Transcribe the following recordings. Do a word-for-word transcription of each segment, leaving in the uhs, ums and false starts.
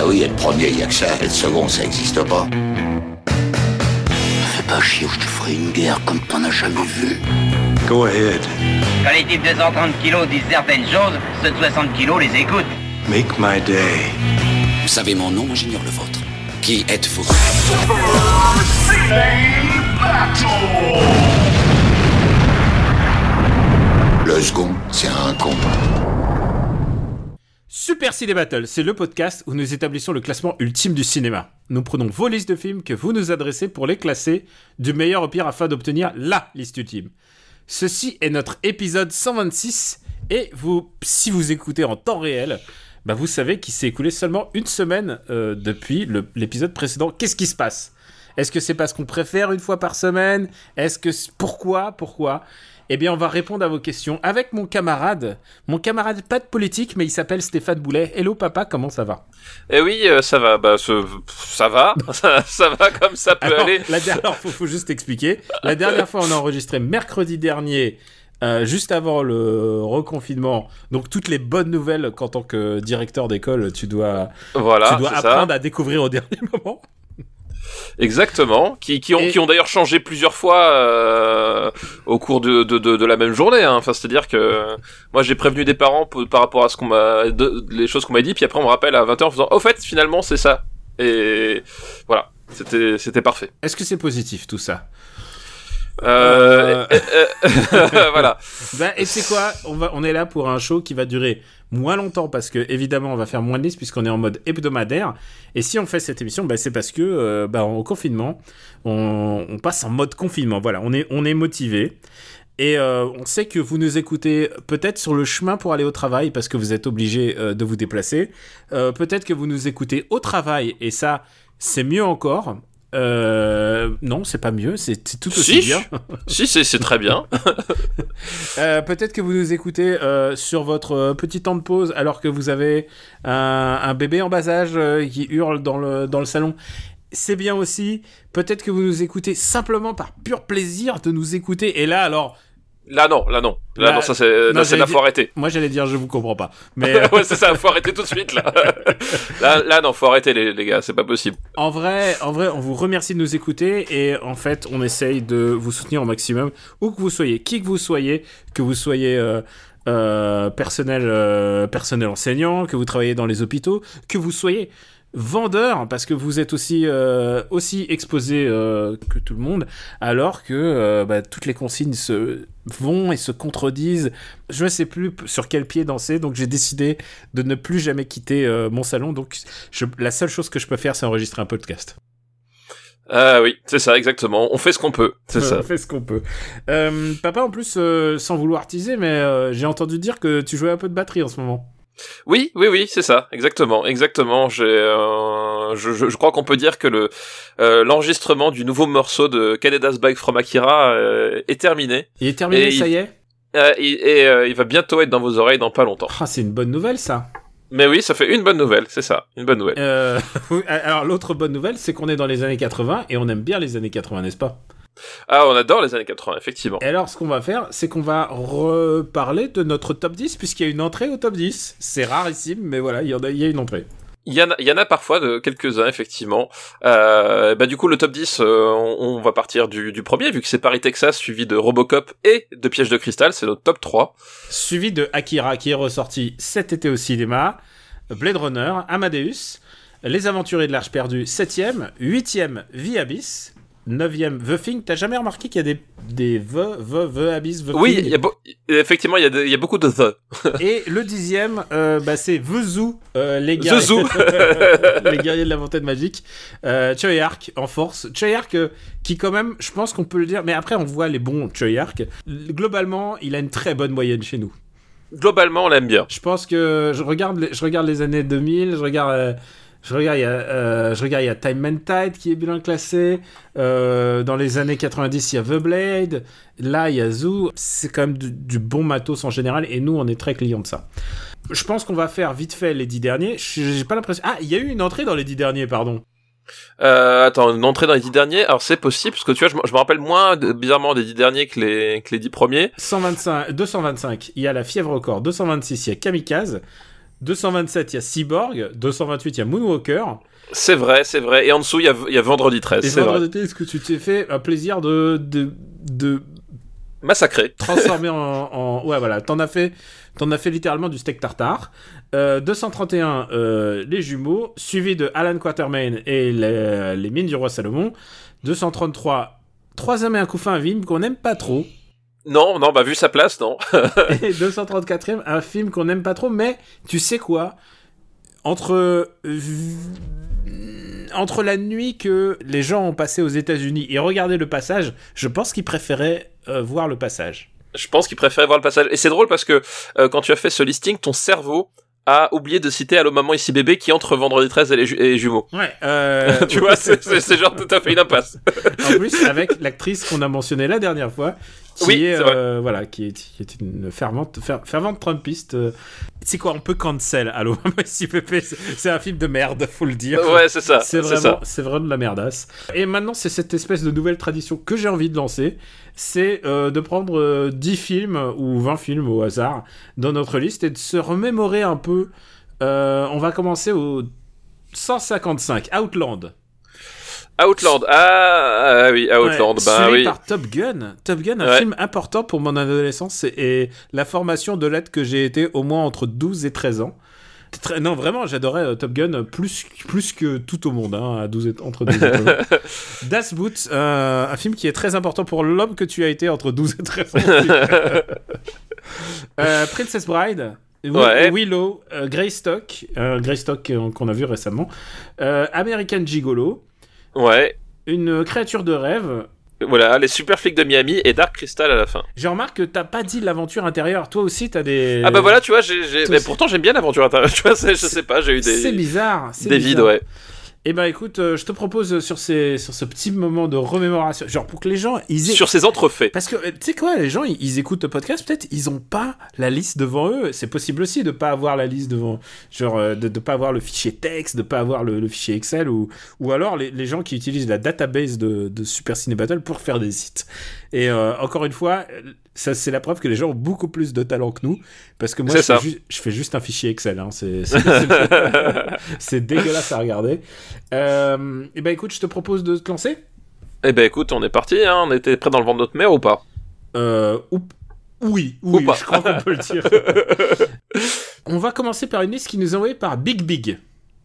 oui, être premier, il y a que ça. Être second, ça existe pas. Fais pas chier ou je te ferai une guerre comme t'en as jamais vu. Go ahead. Quand les types de cent trente kilos disent certaines choses, ceux de soixante kilos les écoutent. Make my day. Vous savez mon nom, j'ignore le vôtre. Qui êtes-vous? Le second, c'est un con. Super Ciné Battle, c'est le podcast où nous établissons le classement ultime du cinéma. Nous prenons vos listes de films que vous nous adressez pour les classer du meilleur au pire afin d'obtenir LA liste ultime. Ceci est notre épisode cent vingt-six et vous, si vous écoutez en temps réel, bah vous savez qu'il s'est écoulé seulement une semaine euh, depuis le, l'épisode précédent. Qu'est-ce qui se passe ? Est-ce que c'est parce qu'on préfère une fois par semaine ? Est-ce que... Pourquoi ? Pourquoi ? Eh bien, on va répondre à vos questions avec mon camarade. Mon camarade, pas de politique, mais il s'appelle Stéphane Boulet. Hello papa, comment ça va ? Eh oui, euh, ça va. Bah, ce... ça va. ça, ça va comme ça peut Alors, aller. La dernière... Alors, faut, faut juste expliquer. La dernière fois, on a enregistré mercredi dernier, euh, juste avant le reconfinement. Donc, toutes les bonnes nouvelles qu'en tant que directeur d'école, tu dois, voilà, tu dois c'est apprendre ça. à découvrir au dernier moment. Exactement, qui, qui, ont, Et... qui ont d'ailleurs changé plusieurs fois euh, au cours de, de, de, de la même journée. Hein. Enfin, c'est-à-dire que moi j'ai prévenu des parents p- par rapport à ce qu'on m'a, de, les choses qu'on m'a dit, puis après on me rappelle à vingt heures en faisant au fait finalement c'est ça. Et voilà, c'était c'était parfait. Est-ce que c'est positif tout ça ? Euh, euh... euh, voilà. Ben, et c'est quoi ? On va, on est là pour un show qui va durer moins longtemps parce que évidemment on va faire moins de listes puisqu'on est en mode hebdomadaire. Et si on fait cette émission, ben, c'est parce que euh, ben, en confinement, on, on passe en mode confinement. Voilà, on est, on est motivé. Et euh, on sait que vous nous écoutez peut-être sur le chemin pour aller au travail parce que vous êtes obligé euh, de vous déplacer. Euh, peut-être que vous nous écoutez au travail et ça, c'est mieux encore. Euh, non, c'est pas mieux, c'est, c'est tout aussi si, bien. si, c'est, c'est très bien. euh, peut-être que vous nous écoutez euh, sur votre euh, petit temps de pause alors que vous avez un, un bébé en bas âge euh, qui hurle dans le, dans le salon. C'est bien aussi. Peut-être que vous nous écoutez simplement par pur plaisir de nous écouter. Et là, alors... Là non, là non, là, là non, ça c'est, non, là c'est là, dire... faut arrêter. Moi j'allais dire je vous comprends pas, mais ouais c'est ça, faut arrêter tout de suite là. là, là non, faut arrêter les, les gars, c'est pas possible. En vrai, en vrai, on vous remercie de nous écouter et en fait on essaye de vous soutenir au maximum où que vous soyez, qui que vous soyez, que vous soyez euh, euh, personnel, euh, personnel enseignant, que vous travaillez dans les hôpitaux, que vous soyez vendeur parce que vous êtes aussi euh, aussi exposé euh, que tout le monde alors que euh, bah, toutes les consignes se vont et se contredisent. Je ne sais plus sur quel pied danser, donc j'ai décidé de ne plus jamais quitter euh, mon salon. Donc je, la seule chose que je peux faire, c'est enregistrer un podcast. Ah oui, c'est ça, exactement. On fait ce qu'on peut, c'est euh, ça. On fait ce qu'on peut. Euh, papa, en plus, euh, sans vouloir teaser, mais euh, j'ai entendu dire que tu jouais un peu de batterie en ce moment. Oui, oui, oui, c'est ça, exactement, exactement. J'ai, euh, je, je, je crois qu'on peut dire que le euh, l'enregistrement du nouveau morceau de Canada's Bike from Akira euh, est terminé. Il est terminé, et ça il, y est. euh, Et, et euh, il va bientôt être dans vos oreilles dans pas longtemps. Ah, c'est une bonne nouvelle, ça. Mais oui, ça fait une bonne nouvelle, c'est ça, une bonne nouvelle. Euh, alors l'autre bonne nouvelle, c'est qu'on est dans les années quatre-vingts et on aime bien les années quatre-vingts, n'est-ce pas ? Ah, on adore les années quatre-vingts, effectivement. Et alors, ce qu'on va faire, c'est qu'on va reparler de notre top dix, puisqu'il y a une entrée au top dix. C'est rarissime, mais voilà, il y, en a, il y a une entrée. Il y en a, il y en a parfois de quelques-uns, effectivement. Euh, bah, du coup, le top dix, euh, on, on va partir du, du premier, vu que c'est Paris, Texas, suivi de Robocop et de Piège de Cristal, c'est notre top trois. Suivi de Akira, qui est ressorti cet été au cinéma, Blade Runner, Amadeus, Les Aventuriers de l'Arche perdue, septième, huitième, The Abyss, neuvième, The Thing. T'as jamais remarqué qu'il y a des, des The, The, The Abyss, The Oui, Thing? il y a beau... effectivement, il y, a de... il y a beaucoup de The. Et le dixième, euh, bah, c'est The Zoo, euh, les, guerriers... The Zoo. les guerriers de la montagne magique. Euh, Choyark en force. Choyark euh, qui quand même, je pense qu'on peut le dire, mais après on voit les bons Choyark. Globalement, il a une très bonne moyenne chez nous. Globalement, on l'aime bien. Je pense que je regarde les, je regarde les années deux mille, je regarde... Euh, Je regarde, il y a, euh, je regarde, il y a Time and Tide qui est bien classé. Euh, dans les années quatre-vingt-dix, il y a The Blade. Là, il y a Zoo. C'est quand même du, du bon matos en général. Et nous, on est très clients de ça. Je pense qu'on va faire vite fait les dix derniers. J'ai pas l'impression... Ah, il y a eu une entrée dans les dix derniers, pardon. Euh, attends, une entrée dans les dix derniers. Alors, c'est possible, parce que tu vois, je, je me rappelle moins, de, bizarrement, des dix derniers que les, que les dix premiers. cent vingt-cinq, deux cent vingt-cinq, il y a La Fièvre au corps. deux cent vingt-six, il y a Kamikaze. deux cent vingt-sept, il y a Cyborg. deux cent vingt-huit, il y a Moonwalker. C'est vrai, c'est vrai. Et en dessous, il y a, il y a Vendredi treize. Et c'est Vendredi vrai. treize, est-ce que tu t'es fait un plaisir de... de, de... Massacré. transformé en, en... Ouais, voilà. T'en as fait, t'en as fait littéralement du steak tartare. Euh, deux cent trente et un, euh, Les Jumeaux, suivi de Alan Quatermain et les, les Mines du Roi Salomon. deux cent trente-trois, Troisième et un couffin, un film qu'on n'aime pas trop. Non, non, bah vu sa place, non. Et deux cent trente-quatrième, un film qu'on n'aime pas trop, mais tu sais quoi ? Entre... Euh, entre la nuit que les gens ont passé aux États-Unis et regarder Le Passage, je pense qu'ils préféraient euh, voir Le Passage. Je pense qu'il préférait voir Le Passage. Et c'est drôle parce que euh, quand tu as fait ce listing, ton cerveau a oublié de citer Allô Maman Ici Bébé qui entre Vendredi treize et les, ju- et les Jumeaux. Ouais. Euh... Tu vois, c'est, c'est, c'est genre tout à fait une impasse. En plus, avec l'actrice qu'on a mentionnée la dernière fois, qui Oui, est, c'est vrai. euh, voilà, qui est, qui est une fervente, fer- fervente Trumpiste. Euh... C'est quoi, on peut cancel Allô Maman Ici Bébé, c'est, c'est un film de merde, faut le dire. Ouais, c'est ça. C'est c'est vraiment, ça. c'est vraiment de la merdasse. Et maintenant, c'est cette espèce de nouvelle tradition que j'ai envie de lancer. C'est euh, de prendre euh, dix films ou vingt films au hasard dans notre liste et de se remémorer un peu. Euh, on va commencer au cent cinquante-cinq, Outland. Outland. Ah, ah oui, Outland. Ouais, bah suivi oui. par Top Gun. Top Gun, un Ouais. film important pour mon adolescence et, et la formation de l'être que j'ai été au moins entre douze et treize ans. Très, non, vraiment, j'adorais euh, Top Gun plus, plus que tout au monde, hein, à douze et, entre douze et treize ans. Das Boot, euh, un film qui est très important pour l'homme que tu as été entre douze et treize ans. euh, Princess Bride. Ouais. Willow, euh, Greystock, euh, Greystock euh, qu'on a vu récemment, euh, American Gigolo, Ouais. Une créature de rêve. Voilà, les super flics de Miami et Dark Crystal à la fin. Je remarque que t'as pas dit l'aventure intérieure. Toi aussi, t'as des. Ah bah voilà, tu vois, j'ai, j'ai... Toi mais aussi. pourtant j'aime bien l'aventure intérieure. Tu vois, c'est, je sais pas, j'ai eu des. C'est bizarre. C'est des bizarre. vides, ouais. Eh ben écoute, euh, je te propose euh, sur, ces, sur ce petit moment de remémoration, genre pour que les gens ils aient... Sur ces entrefaits. Parce que euh, tu sais quoi, les gens ils, ils écoutent le podcast, peut-être ils ont pas la liste devant eux. C'est possible aussi de pas avoir la liste devant, genre euh, de, de pas avoir le fichier texte, de pas avoir le, le fichier Excel ou ou alors les, les gens qui utilisent la database de, de Super Ciné Battle pour faire des sites. Et euh, encore une fois, ça c'est la preuve que les gens ont beaucoup plus de talent que nous, parce que moi C'est je ça. fais, ju- je fais juste un fichier Excel, hein. c'est, c'est, c'est, c'est dégueulasse à regarder. Euh, et ben écoute, je te propose de te lancer. Eh ben écoute, on est parti, hein, on était prêt dans le ventre de notre mère ou pas? Euh, ou... Oui, oui, Ou pas. je crois qu'on peut le dire. On va commencer par une liste qui nous est envoyée par Big Big.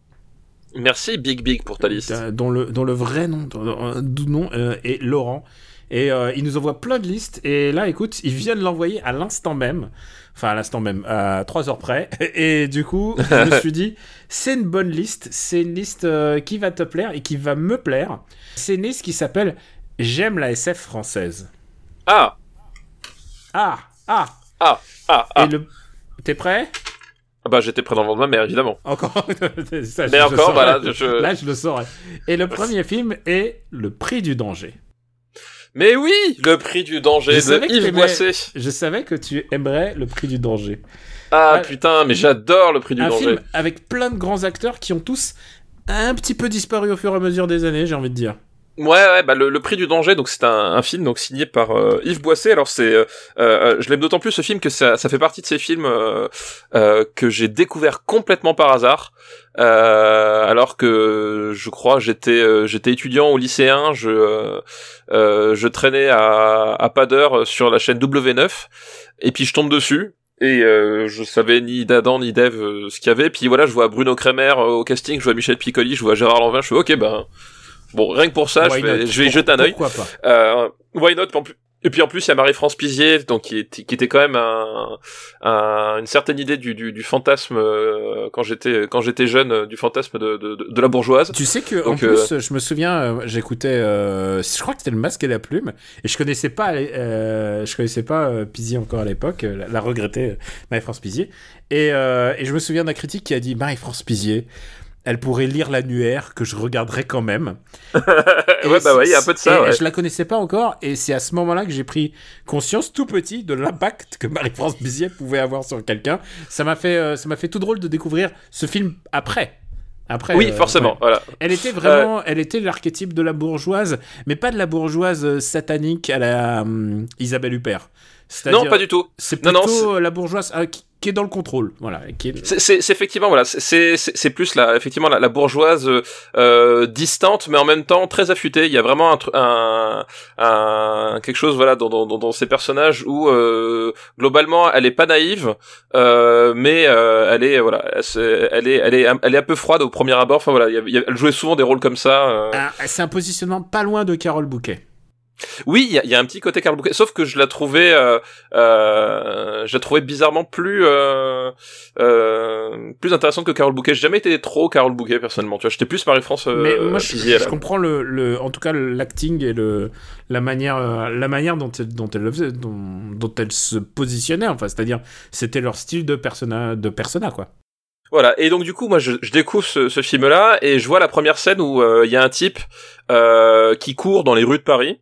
Merci Big Big pour ta liste. Euh, dont, le, dont le vrai nom, dont, euh, dont nom euh, est Laurent. Et euh, il nous envoie plein de listes. Et là, écoute, il vient de l'envoyer à l'instant même. Enfin, à l'instant même, à trois heures près. Et du coup, je me suis dit, c'est une bonne liste. C'est une liste euh, qui va te plaire et qui va me plaire. C'est une liste qui s'appelle « J'aime la S F française Ah ». Ah, ah. Ah Ah Ah Et le... T'es prêt ? Ah bah j'étais prêt dans le ventre de ma mère, évidemment. Encore ça, Mais je- je encore, saurais. voilà, je- Là, je le saurais. Et le premier film est Le Prix du danger. Mais oui, le prix du danger Je de savais que Yves t'aimais- Boisset. Je savais que tu aimerais Le Prix du danger. Ah Ah, putain, mais j'adore le prix du Un danger. film avec plein de grands acteurs qui ont tous un petit peu disparu au fur et à mesure des années, j'ai envie de dire. Ouais, ouais, bah le, le prix du danger, donc c'est un, un film donc signé par euh, Yves Boisset. Alors c'est, euh, euh, je l'aime d'autant plus ce film que ça, ça fait partie de ces films euh, euh, que j'ai découvert complètement par hasard. Euh, alors que je crois j'étais euh, j'étais étudiant ou lycéen, je euh, euh, je traînais à, à pas d'heure sur la chaîne W neuf et puis je tombe dessus. Et euh, je savais ni d'Adam ni d'Ève euh, ce qu'il y avait. Puis voilà, je vois Bruno Kremer euh, au casting, je vois Michel Piccoli, je vois Gérard Lanvin, je fais ok ben bon, rien que pour ça, je Why vais, not? je vais y Pour- jeter un œil. Pourquoi pas? Euh, why not? En plus- Et puis en plus, il y a Marie-France Pizier, donc qui, est, qui était quand même un, un, une certaine idée du, du, du fantasme euh, quand j'étais quand j'étais jeune, euh, du fantasme de, de, de la bourgeoise. Tu sais que en Donc, plus, je me souviens, euh, j'écoutais, euh, je crois que c'était Le Masque et la Plume, et je connaissais pas, euh, je connaissais pas euh, Pizier encore à l'époque, euh, la, la regrettée euh, Marie-France Pizier, et, euh, et je me souviens d'un critique qui a dit Marie-France Pizier, elle pourrait lire l'annuaire que je regarderais quand même. Et ouais, bah ouais, il y a un peu de ça. et Ouais. je la connaissais pas encore, et c'est à ce moment-là que j'ai pris conscience, tout petit, de l'impact que Marie-France Pizier pouvait avoir sur quelqu'un. Ça m'a fait, euh, ça m'a fait tout drôle de découvrir ce film après. Après, Oui, euh, forcément. ouais. Voilà. Elle était vraiment, elle était l'archétype de la bourgeoise, mais pas de la bourgeoise euh, satanique à la hum, Isabelle Huppert. C'est-à-dire- Non, pas du tout. C'est Non, plutôt non, c'est- euh, la bourgeoise euh, qui, qui est dans le contrôle, voilà. Qui est... C'est, c'est, c'est effectivement voilà, c'est, c'est, c'est plus la, effectivement la, la bourgeoise euh, distante, mais en même temps très affûtée. Il y a vraiment un, un, un quelque chose voilà dans, dans, dans ces personnages où euh, globalement elle est pas naïve, euh, mais euh, elle est voilà, c'est, elle est, elle est, elle est un peu froide au premier abord. Enfin voilà, il y a, il y a, elle jouait souvent des rôles comme ça. Euh... Ah, c'est un positionnement pas loin de Carole Bouquet. Oui, il y a, y a un petit côté Carole Bouquet, sauf que je la trouvais, euh, euh, je la trouvais bizarrement plus, euh, euh, plus intéressante que Carole Bouquet. J'ai jamais été trop Carole Bouquet personnellement. Tu vois, j'étais plus Marie-France. Euh, Mais moi, je, Pizier, je comprends le, le, en tout cas l'acting et le, la manière, euh, la manière dont elle, dont elle le faisait, dont, dont elle se positionnait. Enfin, c'est-à-dire, c'était leur style de persona, de persona, quoi. Voilà, et donc du coup, moi, je, je découvre ce, ce film-là et je vois la première scène où il euh, y a un type euh, qui court dans les rues de Paris.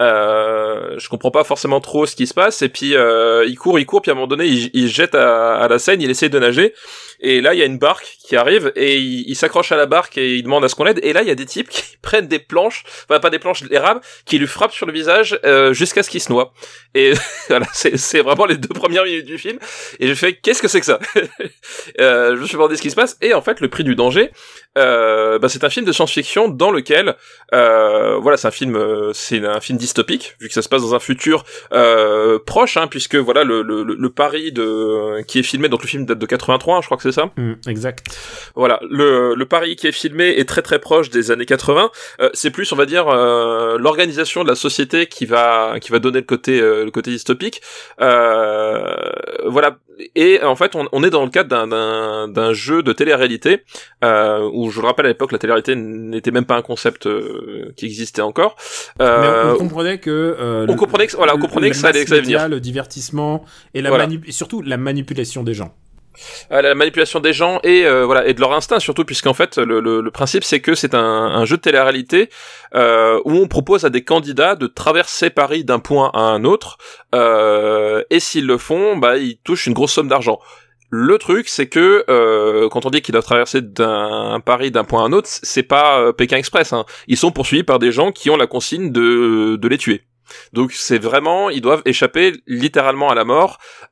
Euh, je comprends pas forcément trop ce qui se passe et puis euh, il court, il court, puis à un moment donné, il, il jette à, à la Seine, il essaie de nager et là il y a une barque qui arrive et il, il s'accroche à la barque et il demande à ce qu'on l'aide et là il y a des types qui prennent des planches, enfin pas des planches, des rames, qui lui frappent sur le visage euh, jusqu'à ce qu'il se noie. Et voilà, c'est, c'est vraiment les deux premières minutes du film et je fais qu'est-ce que c'est que ça. euh, je me suis demandé ce qui se passe et en fait le prix du danger, euh, bah, c'est un film de science-fiction dans lequel euh, voilà, c'est un film, euh, c'est un film dystopique vu que ça se passe dans un futur euh, proche, hein, puisque voilà le, le, le Paris de qui est filmé, donc le film date de quatre-vingt-trois, hein, je crois que c'est ça. Mmh, exact. Voilà, le, le Paris qui est filmé est très très proche des années quatre-vingts. Euh, c'est plus, on va dire, euh, l'organisation de la société qui va qui va donner le côté euh, le côté dystopique. Euh, voilà. Et en fait, on, on est dans le cadre d'un, d'un, d'un jeu de télé-réalité euh, où, je le rappelle, à l'époque, la télé-réalité n'était même pas un concept euh, qui existait encore. Euh, Mais on, on comprenait que euh, on comprenait que voilà, on comprenait que ça allait, que ça allait venir. Le divertissement et la voilà. manu- et surtout la manipulation des gens. À la manipulation des gens et euh, voilà, et de leur instinct surtout, puisqu'en fait le, le, le principe c'est que c'est un, un jeu de télé-réalité euh, où on propose à des candidats de traverser Paris d'un point à un autre euh, et s'ils le font, bah ils touchent une grosse somme d'argent. Le truc, c'est que euh, quand on dit qu'ils doivent traverser d'un Paris d'un point à un autre, c'est pas euh, Pékin Express, hein. Ils sont poursuivis par des gens qui ont la consigne de de les tuer. Donc c'est vraiment, ils doivent échapper littéralement à la mort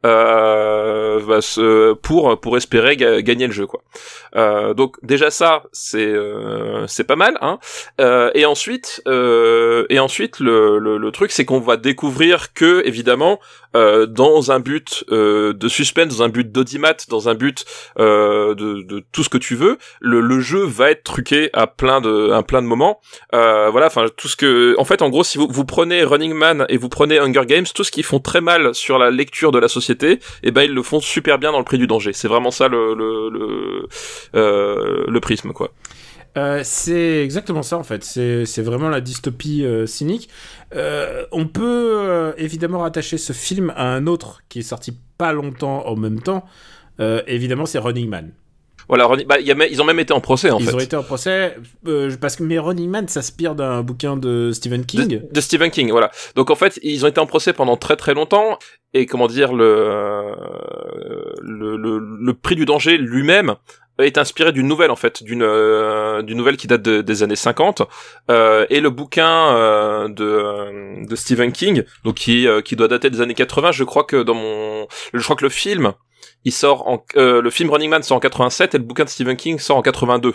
euh, bah, ce, pour pour espérer ga- gagner le jeu, quoi. Euh, donc déjà ça c'est euh, c'est pas mal, hein. Euh, et ensuite euh, et ensuite le, le le truc c'est qu'on va découvrir que évidemment euh, dans un but euh, de suspense, dans un but d'audimat, dans un but euh, de de tout ce que tu veux, le le jeu va être truqué à plein de à plein de moments. Euh, voilà, enfin tout ce que en fait en gros si vous vous prenez Running Man et vous prenez Hunger Games, tout ce qu'ils font très mal sur la lecture de la société, et ben ils le font super bien dans le prix du danger. C'est vraiment ça le le le, euh, le prisme, quoi. Euh, c'est exactement ça en fait. C'est c'est vraiment la dystopie euh, cynique. Euh, on peut euh, évidemment rattacher ce film à un autre qui est sorti pas longtemps en même temps. Euh, évidemment, c'est Running Man. Voilà, bah, y a, ils ont même été en procès en ils fait. Ils ont été en procès euh, parce que mais Running Man s'inspire d'un bouquin de Stephen King. De, de Stephen King, voilà. Donc en fait, ils ont été en procès pendant très très longtemps et comment dire le le le, le prix du danger lui-même est inspiré d'une nouvelle en fait, d'une euh, d'une nouvelle qui date de, des années cinquante euh, et le bouquin euh, de de Stephen King, donc qui euh, qui doit dater des années quatre-vingts. Je crois que dans mon je crois que le film il sort en euh, le film Running Man sort en quatre-vingt-sept et le bouquin de Stephen King sort en quatre-vingt-deux.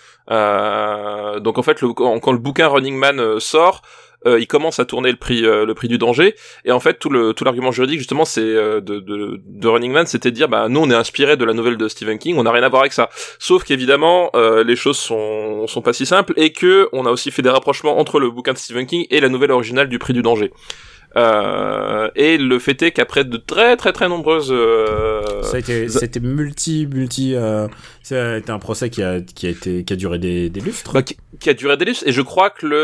Euh, donc en fait le, quand le bouquin Running Man euh, sort, euh, il commence à tourner le prix euh, le prix du danger et en fait tout le tout l'argument juridique justement c'est euh, de, de de Running Man, c'était de dire bah nous on est inspiré de la nouvelle de Stephen King, on n'a rien à voir avec ça. Sauf qu'évidemment euh, les choses sont sont pas si simples et que on a aussi fait des rapprochements entre le bouquin de Stephen King et la nouvelle originale du prix du danger. Euh, et le fait est qu'après de très très très nombreuses euh, ça a été c'était multi multi euh, c'était un procès qui a qui a été qui a duré des des lustres bah, qui, qui a duré des lustres et je crois que le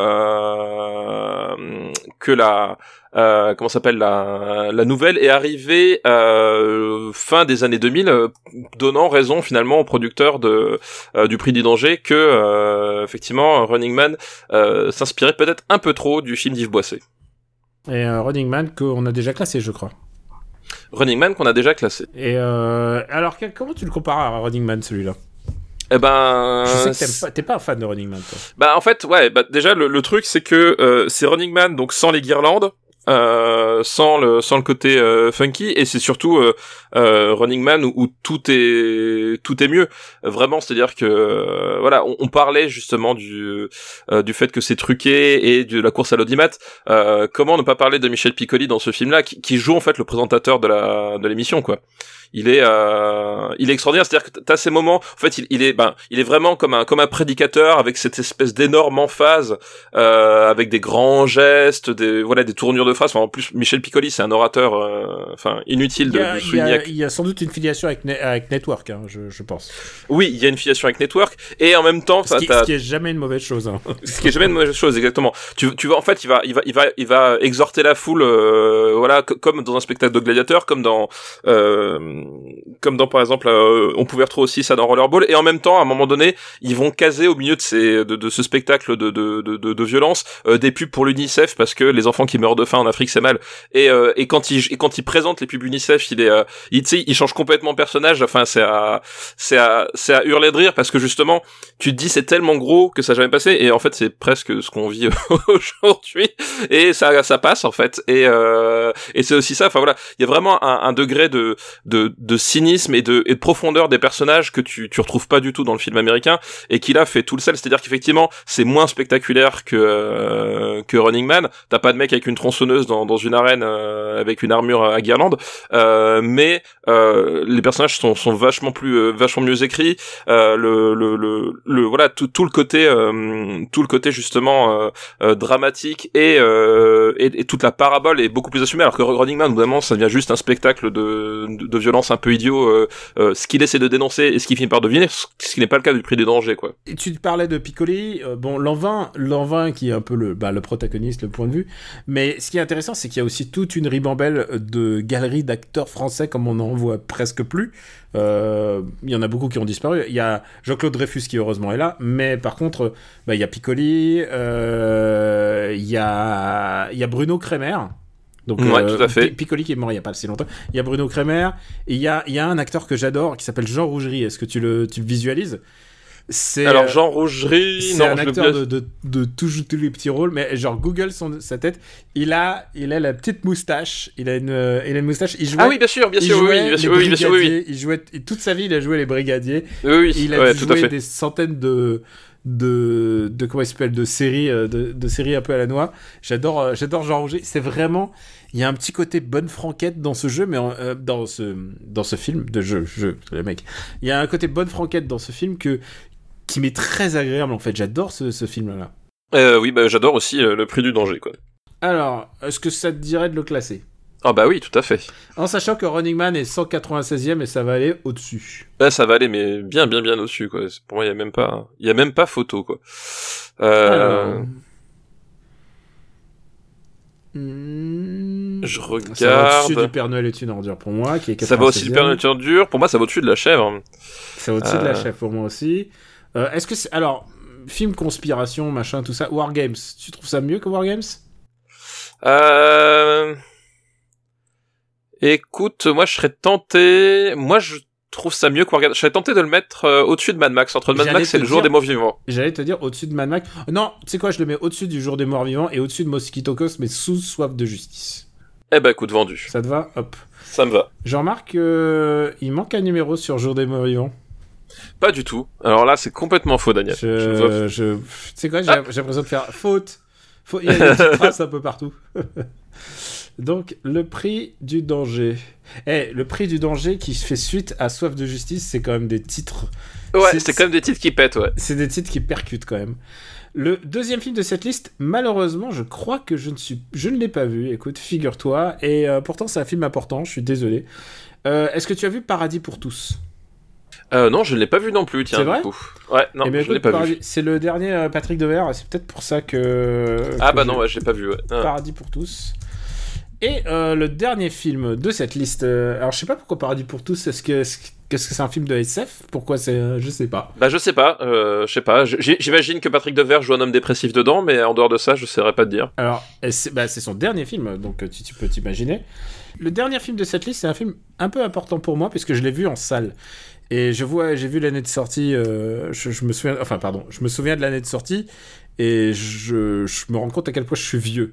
euh, que la euh, comment s'appelle la la nouvelle est arrivée euh, fin des années deux mille, euh, donnant raison finalement aux producteurs de euh, du prix du danger que euh, effectivement Running Man euh, s'inspirait peut-être un peu trop du film d'Yves Boisset. Et euh, Running Man qu'on a déjà classé, je crois. Running Man qu'on a déjà classé. Et euh, alors, quel, comment tu le compares à Running Man, celui-là ? Eh ben, je sais que t'aimes pas, t'es pas un fan de Running Man, toi. Bah en fait, ouais. Bah déjà le, le truc c'est que euh, c'est Running Man donc sans les guirlandes. euh, sans le sans le côté euh, funky, et c'est surtout euh, euh, Running Man où, où tout est tout est mieux vraiment, c'est-à-dire que euh, voilà, on, on parlait justement du euh, du fait que c'est truqué et de la course à l'audimat. Euh, comment ne pas parler de Michel Piccoli dans ce film-là, qui, qui joue en fait le présentateur de la de l'émission, quoi. Il est euh, il est extraordinaire, c'est-à-dire que t'as ces moments, en fait il, il est ben il est vraiment comme un comme un prédicateur avec cette espèce d'énorme emphase, euh, avec des grands gestes, des voilà des tournures de phrases. Enfin, en plus Michel Piccoli c'est un orateur, euh, enfin inutile de, de souligner. Il y, a, il y a sans doute une filiation avec ne- avec Network, hein, je, je pense. Oui, il y a une filiation avec Network, et en même temps ce qui, t'as... ce qui est jamais une mauvaise chose. Hein. Ce qui est jamais une mauvaise chose, exactement. Tu tu vois, en fait il va il va il va il va exhorter la foule, euh, voilà, c- comme dans un spectacle de gladiateur, comme dans euh, comme dans par exemple euh, on pouvait retrouver aussi ça dans Rollerball, et en même temps à un moment donné ils vont caser au milieu de ces de, de ce spectacle de de de de, de violence euh, des pubs pour l'UNICEF, parce que les enfants qui meurent de faim en Afrique c'est mal, et euh, et quand il et quand il présente les pubs UNICEF, il est euh, il tu sais il change complètement personnage, enfin c'est à c'est à c'est à hurler de rire, parce que justement tu te dis c'est tellement gros que ça n'a jamais passé, et en fait c'est presque ce qu'on vit aujourd'hui, et ça ça passe en fait, et euh, et c'est aussi ça, enfin voilà, il y a vraiment un, un degré de de de cynisme et de, et de profondeur des personnages que tu, tu retrouves pas du tout dans le film américain, et qui là fait tout le sel. C'est-à-dire qu'effectivement c'est moins spectaculaire que euh, que Running Man. T'as pas de mec avec une tronçonneuse dans, dans une arène euh, avec une armure à guirlande, euh, mais euh, les personnages sont, sont vachement plus euh, vachement mieux écrits. Euh, le, le le le voilà tout tout le côté euh, tout le côté justement euh, euh, dramatique et, euh, et et toute la parabole est beaucoup plus assumée, alors que Running Man vraiment ça devient juste un spectacle de de, de violence un peu idiot. Euh, euh, ce qu'il essaie de dénoncer et ce qu'il finit par deviner, ce qui n'est pas le cas du Prix du danger, quoi. Et tu parlais de Piccoli, euh, bon, Lanvin, Lanvin qui est un peu le, bah, le protagoniste, le point de vue, mais ce qui est intéressant, c'est qu'il y a aussi toute une ribambelle de galeries d'acteurs français, comme on n'en voit presque plus. Euh, il y en a beaucoup qui ont disparu. Il y a Jean-Claude Dreyfus qui heureusement est là, mais par contre, bah, il y a Piccoli, euh, il y a, il y a Bruno Kremer. Donc, ouais, euh, tout à fait. Piccoli qui est mort il y a pas si longtemps. Il y a Bruno Kremer et il y a il y a un acteur que j'adore qui s'appelle Jean Rougerie. Est-ce que tu le tu le visualises? C'est alors Jean Rougerie, c'est non, un je acteur le... de, de de tous tous les petits rôles, mais genre Google son sa tête. Il a il a la petite moustache. Il a une il a une moustache. Il jouait, ah oui, bien sûr, bien sûr, oui, bien sûr, oui, bien sûr, oui, oui. Il jouait toute sa vie. Il a joué les brigadiers. Oui, oui, il a ouais, dû tout à jouer fait. des centaines de de de comment il s'appelle de séries de, de séries un peu à la noix. J'adore j'adore Jean Rouget. C'est vraiment, il y a un petit côté bonne franquette dans ce jeu, mais euh, dans ce dans ce film de jeu jeu le mec. Il y a un côté bonne franquette dans ce film que qui m'est très agréable en fait. J'adore ce ce film là. Euh, oui, bah j'adore aussi euh, le Prix du danger, quoi. Alors, est-ce que ça te dirait de le classer? Ah bah oui, tout à fait. En sachant que Running Man est cent quatre-vingt-seizième et ça va aller au-dessus. Bah ça va aller, mais bien, bien, bien au-dessus, quoi. Pour moi, il y a même pas, il y a même pas photo, quoi. Euh... Alors... Mmh... Je regarde. Ça va au-dessus du Père Noël est une ordure pour moi, qui est quatre-vingt-seizième. Ça va aussi du Père Noël est une ordure. Pour moi, ça va au-dessus de La Chèvre. Ça va au-dessus euh... de La Chèvre pour moi aussi. Euh, est-ce que c'est... Alors, film conspiration, machin, tout ça. War Games, tu trouves ça mieux que War Games? Euh... Écoute, moi je serais tenté... Moi je trouve ça mieux que War Games. Je serais tenté de le mettre euh, au-dessus de Mad Max. Entre Mad J'allais Max et Le te Jour dire- des Morts Vivants. J'allais te dire au-dessus de Mad Max. Non, tu sais quoi, je le mets au-dessus du Jour des Morts Vivants et au-dessus de Mosquito Coast, mais sous Soif de Justice. Eh ben écoute, vendu. Ça te va? Hop. Ça me va. Je remarque qu'il manque un numéro sur Jour des Morts Vivants. Pas du tout. Alors là, c'est complètement faux, Daniel. Je Je, vois- je... Tu sais quoi, j'ai Ah. j'ai l'impression de faire faute. Faute. Il y a des petites traces un peu partout. Donc, le prix du danger. Eh, le prix du danger qui fait suite à Soif de Justice, c'est quand même des titres. Ouais, c'est- c'est quand même des titres qui pètent, ouais. C'est des titres qui percutent quand même. Le deuxième film de cette liste, malheureusement, je crois que je ne, suis... je ne l'ai pas vu. Écoute, figure-toi. Et euh, pourtant, c'est un film important, je suis désolé. Euh, est-ce que tu as vu Paradis pour tous? Euh, non, je ne l'ai pas vu non plus, tiens. C'est vrai du coup. Ouais, non, Eh bien, je l'ai écoute, pas Paradis- vu. C'est le dernier euh, Patrick Devers, et c'est peut-être pour ça que... Ah que bah je- non, ouais, je l'ai pas vu, ouais. Ah. Paradis pour tous. Et euh, le dernier film de cette liste. euh, alors je sais pas pourquoi Paradis pour tous. Est-ce que est-ce que- qu'est-ce que c'est un film de S F? Pourquoi c'est euh, je sais pas. Bah je sais pas, euh, je sais pas. J- J'imagine que Patrick Devers joue un homme dépressif dedans, mais en dehors de ça, je saurais pas te dire. Alors et c'est bah, c'est son dernier film, donc euh, tu, tu peux t'imaginer. Le dernier film de cette liste, c'est un film un peu important pour moi puisque je l'ai vu en salle. Et je vois, j'ai vu l'année de sortie. Euh, je, je me souviens, enfin pardon, je me souviens de l'année de sortie et je, je me rends compte à quel point je suis vieux.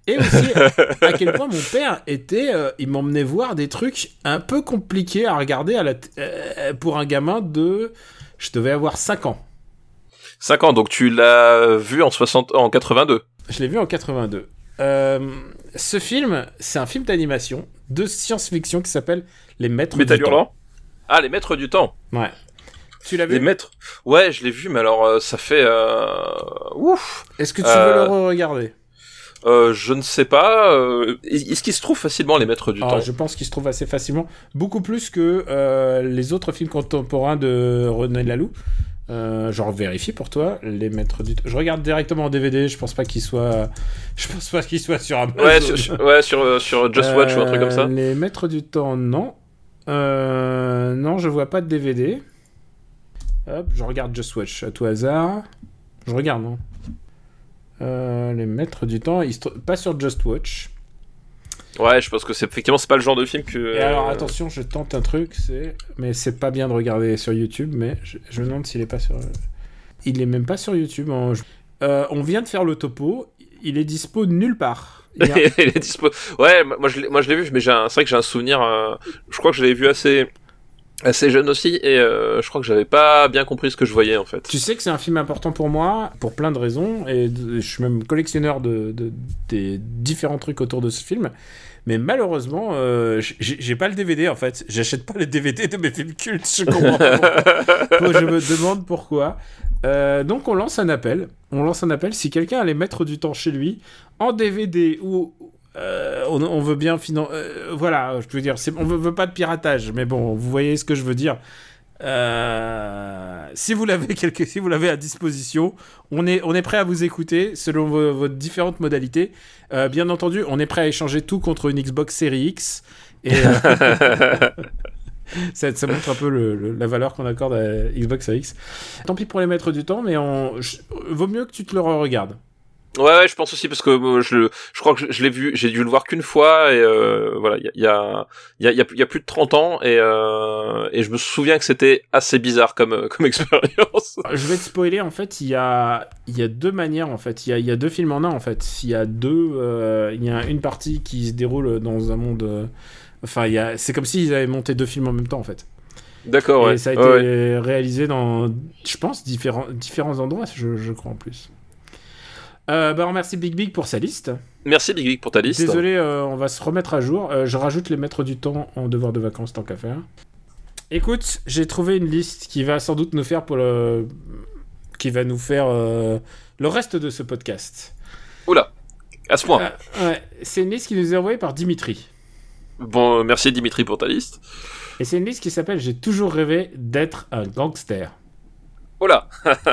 Et aussi, à quel point mon père était... Euh, il m'emmenait voir des trucs un peu compliqués à regarder à la t- euh, pour un gamin de... Je devais avoir cinq ans. cinq ans, donc tu l'as vu en, soixante... en quatre-vingt-deux. Je l'ai vu en quatre-vingt-deux. Euh, ce film, c'est un film d'animation de science-fiction qui s'appelle Les Maîtres Métal du Temps. Hurlant. Ah, Les Maîtres du Temps. Ouais. Tu l'as vu ? Les Maîtres. Ouais, je l'ai vu, mais alors euh, ça fait euh... ouf. Est-ce que tu euh... veux le re-regarder ? Euh, je ne sais pas. Euh, est-ce qu'il se trouve facilement Les Maîtres du ah, Temps ? Je pense qu'il se trouve assez facilement, beaucoup plus que euh, les autres films contemporains de René Laloux. Euh, genre vérifie pour toi Les Maîtres du Temps. Je regarde directement en D V D. Je pense pas qu'il soit. Je pense pas qu'il soit sur Amazon. Ouais, sur, sur, ouais, sur, sur Just Watch euh, ou un truc comme ça. Les Maîtres du Temps, non. Euh, non, je vois pas de D V D. Hop, je regarde Just Watch à tout hasard. Je regarde, non. Euh, les Maîtres du Temps, ils se... pas sur Just Watch. Ouais, je pense que c'est effectivement c'est pas le genre de film que. Et alors attention, je tente un truc, c'est mais c'est pas bien de regarder sur YouTube, mais je, je me demande s'il est pas sur. Il est même pas sur YouTube. On, euh, on vient de faire le topo, il est dispo nulle part. Il, a... il est dispo. Ouais, moi je l'ai, moi je l'ai vu, mais j'ai un... c'est vrai que j'ai un souvenir. Euh... Je crois que je l'avais vu assez. assez jeune aussi, et euh, je crois que j'avais pas bien compris ce que je voyais en fait. Tu sais que c'est un film important pour moi, pour plein de raisons, et de, je suis même collectionneur de, de, des différents trucs autour de ce film, mais malheureusement, euh, j'ai, j'ai pas le D V D en fait, j'achète pas les D V D de mes films cultes, je comprends pas pourquoi. Je me demande pourquoi. Euh, donc on lance un appel, on lance un appel, si quelqu'un a les Maîtres du Temps chez lui, en D V D ou... Euh, on, on veut bien financer. Euh, voilà, je veux dire, c'est, on veut, veut pas de piratage, mais bon, vous voyez ce que je veux dire. Euh, si vous l'avez quelque, si vous l'avez à disposition, on est, on est prêt à vous écouter selon vos, vos différentes modalités. Euh, bien entendu, on est prêt à échanger tout contre une Xbox Series X. Et euh, ça, ça montre un peu le, le, la valeur qu'on accorde à Xbox Series X. Tant pis pour les Maîtres du Temps, mais on, je, vaut mieux que tu te le re-regardes. Ouais, ouais, je pense aussi parce que euh, je, je crois que je, je l'ai vu, j'ai dû le voir qu'une fois et euh, voilà, il y a, il y a, il y a, il y a plus de trente ans et euh, et je me souviens que c'était assez bizarre comme comme expérience. Je vais te spoiler en fait, il y a, il y a deux manières en fait, il y a, il y a deux films en un en fait, il y a deux, euh, il y a une partie qui se déroule dans un monde, euh, enfin il y a, c'est comme s'ils avaient monté deux films en même temps en fait. D'accord, ouais. Et ça a été ouais. réalisé dans, je pense, différents différents endroits, je, je crois en plus. Euh, bah on remercie Big Big pour sa liste. Merci Big Big pour ta liste. Désolé, euh, on va se remettre à jour. Euh, je rajoute les Maîtres du Temps en devoir de vacances tant qu'à faire. Écoute, j'ai trouvé une liste qui va sans doute nous faire pour le, qui va nous faire euh, le reste de ce podcast. Oula, à ce point. Euh, ouais, c'est une liste qui nous est envoyée par Dimitri. Bon, merci Dimitri pour ta liste. Et c'est une liste qui s'appelle J'ai toujours rêvé d'être un gangster. Oh là.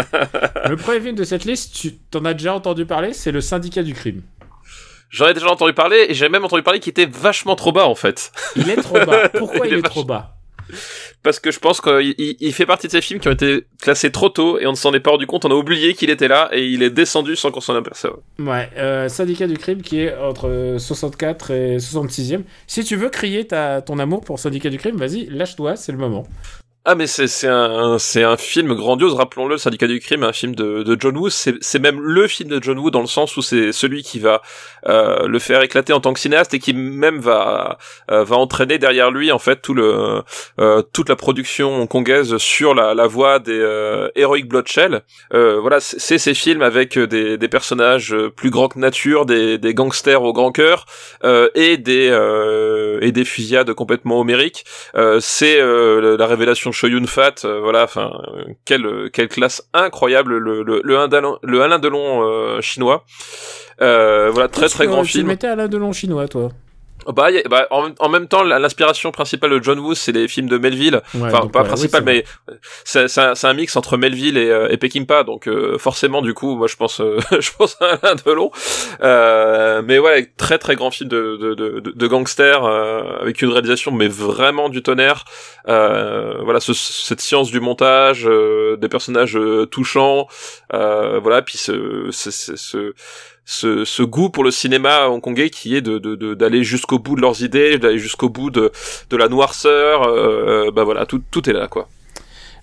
Le premier film de cette liste, tu t'en as déjà entendu parler, c'est Le Syndicat du Crime. J'en ai déjà entendu parler, et j'ai même entendu parler qu'il était vachement trop bas, en fait. Il est trop bas. Pourquoi il, il est, est vach... trop bas ? Parce que je pense qu'il il, il fait partie de ces films qui ont été classés trop tôt, et on ne s'en est pas rendu compte, on a oublié qu'il était là, et il est descendu sans qu'on s'en aperçoive. Ouais, euh, Syndicat du Crime qui est entre soixante-quatre et soixante-sixième. Si tu veux crier ta, ton amour pour Syndicat du Crime, vas-y, lâche-toi, c'est le moment. Ah mais c'est c'est un c'est un film grandiose, rappelons-le, Le Syndicat du Crime, un film de de John Woo, c'est c'est même le film de John Woo dans le sens où c'est celui qui va euh, le faire éclater en tant que cinéaste et qui même va euh, va entraîner derrière lui en fait tout le euh, toute la production hongkongaise sur la la voie des euh, Heroic Bloodshed. Euh, voilà, c'est, c'est ces films avec des des personnages plus grands que nature, des des gangsters au grand cœur euh, et des euh, et des fusillades complètement homériques. Euh, c'est euh, la révélation Shoyun Fat, euh, voilà, enfin, euh, quelle quelle classe incroyable, le le le Alain Delon, le Alain Delon euh, chinois, euh, voilà, très très grand film. Tu mettais Alain Delon chinois, toi. Bah, y a, bah en, en même temps, l'inspiration principale de John Woo, c'est les films de Melville. Ouais, enfin, pas ouais, principal, oui, mais c'est, c'est, un, c'est un mix entre Melville et, euh, et Peckinpah. Donc, euh, forcément, du coup, moi, je pense, euh, je pense à Alain Delon. Euh, mais ouais, très très grand film de de de, de gangster euh, avec une réalisation mais vraiment du tonnerre. Euh, voilà, ce, cette science du montage, euh, des personnages euh, touchants. Euh, voilà, puis ce ce ce, ce Ce, ce goût pour le cinéma hongkongais qui est de, de, de d'aller jusqu'au bout de leurs idées, d'aller jusqu'au bout de, de la noirceur, euh, bah voilà, tout, tout est là, quoi.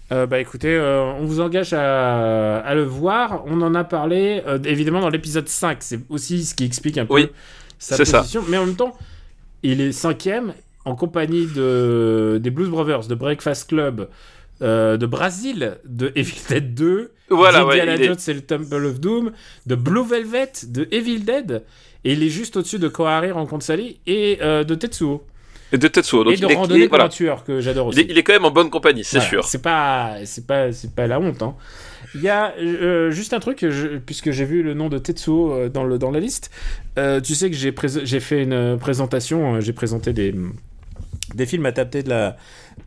Euh, bah écoutez, euh, on vous engage à, à le voir. On en a parlé euh, évidemment dans l'épisode cinq. C'est aussi ce qui explique un peu oui, sa c'est position. Ça. Mais en même temps, il est cinquième en compagnie de, des Blues Brothers, de Breakfast Club, euh, de Brazil, de Evil Dead deux, voilà, d'Indiana ouais, Jones est... et le Temple of Doom, de Blue Velvet, de Evil Dead. Et il est juste au-dessus de Kohari Rencontre Sally et euh, de Tetsuo. Et de Tetsuo. Donc et de il Randonnée est, pour voilà. un tueur, que j'adore aussi. Il est, il est quand même en bonne compagnie, c'est voilà. sûr. C'est pas, c'est pas, c'est pas la honte. Hein. Il y a euh, juste un truc, je, puisque j'ai vu le nom de Tetsuo euh, dans, le, dans la liste. Euh, tu sais que j'ai, pré- j'ai fait une présentation, euh, j'ai présenté des, des films adaptés de la...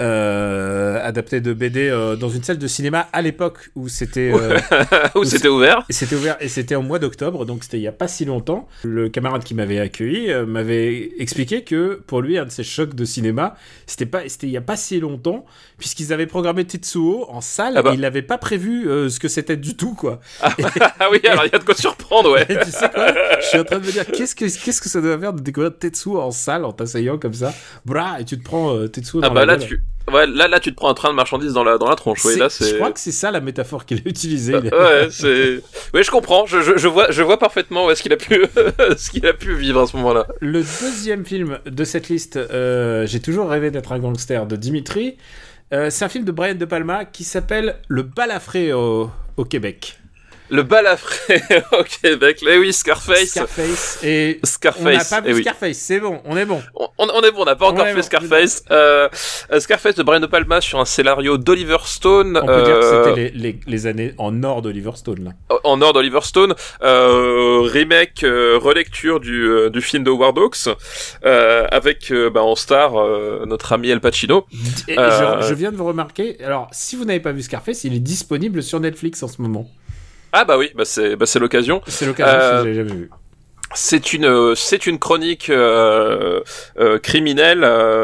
Euh, adapté de B D euh, dans une salle de cinéma à l'époque où c'était euh, où, où c'était ouvert et c'était ouvert et c'était en mois d'octobre, donc c'était il y a pas si longtemps. Le camarade qui m'avait accueilli euh, m'avait expliqué que pour lui un de ses chocs de cinéma c'était pas c'était il y a pas si longtemps, puisqu'ils avaient programmé Tetsuo en salle ah bah. et ils n'avaient pas prévu euh, ce que c'était du tout, quoi. Ah, bah, ah oui, alors il y a de quoi surprendre, ouais. Et tu sais quoi, je suis en train de me dire qu'est-ce que qu'est-ce que ça doit faire de découvrir Tetsuo en salle en t'asseyant comme ça, bra, et tu te prends euh, Tetsuo dans ah bah la là gueule. tu Ouais, là, là, tu te prends un train de marchandises dans la, dans la tronche. Ouais, là, c'est... Je crois que c'est ça la métaphore qu'il a utilisée. Euh, ouais, c'est. Oui, je comprends. Je, je, je vois, je vois parfaitement où est-ce qu'il a pu, ce qu'il a pu vivre à ce moment-là. Le deuxième film de cette liste, euh, j'ai toujours rêvé d'être un gangster, de Dimitri. Euh, c'est un film de Brian De Palma qui s'appelle Le Balafré au, au Québec. Le balafré au Québec. Mais oui, Scarface. Scarface. Et Scarface. on n'a pas vu oui. Scarface, c'est bon, on est bon. On, on est bon, on n'a pas encore fait bon. Scarface. Euh, Scarface de Brian De Palma sur un scénario d'Oliver Stone. On peut euh, dire que c'était les, les, les années en or d'Oliver Stone, là. En or d'Oliver Stone. Euh, remake, euh, relecture du, euh, du film de Howard Hawks. Euh, avec euh, bah, en star euh, notre ami Al Pacino. Et euh, je, je viens de vous remarquer, alors si vous n'avez pas vu Scarface, il est disponible sur Netflix en ce moment. Ah bah oui, bah c'est, bah c'est l'occasion. C'est l'occasion, euh, si j'ai jamais vu. C'est une, c'est une chronique euh, euh, criminelle,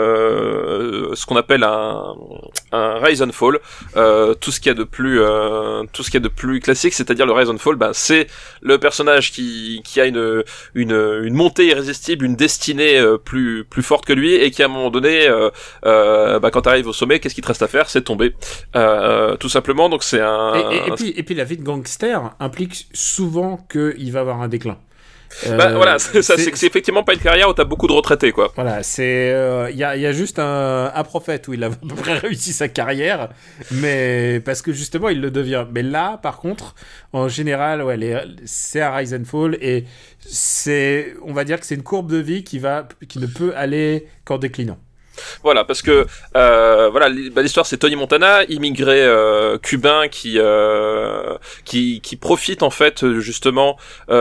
euh, ce qu'on appelle un, un rise and fall. Euh, tout ce qu'il y a de plus, euh, tout ce qu'il y a de plus classique, c'est-à-dire le rise and fall, ben c'est le personnage qui, qui a une, une, une montée irrésistible, une destinée euh, plus, plus forte que lui, et qui à un moment donné, euh, euh, bah, quand t'arrives au sommet, qu'est-ce qu'il te reste à faire? C'est tomber, euh, tout simplement. Donc c'est un. Et, et, et puis, et puis la vie de gangster implique souvent qu'il va avoir un déclin. Euh, bah voilà, c'est, ça, c'est... c'est que c'est effectivement pas une carrière où t'as beaucoup de retraités, quoi. Voilà, c'est, il euh, y a, y a juste un, un prophète où il a à peu près réussi sa carrière, mais parce que justement il le devient. Mais là, par contre, en général, ouais, les, c'est un rise and fall et c'est, on va dire que c'est une courbe de vie qui va, qui ne peut aller qu'en déclinant. Voilà, parce que euh, voilà, bah, l'histoire c'est Tony Montana, immigré euh, cubain qui euh, qui qui profite en fait justement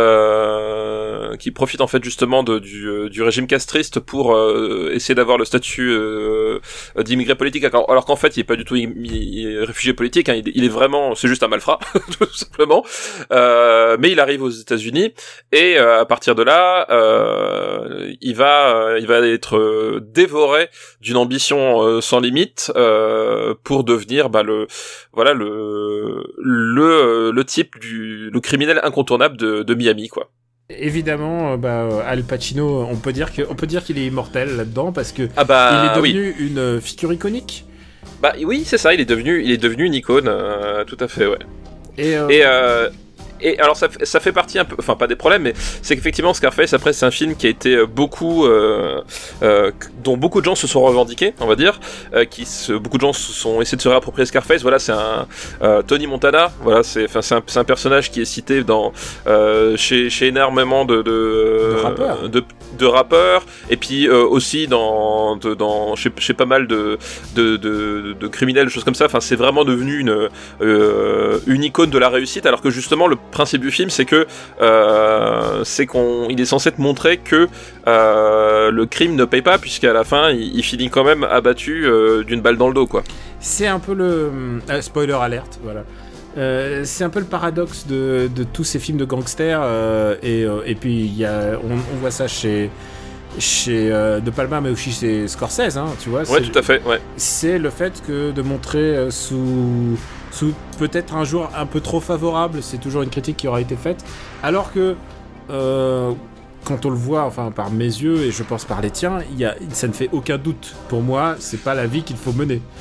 euh, qui profite en fait justement de, du du régime castriste pour euh, essayer d'avoir le statut euh, d'immigré politique, alors, alors qu'en fait il est pas du tout im- im- réfugié politique, hein, il, il est vraiment, c'est juste un malfrat tout simplement. Euh, mais il arrive aux États-Unis et euh, à partir de là, euh, il va il va être dévoré d'une ambition euh, sans limite euh, pour devenir bah le voilà le le le type du le criminel incontournable de, de Miami, quoi. Évidemment, bah, Al Pacino, on peut dire que on peut dire qu'il est immortel là-dedans parce que ah bah, il est devenu oui. une figure iconique. Bah oui, c'est ça, il est devenu il est devenu une icône, euh, tout à fait, ouais. Et, euh... Et euh, Et alors ça, ça fait partie un peu, enfin pas des problèmes, mais c'est qu'effectivement Scarface, après c'est un film qui a été beaucoup, euh, euh, dont beaucoup de gens se sont revendiqués, on va dire, euh, qui se, beaucoup de gens se sont essayé de se réapproprier Scarface. Voilà, c'est un euh, Tony Montana, voilà, c'est, enfin c'est un, c'est un personnage qui est cité dans euh, chez, chez énormément de de, de rappeurs, de, de rappeurs, et puis euh, aussi dans, de, dans chez, chez pas mal de de, de de criminels, choses comme ça. Enfin c'est vraiment devenu une euh, une icône de la réussite, alors que justement le principe du film c'est que euh, c'est qu'on il est censé te montrer que euh, le crime ne paye pas, puisqu'à la fin il, il finit quand même abattu euh, d'une balle dans le dos, quoi. C'est un peu le euh, spoiler alerte, voilà. Euh, c'est un peu le paradoxe de, de tous ces films de gangsters euh, et, euh, et puis il y a on, on voit ça chez chez euh, De Palma, mais aussi chez Scorsese, hein, tu vois. Ouais, tout à fait, ouais. C'est le fait que de montrer euh, sous sous peut-être un jour un peu trop favorable, c'est toujours une critique qui aura été faite, alors que euh, quand on le voit, enfin par mes yeux et je pense par les tiens, il y a, ça ne fait aucun doute. Pour moi, c'est pas la vie qu'il faut mener.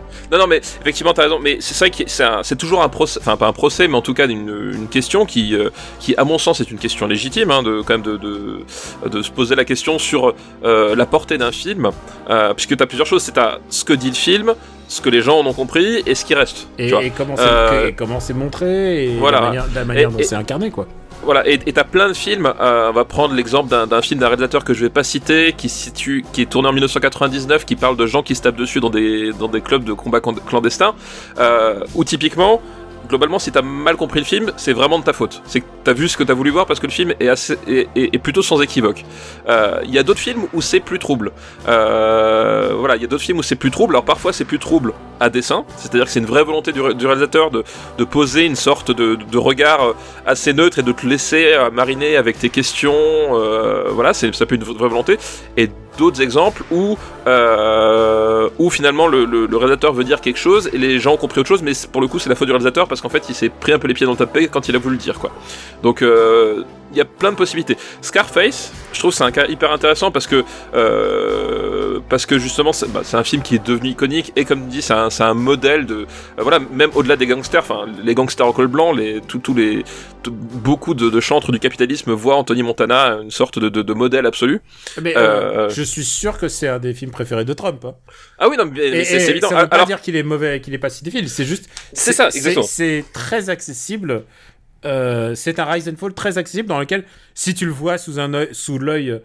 Non, non, mais effectivement, t'as raison. Mais c'est ça qui, c'est, un, c'est toujours un procès, enfin pas un procès, mais en tout cas une, une question qui, euh, qui, à mon sens, est une question légitime, hein, de quand même de, de, de se poser la question sur euh, la portée d'un film, euh, puisque t'as plusieurs choses. C'est t'as ce que dit le film, ce que les gens en ont compris et ce qui reste. Et, tu vois. et comment, c'est, euh, et comment c'est montré et voilà. la manière, la manière et, dont et, c'est incarné, quoi. Voilà, et, et t'as plein de films, euh, on va prendre l'exemple d'un, d'un film d'un réalisateur que je vais pas citer, qui situe, qui est tourné en dix-neuf cent quatre-vingt-dix-neuf, qui parle de gens qui se tapent dessus dans des, dans des clubs de combat clandestins, euh, où typiquement, globalement, si t'as mal compris le film, c'est vraiment de ta faute. C'est que t'as vu ce que t'as voulu voir parce que le film est, assez, est, est, est plutôt sans équivoque. Il euh, y a d'autres films où c'est plus trouble. Euh, voilà, il y a d'autres films où c'est plus trouble. Alors parfois c'est plus trouble à dessein, c'est-à-dire que c'est une vraie volonté du, du réalisateur de, de poser une sorte de, de regard assez neutre et de te laisser mariner avec tes questions. Euh, voilà, c'est, ça peut être une vraie volonté. Et d'autres exemples où, euh, où finalement le, le, le réalisateur veut dire quelque chose et les gens ont compris autre chose, mais pour le coup c'est la faute du réalisateur parce qu'en fait il s'est pris un peu les pieds dans le tapis quand il a voulu le dire, quoi. Donc euh, il y a plein de possibilités. Scarface, je trouve que c'est un cas hyper intéressant parce que euh, parce que justement c'est, bah, c'est un film qui est devenu iconique et comme dit c'est un, c'est un modèle de euh, voilà, même au-delà des gangsters, enfin les gangsters au col blanc, les tous tous les tout, beaucoup de, de chantres du capitalisme voient en Tony Montana une sorte de, de, de modèle absolu. Mais euh, euh, je suis sûr que c'est un des films préférés de Trump. Hein. Ah oui, non, mais, et, mais c'est, et c'est évident. Ça veut pas Alors, dire qu'il est mauvais, qu'il est pas cinéphile. C'est juste, c'est, c'est ça, exactement. C'est, c'est très accessible. Euh, c'est un Rise and Fall très accessible dans lequel, si tu le vois sous un oeil, sous l'œil,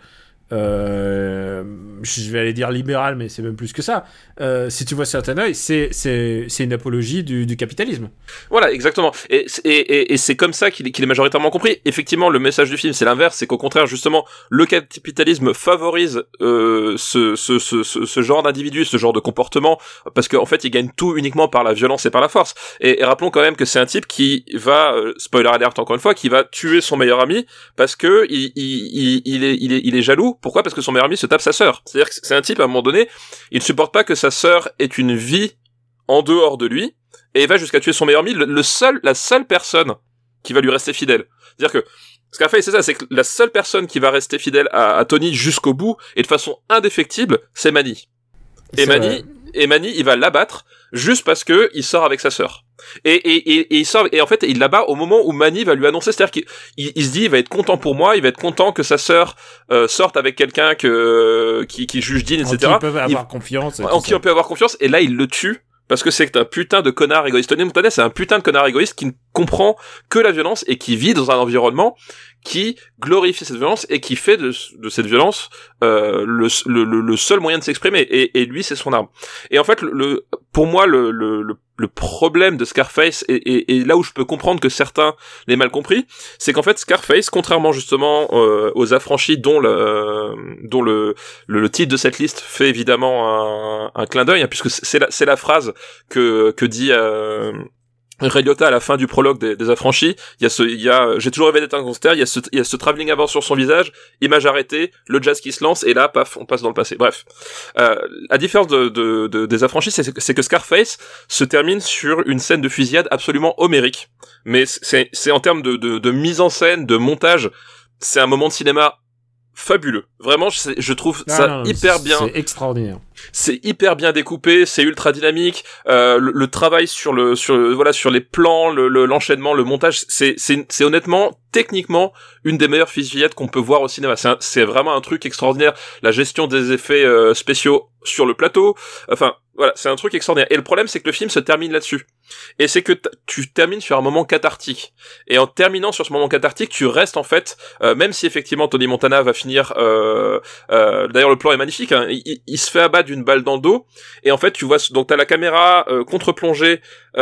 euh, je vais aller dire libéral, mais c'est même plus que ça. Euh, si tu vois certain œil, c'est c'est c'est une apologie du, du capitalisme. Voilà, exactement. Et et et, et c'est comme ça qu'il est, qu'il est majoritairement compris. Effectivement, le message du film, c'est l'inverse, c'est qu'au contraire, justement, le capitalisme favorise euh, ce, ce ce ce ce genre d'individu, ce genre de comportement, parce qu'en fait, il gagne tout uniquement par la violence et par la force. Et, et rappelons quand même que c'est un type qui va, euh, spoiler alert encore une fois, qui va tuer son meilleur ami parce que il il il, il est il est il est jaloux. Pourquoi ? Parce que son meilleur ami se tape sa sœur. C'est-à-dire que c'est un type, à un moment donné, il ne supporte pas que sa sœur ait une vie en dehors de lui, et il va jusqu'à tuer son meilleur ami, le, le seul, la seule personne qui va lui rester fidèle. C'est-à-dire que, ce qu'a fait, c'est ça, c'est que la seule personne qui va rester fidèle à, à Tony jusqu'au bout, et de façon indéfectible, c'est Manny. Et Manny, et Manny, il va l'abattre, juste parce que il sort avec sa sœur. Et, et, et, et il sort, et en fait, il l'abat au moment où Manny va lui annoncer, c'est-à-dire qu'il il, il se dit, il va être content pour moi, il va être content que sa sœur euh, sorte avec quelqu'un que qui, qui juge digne, et cetera. En qui ils peuvent avoir il, confiance. En qui on peut avoir confiance, et là, il le tue. Parce que c'est un putain de connard égoïste. Tony Montana, c'est un putain de connard égoïste qui ne comprend que la violence et qui vit dans un environnement qui glorifie cette violence et qui fait de, de cette violence euh, le, le, le seul moyen de s'exprimer. Et, et lui, c'est son arme. Et en fait, le, le pour moi, le, le, le problème de Scarface, et, et, et là où je peux comprendre que certains l'aient mal compris, c'est qu'en fait, Scarface, contrairement justement euh, aux Affranchis, dont le euh, dont le, le le titre de cette liste fait évidemment un, un clin d'œil, hein, puisque c'est la c'est la phrase que que dit euh, Ray Liotta à la fin du prologue des, des Affranchis. Il y a ce, il y a, j'ai toujours rêvé d'être un gangster. Il y a ce, il y a ce travelling avant sur son visage, image arrêtée, le jazz qui se lance, et là, paf, on passe dans le passé. Bref, euh, la différence de, de, de des Affranchis, c'est, c'est que Scarface se termine sur une scène de fusillade absolument homérique. Mais c'est, c'est en termes de, de, de mise en scène, de montage, c'est un moment de cinéma fabuleux. Vraiment, je, je trouve non, ça non, hyper bien. C'est extraordinaire. C'est hyper bien découpé, c'est ultra dynamique. Euh, le, le travail sur le, sur le, voilà, sur les plans, le, le, l'enchaînement, le montage, c'est, c'est, c'est honnêtement, techniquement, une des meilleures fusillades qu'on peut voir au cinéma. C'est, un, c'est vraiment un truc extraordinaire. La gestion des effets euh, spéciaux sur le plateau, enfin, voilà, c'est un truc extraordinaire. Et le problème, c'est que le film se termine là-dessus. Et c'est que t- tu termines sur un moment cathartique. Et en terminant sur ce moment cathartique, tu restes en fait, euh, même si effectivement Tony Montana va finir, euh, euh, d'ailleurs le plan est magnifique, hein, il, il se fait abattre d'une balle dans le dos, et en fait tu vois, donc t'as la caméra euh, contre-plongée,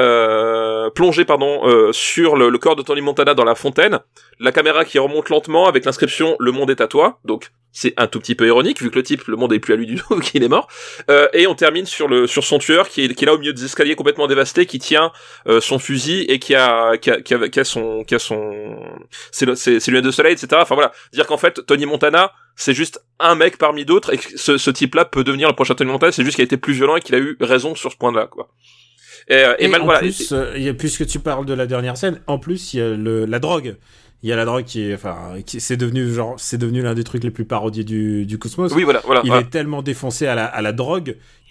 euh, plongée pardon, euh, sur le, le corps de Tony Montana dans la fontaine, la caméra qui remonte lentement avec l'inscription « Le monde est à toi », donc c'est un tout petit peu ironique vu que le type, le monde est plus à lui du tout, qu'il est mort. Euh, et on termine sur le sur son tueur qui est qui est là au milieu des escaliers complètement dévasté, qui tient euh, son fusil et qui a qui a qui a, qui a son qui a son c'est le, c'est, c'est lunettes de soleil, et cetera. Enfin voilà, dire qu'en fait Tony Montana c'est juste un mec parmi d'autres et que ce, ce type-là peut devenir le prochain Tony Montana. C'est juste qu'il a été plus violent et qu'il a eu raison sur ce point-là, quoi. Et, et, et mal, en voilà. plus, et, euh, y a, puisque tu parles de la dernière scène, en plus il y a le la drogue. Il y a la drogue qui est, enfin, qui, c'est devenu genre, c'est devenu l'un des trucs les plus parodiés du, du cosmos. Oui, voilà, voilà. Il voilà. est tellement défoncé à la, à la drogue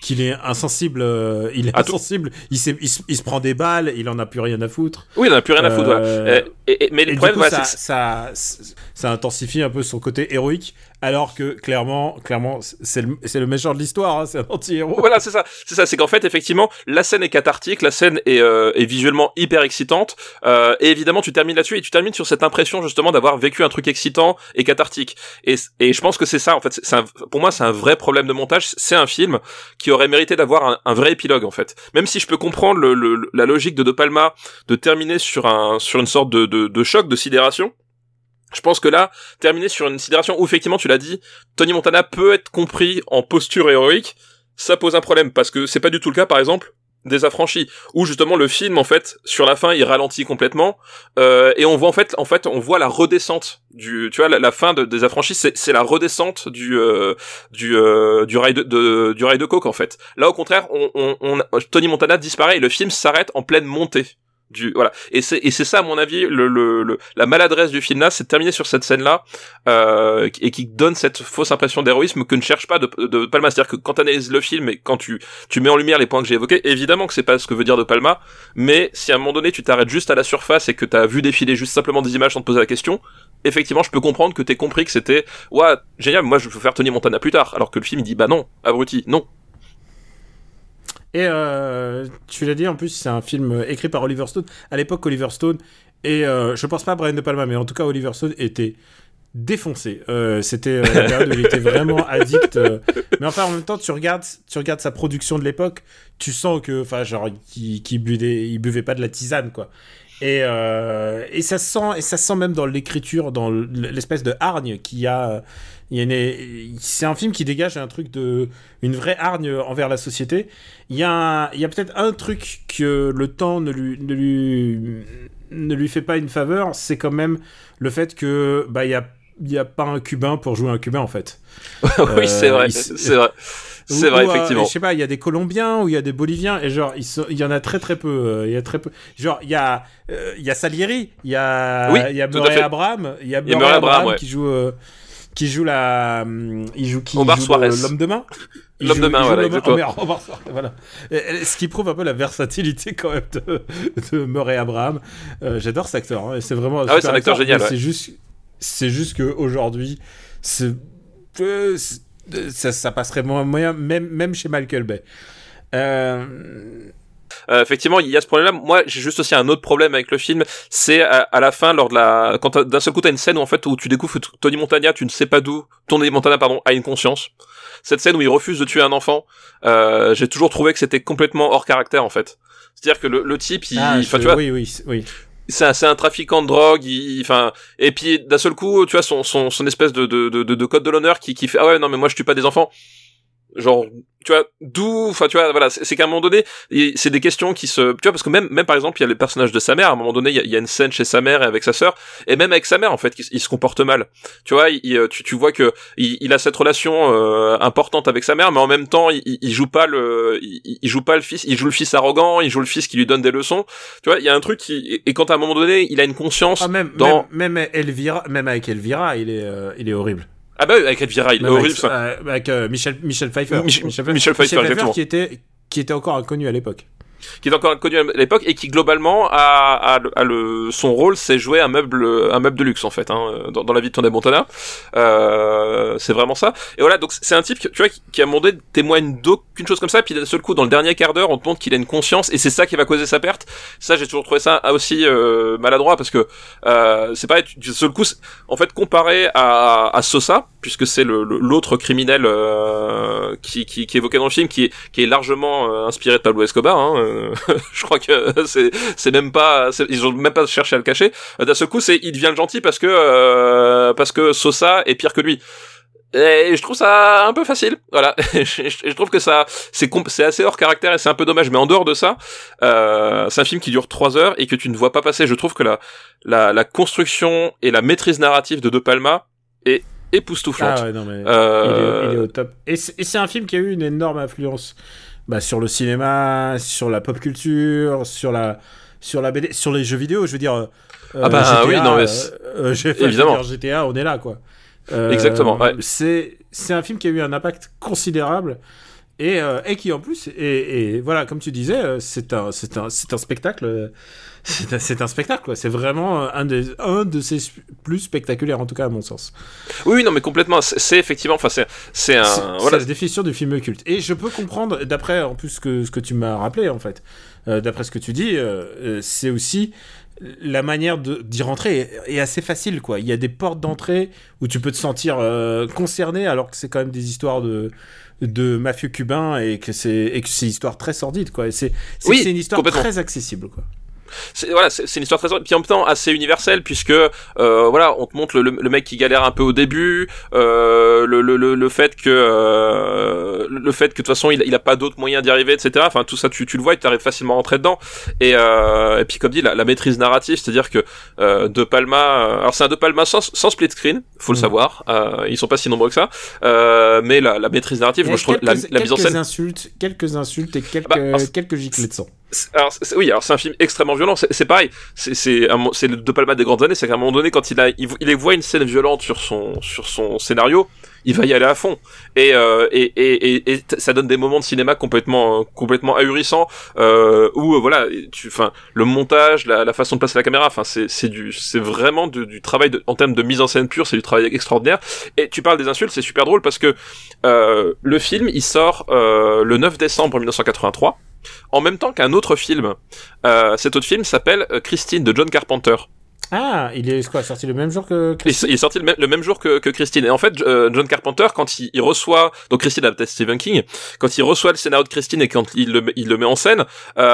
qu'il est insensible, euh, il est ah, insensible, il, il, il se prend des balles, il en a plus rien à foutre. Oui, il en a plus rien à foutre. Euh, voilà. Et, et, mais le problème, coup, voilà, ça, c'est que... ça, ça, ça intensifie un peu son côté héroïque, alors que clairement, clairement, c'est le, c'est le méchant de l'histoire, hein, c'est un anti-héros. Voilà, c'est ça, c'est ça, c'est qu'en fait, effectivement, la scène est cathartique, la scène est, euh, est visuellement hyper excitante, euh, et évidemment, tu termines là-dessus et tu termines sur cette impression justement d'avoir vécu un truc excitant et cathartique. Et, et je pense que c'est ça, en fait, c'est un, pour moi, c'est un vrai problème de montage. C'est un film qui aurait mérité d'avoir un, un vrai épilogue, en fait. Même si je peux comprendre le, le, la logique de De Palma de terminer sur un, sur une sorte de, de, de choc, de sidération. Je pense que là, terminer sur une sidération où effectivement, tu l'as dit, Tony Montana peut être compris en posture héroïque, ça pose un problème, parce que c'est pas du tout le cas, par exemple, des Affranchis, où justement le film, en fait, sur la fin, il ralentit complètement, euh, et on voit en fait, en fait, on voit la redescente du, tu vois, la, la fin de, des Affranchis, c'est, c'est la redescente du, euh, du, euh, du rail de, de, du rail de coke, en fait. Là, au contraire, on, on, on, Tony Montana disparaît et le film s'arrête en pleine montée. Du, voilà, et c'est et c'est ça à mon avis le, le, le la maladresse du film là, c'est de terminer sur cette scène là euh, et qui donne cette fausse impression d'héroïsme que ne cherche pas de, de Palma. C'est-à-dire que quand tu analyses le film et quand tu tu mets en lumière les points que j'ai évoqués, évidemment que c'est pas ce que veut dire De Palma, mais si à un moment donné tu t'arrêtes juste à la surface et que t'as vu défiler juste simplement des images sans te poser la question, effectivement je peux comprendre que t'aies compris que c'était ouais génial, moi je veux faire Tony Montana plus tard, alors que le film il dit bah non abruti non. Et euh, tu l'as dit, en plus, c'est un film écrit par Oliver Stone. À l'époque, Oliver Stone, et euh, je pense pas à Brian De Palma, mais en tout cas, Oliver Stone était défoncé. Euh, c'était euh, la période où il était vraiment addict. Euh, mais enfin, en même temps, tu regardes, tu regardes sa production de l'époque, tu sens que, enfin, genre, qu'il, qu'il buvait, il buvait pas de la tisane, quoi. Et, euh, et ça sent, et ça sent même dans l'écriture, dans l'espèce de hargne qu'il y a. Il y a une, c'est un film qui dégage un truc de, une vraie hargne envers la société. Il y a, un, il y a peut-être un truc que le temps ne lui, ne lui, ne lui fait pas une faveur, c'est quand même le fait que, bah, il y a, il y a pas un Cubain pour jouer un Cubain, en fait. oui, euh, c'est vrai, il, c'est vrai. C'est vrai, ou, effectivement. Euh, je sais pas, il y a des Colombiens ou il y a des Boliviens, et genre, il so, y en a très très peu. Euh, il y a très peu. Genre, il y a, euh, il y a Salieri, il y a, oui, il y a Murray Abraham, il y a Murray Abraham ouais. qui joue, euh, qui joue la, il joue qui Omar joue Suarez. Le, l'homme de main. Il l'homme joue, de main, voilà, exactement. Omar, Omar Suarez, voilà. Et, ce qui prouve un peu la versatilité quand même de, de Murray Abraham. Euh, j'adore cet acteur, hein, et c'est vraiment. Un ah ouais, c'est un acteur, acteur génial. Ouais. C'est juste, c'est juste que aujourd'hui, c'est, euh, c'est Ça, ça passerait moyen, même, même chez Michael Bay. Euh... Euh, effectivement, il y a ce problème-là. Moi, j'ai juste aussi un autre problème avec le film. C'est à, à la fin, lors de la, quand d'un seul coup, t'as une scène où en fait, où tu découvres que Tony Montana, tu ne sais pas d'où, Tony Montana, pardon, a une conscience. Cette scène où il refuse de tuer un enfant, euh, j'ai toujours trouvé que c'était complètement hors caractère, en fait. C'est-à-dire que le, le type, il, ah, enfin, je... tu vois. Oui, oui, oui. C'est un, c'est un trafiquant de drogue, enfin, et puis d'un seul coup, tu vois, son, son, son espèce de, de, de, de code de l'honneur qui, qui fait, ah ouais, non, mais moi je tue pas des enfants. Genre, tu vois, d'où, enfin, tu vois, voilà, c'est, c'est qu'à un moment donné, c'est des questions qui se, tu vois, parce que même, même par exemple, il y a le personnage de sa mère, à un moment donné, il y a, il y a une scène chez sa mère et avec sa sœur, et même avec sa mère, en fait, il, il se comporte mal. Tu vois, il, tu, tu vois que, il, il a cette relation, euh, importante avec sa mère, mais en même temps, il, il joue pas le, il, il joue pas le fils, il joue le fils arrogant, il joue le fils qui lui donne des leçons. Tu vois, il y a un truc qui, et quand à un moment donné, il a une conscience, ah, même, dans... même, même Elvira, même avec Elvira, il est, euh, il est horrible. Ah bah oui, avec Elvira, il est horrible, avec, ça. Euh, avec euh, Michel, Michel Pfeiffer. Mich- Michel, Michel Pfeiffer, Michel exactement. Qui était, qui était encore inconnu à l'époque. Qui est encore inconnu à l'époque et qui globalement a, a, le, a le son rôle, c'est jouer un meuble un meuble de luxe en fait hein, dans, dans la vie de Tony Montana. Euh, c'est vraiment ça. Et voilà, donc c'est un type qui, tu vois qui, qui a demandé témoigne d'aucune chose comme ça. Puis d'un seul coup, dans le dernier quart d'heure, on te montre qu'il a une conscience et c'est ça qui va causer sa perte. Ça, j'ai toujours trouvé ça aussi euh, maladroit parce que euh, c'est pareil. Du seul coup, en fait, comparé à, à Sosa, puisque c'est le, le, l'autre criminel euh, qui, qui, qui est évoqué dans le film, qui est, qui est largement euh, inspiré de Pablo Escobar. Hein, je crois que c'est c'est même pas c'est, ils ont même pas cherché à le cacher. D'un seul coup, c'est il devient le gentil parce que euh, parce que Sosa est pire que lui. Et je trouve ça un peu facile. Voilà, je, je trouve que ça c'est comp- c'est assez hors caractère et c'est un peu dommage. Mais en dehors de ça, euh, c'est un film qui dure trois heures et que tu ne vois pas passer. Je trouve que la la la construction et la maîtrise narrative de De Palma est époustouflante. Ah ouais, non mais euh... il, est, il est au top. Et c'est, et c'est un film qui a eu une énorme influence. Bah, sur le cinéma, sur la pop culture, sur la, sur la B D, sur les jeux vidéo, je veux dire. Euh, ah bah G T A, oui, non mais euh, j'ai fait évidemment. G T A, on est là quoi. Euh, Exactement. Ouais. C'est, c'est un film qui a eu un impact considérable Et, euh, et qui en plus, et, et voilà, comme tu disais, euh, c'est un, c'est un, c'est un spectacle, euh, c'est un, c'est un spectacle, quoi. C'est vraiment un des, un de ses plus spectaculaires, en tout cas à mon sens. Oui, oui, non, mais complètement. C'est, c'est effectivement, enfin, c'est, c'est un, c'est, voilà. C'est la définition du film culte. Et je peux comprendre, d'après en plus ce que, ce que tu m'as rappelé, en fait, euh, d'après ce que tu dis, euh, euh, c'est aussi la manière de, d'y rentrer est, est assez facile, quoi. Il y a des portes d'entrée où tu peux te sentir euh, concerné, alors que c'est quand même des histoires de de mafieux cubains et que c'est et que c'est une histoire très sordide, quoi. Et c'est c'est, oui, c'est une histoire très accessible, quoi. C'est, voilà, c'est, c'est une histoire très puis en même temps assez universelle puisque euh, voilà, on te montre le, le mec qui galère un peu au début, euh, le, le, le, le fait que euh, le fait que de toute façon il, il a pas d'autres moyens d'y arriver, et cetera. Enfin tout ça tu, tu le vois et tu arrives facilement à rentrer dedans. Et, euh, et puis comme dit la, la maîtrise narrative, c'est-à-dire que euh, De Palma, alors c'est un De Palma sans, sans split screen, faut mmh. le savoir. Euh, ils sont pas si nombreux que ça, euh, mais la, la maîtrise narrative, moi je trouve la, la mise en scène. Insultes, quelques insultes et quelques bah, alors, quelques giclées de sang. Alors c'est, oui, alors c'est un film extrêmement violent. C'est, c'est pareil. C'est c'est un, c'est le De Palma des grandes années. C'est qu'à un moment donné, quand il a il, il voit une scène violente sur son sur son scénario, il va y aller à fond. Et euh, et, et et et ça donne des moments de cinéma complètement complètement ahurissants euh, où euh, voilà, tu enfin le montage, la, la façon de placer la caméra. Enfin c'est c'est du c'est vraiment du, du travail de, en termes de mise en scène pure. C'est du travail extraordinaire. Et tu parles des insultes, c'est super drôle parce que euh, le film il sort euh, le neuf décembre mille neuf cent quatre-vingt-trois. En même temps qu'un autre film. Euh, cet autre film s'appelle Christine de John Carpenter. Ah, il est quoi, sorti le même jour que Christine? Il est sorti le même, le même jour que, que Christine. Et en fait, euh, John Carpenter, quand il, il reçoit, donc Christine adapte Stephen King, quand il reçoit le scénario de Christine et quand il le, il le met en scène,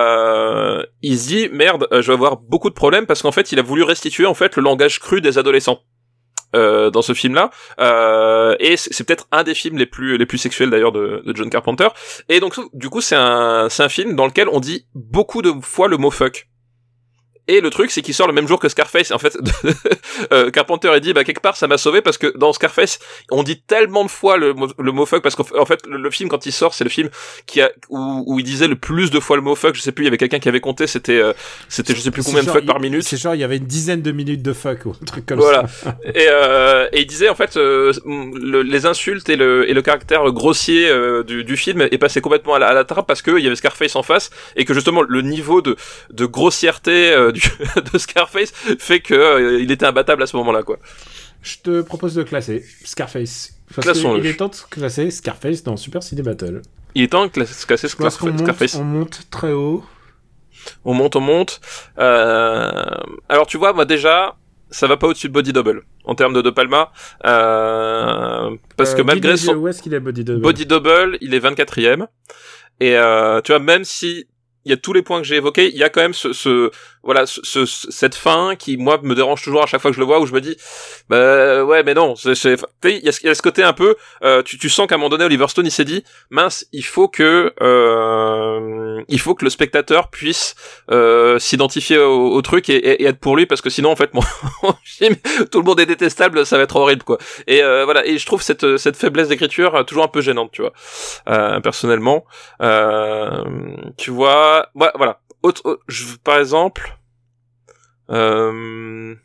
euh, il se dit merde, je vais avoir beaucoup de problèmes parce qu'en fait, il a voulu restituer en fait le langage cru des adolescents. Euh, dans ce film-là, euh, et c'est, c'est peut-être un des films les plus les plus sexuels d'ailleurs de, de John Carpenter. Et donc du coup c'est un c'est un film dans lequel on dit beaucoup de fois le mot fuck. Et le truc, c'est qu'il sort le même jour que Scarface. En fait, euh, Carpenter a dit, bah quelque part, ça m'a sauvé parce que dans Scarface, on dit tellement de fois le, le mot fuck parce qu'en fait, le, le film quand il sort, c'est le film qui a où, où il disait le plus de fois le mot fuck. Je sais plus, il y avait quelqu'un qui avait compté, c'était euh, c'était je sais plus c'est combien genre, de fuck il, par minute. C'est genre il y avait une dizaine de minutes de fuck ou un truc comme voilà. ça. Voilà. Et euh, et il disait en fait euh, le, les insultes et le et le caractère grossier euh, du du film est passé complètement à la, à la trappe parce que il y avait Scarface en face et que justement le niveau de de grossièreté euh, du de Scarface fait que euh, il était imbattable à ce moment-là, quoi. Je te propose de classer Scarface. Parce Classons-le. Il est temps de classer Scarface dans Super Ciné Battle. Il est temps de classer Scarface. On monte, on monte très haut. On monte, on monte. Euh... Alors tu vois, moi déjà, ça va pas au-dessus de Body Double en termes de De Palma, euh... parce euh, que malgré son où est-ce qu'il est Body Double Body Double, il est vingt-quatrième. Et euh, tu vois, même si il y a tous les points que j'ai évoqués, il y a quand même ce, ce voilà, ce, ce, cette fin qui moi me dérange toujours à chaque fois que je le vois, où je me dis, bah ouais, mais non, c'est, c'est, il y a, il y a ce côté un peu, euh, tu, tu sens qu'à un moment donné, Oliver Stone, il s'est dit, mince, il faut que, euh, il faut que le spectateur puisse euh, s'identifier au, au truc et, et, et être pour lui, parce que sinon, en fait, mon film, tout le monde est détestable, ça va être horrible, quoi. Et euh, voilà, et je trouve cette cette faiblesse d'écriture toujours un peu gênante, tu vois, euh, personnellement. Euh, tu vois, ouais, voilà. Autre, autre, je, par exemple, euh,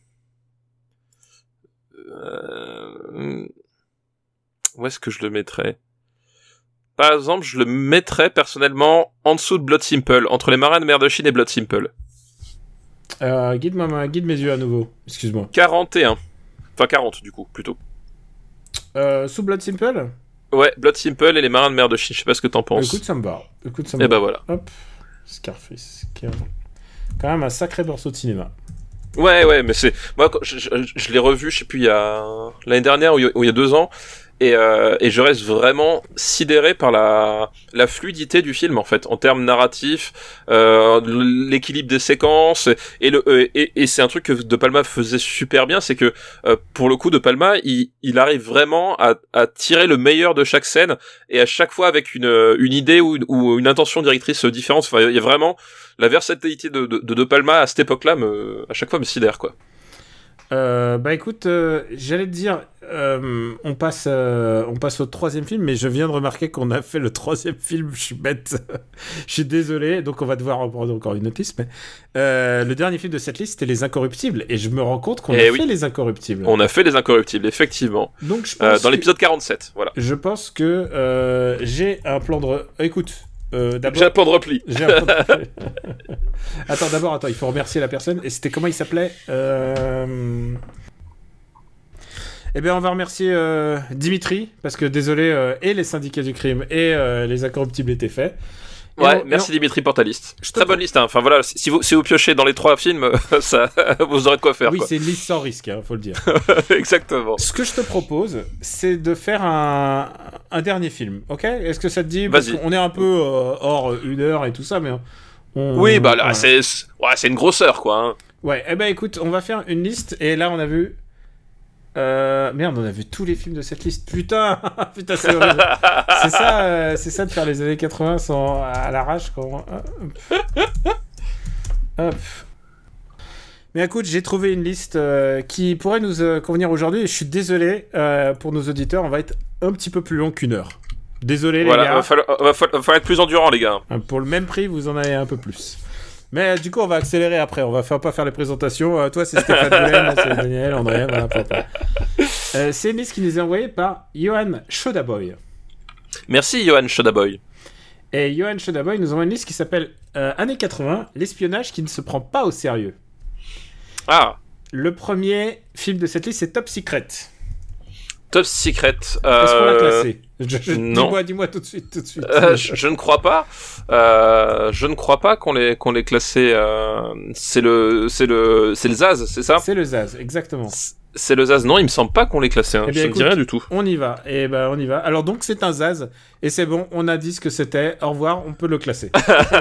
euh, où est-ce que je le mettrais? Par exemple, je le mettrais personnellement en dessous de Blood Simple, entre Les Marins de Mer de Chine et Blood Simple. Euh, guide, ma, guide mes yeux à nouveau, excuse-moi. quarante et un. Enfin, quarante du coup, plutôt. Euh, sous Blood Simple? Ouais, Blood Simple et Les Marins de Mer de Chine, je sais pas ce que t'en penses. Écoute, ça me barre. Écoute, ça me et bah voilà. Hop. Scarface, qui est quand même un sacré morceau de cinéma. Ouais, ouais, mais c'est moi, je, je, je l'ai revu, je sais plus, il y a l'année dernière ou il y a deux ans, et euh, et je reste vraiment sidéré par la la fluidité du film en fait, en termes narratifs, euh, l'équilibre des séquences, et le et, et c'est un truc que De Palma faisait super bien, c'est que euh, pour le coup De Palma, il il arrive vraiment à à tirer le meilleur de chaque scène et à chaque fois avec une une idée ou ou une intention directrice différente. Enfin, il y a vraiment la versatilité de de, de, de Palma à cette époque-là, me à chaque fois me sidère, quoi. Euh, bah écoute, euh, j'allais te dire, euh, on, passe, euh, on passe au troisième film, mais je viens de remarquer qu'on a fait le troisième film, je suis bête, je suis désolé, donc on va devoir reprendre encore une autre liste, mais euh, le dernier film de cette liste, c'était Les Incorruptibles, et je me rends compte qu'on Eh a oui. fait Les Incorruptibles. On a fait Les Incorruptibles, effectivement. Donc je pense Euh, dans que- l'épisode quarante-sept, voilà. Je pense que euh, j'ai un plan de... re- Écoute, euh, d'abord... J'ai un plan de repli. J'ai un plan de... Attends, d'abord, attends, il faut remercier la personne. Et c'était comment il s'appelait euh... Eh bien, on va remercier euh, Dimitri, parce que désolé, euh, et les syndicats du crime et euh, les Incorruptibles étaient faits. Et Ouais, on- merci et on- Dimitri pour ta liste. Je te Très pro- bonne liste, hein. Enfin voilà, si vous, si vous piochez dans les trois films, ça, vous aurez de quoi faire, Oui, quoi. c'est une liste sans risque, hein, faut le dire. Exactement. Ce que je te propose, c'est de faire un, un dernier film, ok? Est-ce que ça te dit? Parce Vas-y. qu'on est un peu euh, hors une heure et tout ça, mais on... Oui, bah là, voilà. c'est, c'est- ouais, c'est une grosseur, quoi. Hein. Ouais, eh ben écoute, on va faire une liste, et là on a vu... Euh... Merde, on a vu tous les films de cette liste, putain. Putain, c'est horrible. C'est ça, euh, c'est ça de faire les années quatre-vingts sans... à l'arrache, quand... Hop. Hop. Mais écoute, j'ai trouvé une liste euh, qui pourrait nous euh, convenir aujourd'hui, et je suis désolé euh, pour nos auditeurs, on va être un petit peu plus long qu'une heure. Désolé les Voilà, gars. va falloir, va falloir- va falloir être plus endurant, les gars. Euh, Pour le même prix, vous en avez un peu plus. Mais euh, du coup, on va accélérer après. On va faire, pas faire les présentations. Euh, toi, c'est Stéphane Boulen, moi, c'est Daniel, André, voilà, papa. Euh, c'est une liste qui nous est envoyée par Johan Chodaboy. Merci, Johan Chodaboy. Et Johan Chodaboy nous envoie une liste qui s'appelle euh, Années quatre-vingts, l'espionnage qui ne se prend pas au sérieux. Ah, Le premier film de cette liste, c'est Top Secret. Top Secret. Est-ce qu'on l'a Euh, classé je, je- non. Dis-moi, dis-moi tout de suite, tout de suite. euh, je, je ne crois pas. Euh, je ne crois pas qu'on l'ait qu'on l'ait classé. Euh, c'est le c'est le c'est le Zaz, c'est ça? C'est le Zaz, exactement. C'est le Zaz. Non, il me semble pas qu'on l'ait classé. Hein. Eh bien, je ne dis écoute, rien du tout. On y va. Et ben, on y va. Alors donc, c'est un Zaz. Et c'est bon, on a dit ce que c'était. Au revoir, on peut le classer.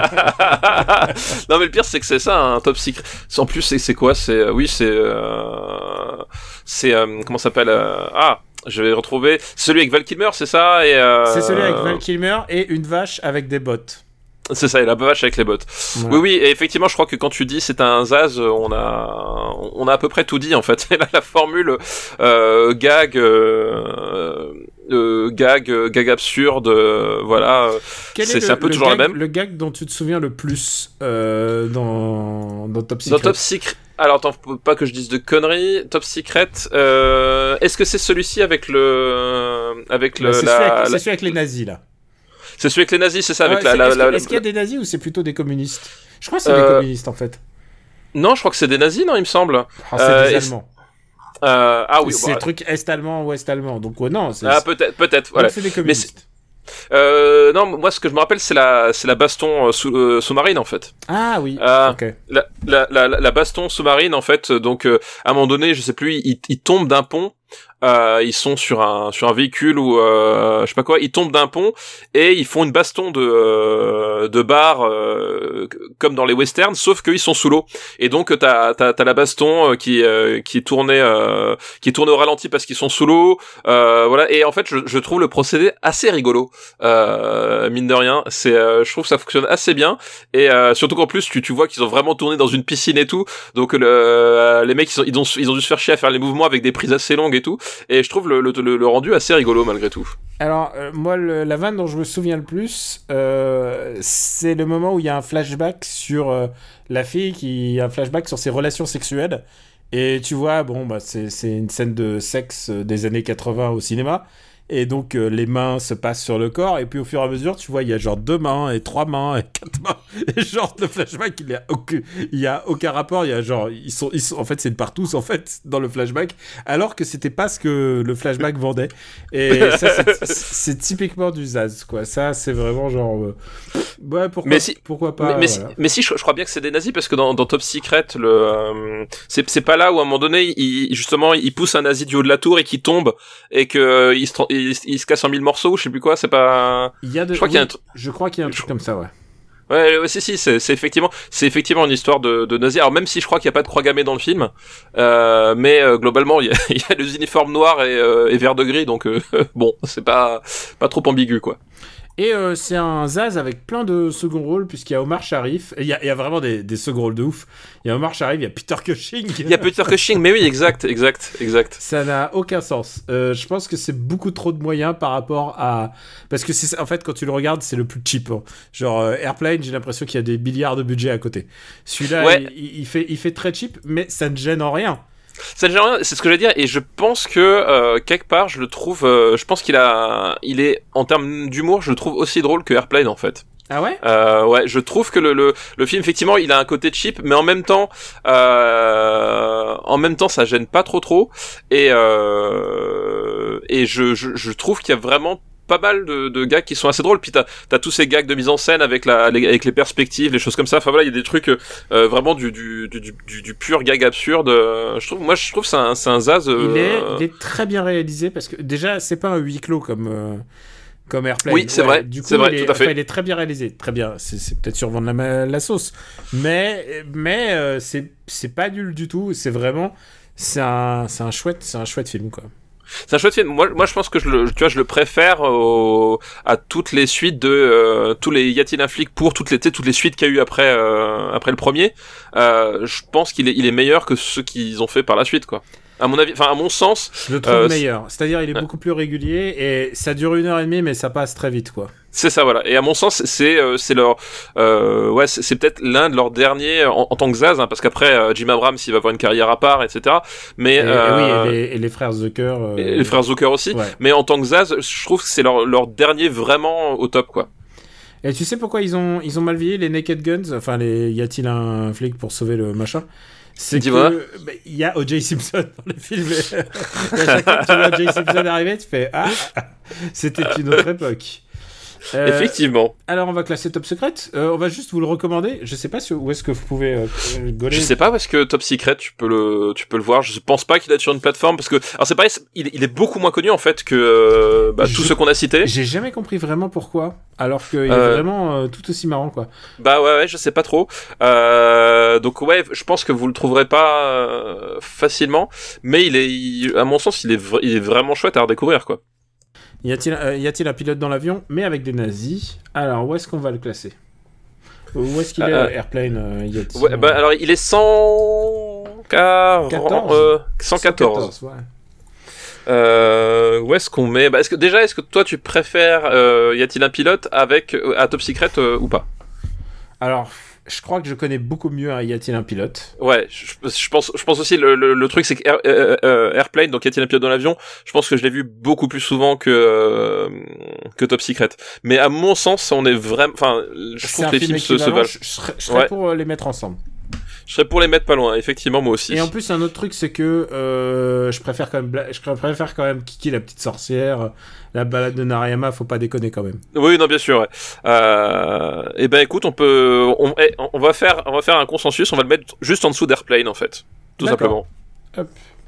Non mais le pire c'est que c'est ça, un Top Secret. En plus c'est c'est quoi? C'est oui c'est euh, c'est euh, comment ça s'appelle euh, Ah, je vais retrouver celui avec Val Kilmer, c'est ça et euh, C'est celui avec Val Kilmer et une vache avec des bottes. C'est ça, et la vache avec les bottes. Voilà. Oui, oui, et effectivement, je crois que quand tu dis c'est un Zaz, on a, on a à peu près tout dit en fait. Et là, la formule euh, gag, euh, euh, gag, euh, gag absurde, euh, voilà. Quel c'est est le, c'est un peu le toujours gag, la même. Le gag dont tu te souviens le plus euh, dans, dans Top Secret. Dans Top Secret. Alors attends, faut pas que je dise de conneries. Top Secret. Euh, est-ce que c'est celui-ci avec le, avec le, Bah, c'est la, celui avec, la- c'est celui avec les nazis là. c'est celui avec les nazis, c'est ça, avec Ouais, la, c'est- la, est-ce, la- que- la- est-ce qu'il y a des nazis ou c'est plutôt des communistes? Je crois que c'est Euh, des communistes en fait. Non, je crois que c'est des nazis, non, il me semble. Ah, c'est euh, des et Allemands. Euh, ah oui, c'est bah, le truc est-allemand ou est-allemand. Donc ouais, non, c'est, ah peut-être, peut-être. donc Voilà. c'est des communistes. Euh, non, moi ce que je me rappelle c'est la c'est la baston euh, sous, euh, sous-marine en fait. Ah oui. Euh, Ok. La, la, la, la baston sous-marine en fait, donc euh, à un moment donné, je sais plus, ils, ils tombent d'un pont. Euh, ils sont sur un sur un véhicule ou euh, je sais pas quoi, ils tombent d'un pont et ils font une baston de euh, de bar euh, comme dans les westerns, sauf qu'ils sont sous l'eau. Et donc t'as t'as t'as la baston euh, qui euh, qui est tournée euh, qui est tournée au ralenti parce qu'ils sont sous l'eau. Euh, voilà. Et en fait, je, je trouve le procédé assez rigolo. Euh, mine de rien, c'est euh, je trouve que ça fonctionne assez bien. Et euh, surtout qu'en plus, tu tu vois qu'ils ont vraiment tourné dans une piscine et tout. Donc le euh, les mecs ils ont ils ont ils ont dû se faire chier à faire les mouvements avec des prises assez longues et tout. Et je trouve le, le, le, le rendu assez rigolo malgré tout. Alors, euh, moi, le- la vanne dont je me souviens le plus, euh, c'est le moment où il y a un flashback sur euh, la fille qui a un flashback sur ses relations sexuelles. Et tu vois, bon, bah, c'est, c'est une scène de sexe euh, des années quatre-vingts au cinéma. Et donc, euh, les mains se passent sur le corps. Et puis, au fur et à mesure, tu vois, il y a genre deux mains, et trois mains, et quatre mains. Et genre, le flashback, il y a aucun, il y a aucun rapport. Il y a genre, ils sont, ils sont, en fait, c'est une partouze, en fait, dans le flashback. Alors que c'était pas ce que le flashback vendait. Et ça, c'est, c'est typiquement du Zaz, quoi. Ça, c'est vraiment genre, euh, ouais, pourquoi, Mais si- pourquoi pas. mais, mais, voilà. si, mais si, je, je crois bien que c'est des nazis parce que dans, dans Top Secret, le euh, c'est c'est pas là où à un moment donné, il, justement, il pousse un nazi du haut de la tour et qui tombe et que euh, il se tra- il, il se casse en mille morceaux, je sais plus quoi. C'est pas. Il y a de, Je crois oui, qu'il y a un truc. je crois qu'il y a un truc comme ça, ouais. Ouais, ouais, si, si, c'est, c'est effectivement, c'est effectivement une histoire de, de nazis. Alors même si je crois qu'il y a pas de croix gammée dans le film, euh, mais euh, globalement il y a, il y a les uniformes noirs et, euh, et vert de gris, donc euh, bon, c'est pas pas trop ambigu quoi. Et euh, c'est un Zaz avec plein de second rôles, puisqu'il y a Omar Sharif. Il y, y a vraiment des, des second rôles de ouf. Il y a Omar Sharif, il y a Peter Cushing. Il y a Peter Cushing, mais oui, exact, exact, exact. Ça n'a aucun sens. Euh, je pense que c'est beaucoup trop de moyens par rapport à... Parce que, c'est, en fait, quand tu le regardes, c'est le plus cheap. Hein. Genre, euh, Airplane, j'ai l'impression qu'il y a des milliards de budget à côté. Celui-là, ouais. il, il, fait, il fait très cheap, mais ça ne gêne en rien. Ça ne gêne rien, c'est ce que je veux dire, et je pense que euh, quelque part, je le trouve, euh, je pense qu'il a, il est en termes d'humour, je le trouve aussi drôle que Airplane en fait. Ah ouais? Euh, ouais, je trouve que le, le le film effectivement, il a un côté cheap, mais en même temps, euh, en même temps, ça gêne pas trop trop, et euh, et je je, je trouve qu'il y a vraiment pas mal de, de gags qui sont assez drôles. Puis t'as, t'as tous ces gags de mise en scène avec la, les, avec les perspectives, les choses comme ça. Enfin voilà, il y a des trucs euh, vraiment du, du, du, du, du pur gag absurde. Je trouve, moi, je trouve que c'est un, c'est un Zaz. Euh... Il est, il est très bien réalisé parce que déjà, c'est pas un huis clos comme. Euh... Comme Airplane. Oui, c'est ouais, vrai. Du coup, c'est vrai, il est, tout à fait. Enfin, il est très bien réalisé. Très bien. C'est, c'est peut-être survendre la, la sauce. Mais, mais euh, c'est, c'est pas nul du tout. C'est vraiment. C'est un, c'est un, chouette, c'est un chouette film, quoi. C'est un chouette film. Moi, moi, je pense que je le, tu vois, je le préfère au, à toutes les suites de euh, tous les Y a-t-il un flic pour toutes les, tu sais, toutes les suites qu'il y a eu après, euh, après le premier. Euh, je pense qu'il est, il est meilleur que ceux qu'ils ont fait par la suite, quoi. À mon avis, enfin à mon sens, je le trouve euh, meilleur. C'est-à-dire, il est ouais. beaucoup plus régulier et ça dure une heure et demie, mais ça passe très vite, quoi. C'est ça, voilà. Et à mon sens, c'est euh, c'est leur euh, ouais, c'est, c'est peut-être l'un de leurs derniers en, en tant que Zaz, hein, parce qu'après euh, Jim Abrams, il va avoir une carrière à part, et cetera. Mais et, euh, et oui, et les, et les frères Zucker. Euh, et les frères Zucker aussi. Ouais. Mais en tant que Zaz, je trouve que c'est leur leur dernier vraiment au top, quoi. Et tu sais pourquoi ils ont ils ont mal vieilli les Naked Guns, enfin les y a-t-il un flic pour sauver le machin? C'est Dis que moi. bah, y a O J Simpson dans le film. Et à chaque fois que tu vois O J Simpson arriver, tu fais ah, c'était une autre époque. Euh, Effectivement. Alors on va classer Top Secret. Euh, on va juste vous le recommander. Je sais pas si, où est-ce que vous pouvez euh, gauler. Je sais pas parce que Top Secret, tu peux le, tu peux le voir. Je pense pas qu'il est sur une plateforme parce que, alors c'est pareil, il, il est beaucoup moins connu en fait que euh, bah, tous ceux qu'on a cités. J'ai jamais compris vraiment pourquoi. Alors qu'il est euh... vraiment euh, tout aussi marrant quoi. Bah ouais, ouais, je sais pas trop. Euh, donc ouais, je pense que vous le trouverez pas euh, facilement, mais il est, il, à mon sens, il est, v- il est vraiment chouette à redécouvrir quoi. Y a-t-il, euh, y a-t-il un pilote dans l'avion, mais avec des nazis? Alors, où est-ce qu'on va le classer? Où est-ce qu'il euh, est, Airplane euh, y a-t-il, ouais, euh... bah, alors, il est cent quatorze. Euh, cent quatorze. cent quatorze, ouais. Euh, où est-ce qu'on met? Bah, est-ce que, déjà, est-ce que toi, tu préfères euh, Y a-t-il un pilote avec euh, à Top Secret euh, ou pas? Alors... Je crois que je connais beaucoup mieux hein, Y a-t-il un pilote? Ouais, je, je pense, je pense aussi le, le, le truc c'est que Air, euh, euh, Airplane, donc Y a-t-il un pilote dans l'avion? Je pense que je l'ai vu beaucoup plus souvent que euh, que Top Secret. Mais à mon sens, on est vraiment, enfin, je c'est trouve que les films se, se valent. Je, je serais, je serais ouais. pour les mettre ensemble. Je serais pour les mettre pas loin, effectivement, moi aussi. Et en plus, un autre truc, c'est que euh, je préfère quand même, Bla- je préfère quand même Kiki la petite sorcière, la balade de Narayama, faut pas déconner quand même. Oui, non, bien sûr. Ouais. Euh, et ben, écoute, on peut, on, on va faire, on va faire un consensus. On va le mettre juste en dessous d'Airplane, en fait, tout D'accord. simplement. Hop.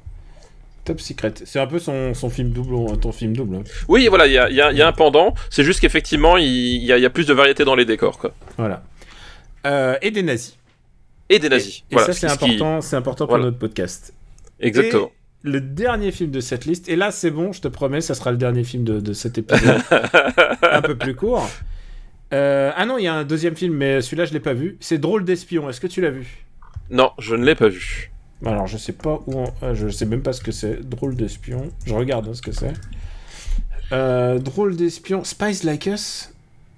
Top Secret. C'est un peu son, son film double, ton film double. Hein. Oui, voilà, il y a, y, a, y a un pendant. C'est juste qu'effectivement, il y a, y a plus de variété dans les décors, quoi. Voilà. Euh, et des nazis. Et des nazis. Et, voilà, et ça, c'est important, qui... c'est important pour voilà. notre podcast. Exactement. Et le dernier film de cette liste, et là, c'est bon, je te promets, ça sera le dernier film de, de cet épisode. Un peu plus court. Euh, ah non, il y a un deuxième film, mais celui-là, je l'ai pas vu. C'est Drôle d'espion. Est-ce que tu l'as vu? Non, je ne l'ai pas vu. Alors, je sais pas où... On... Ah, je sais même pas ce que c'est. Drôle d'espion. Je regarde hein, ce que c'est. Euh, Drôle d'espion. Spies Like Us.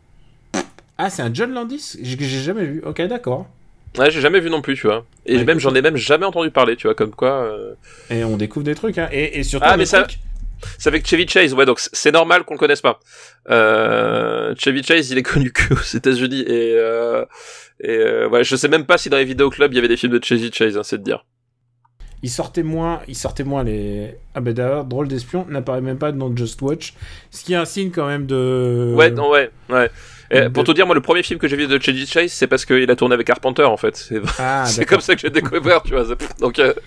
Ah, c'est un John Landis que j'ai jamais vu. Ok, d'accord. Ouais, j'ai jamais vu non plus, tu vois. Et ouais, même, j'en ai même jamais entendu parler, tu vois, comme quoi... Euh... Et on découvre des trucs, hein. Et, et surtout... Ah, mais ça... Truc... C'est avec Chevy Chase, ouais, donc c'est normal qu'on le connaisse pas. Euh... Chevy Chase, il est connu que aux États-Unis, et... Euh... Et euh... ouais, je sais même pas si dans les vidéoclubs, il y avait des films de Chevy Chase, hein, c'est de dire. Il sortait moins, il sortait moins les... Ah bah d'ailleurs, Drôle d'espion n'apparaît même pas dans Just Watch, ce qui est un signe quand même de... Ouais, non, ouais, ouais. Et de... pour te dire, moi, le premier film que j'ai vu de Chevy Chase, c'est parce qu'il a tourné avec Carpenter, en fait. C'est, ah, c'est comme ça que j'ai découvert, tu vois. Donc, euh...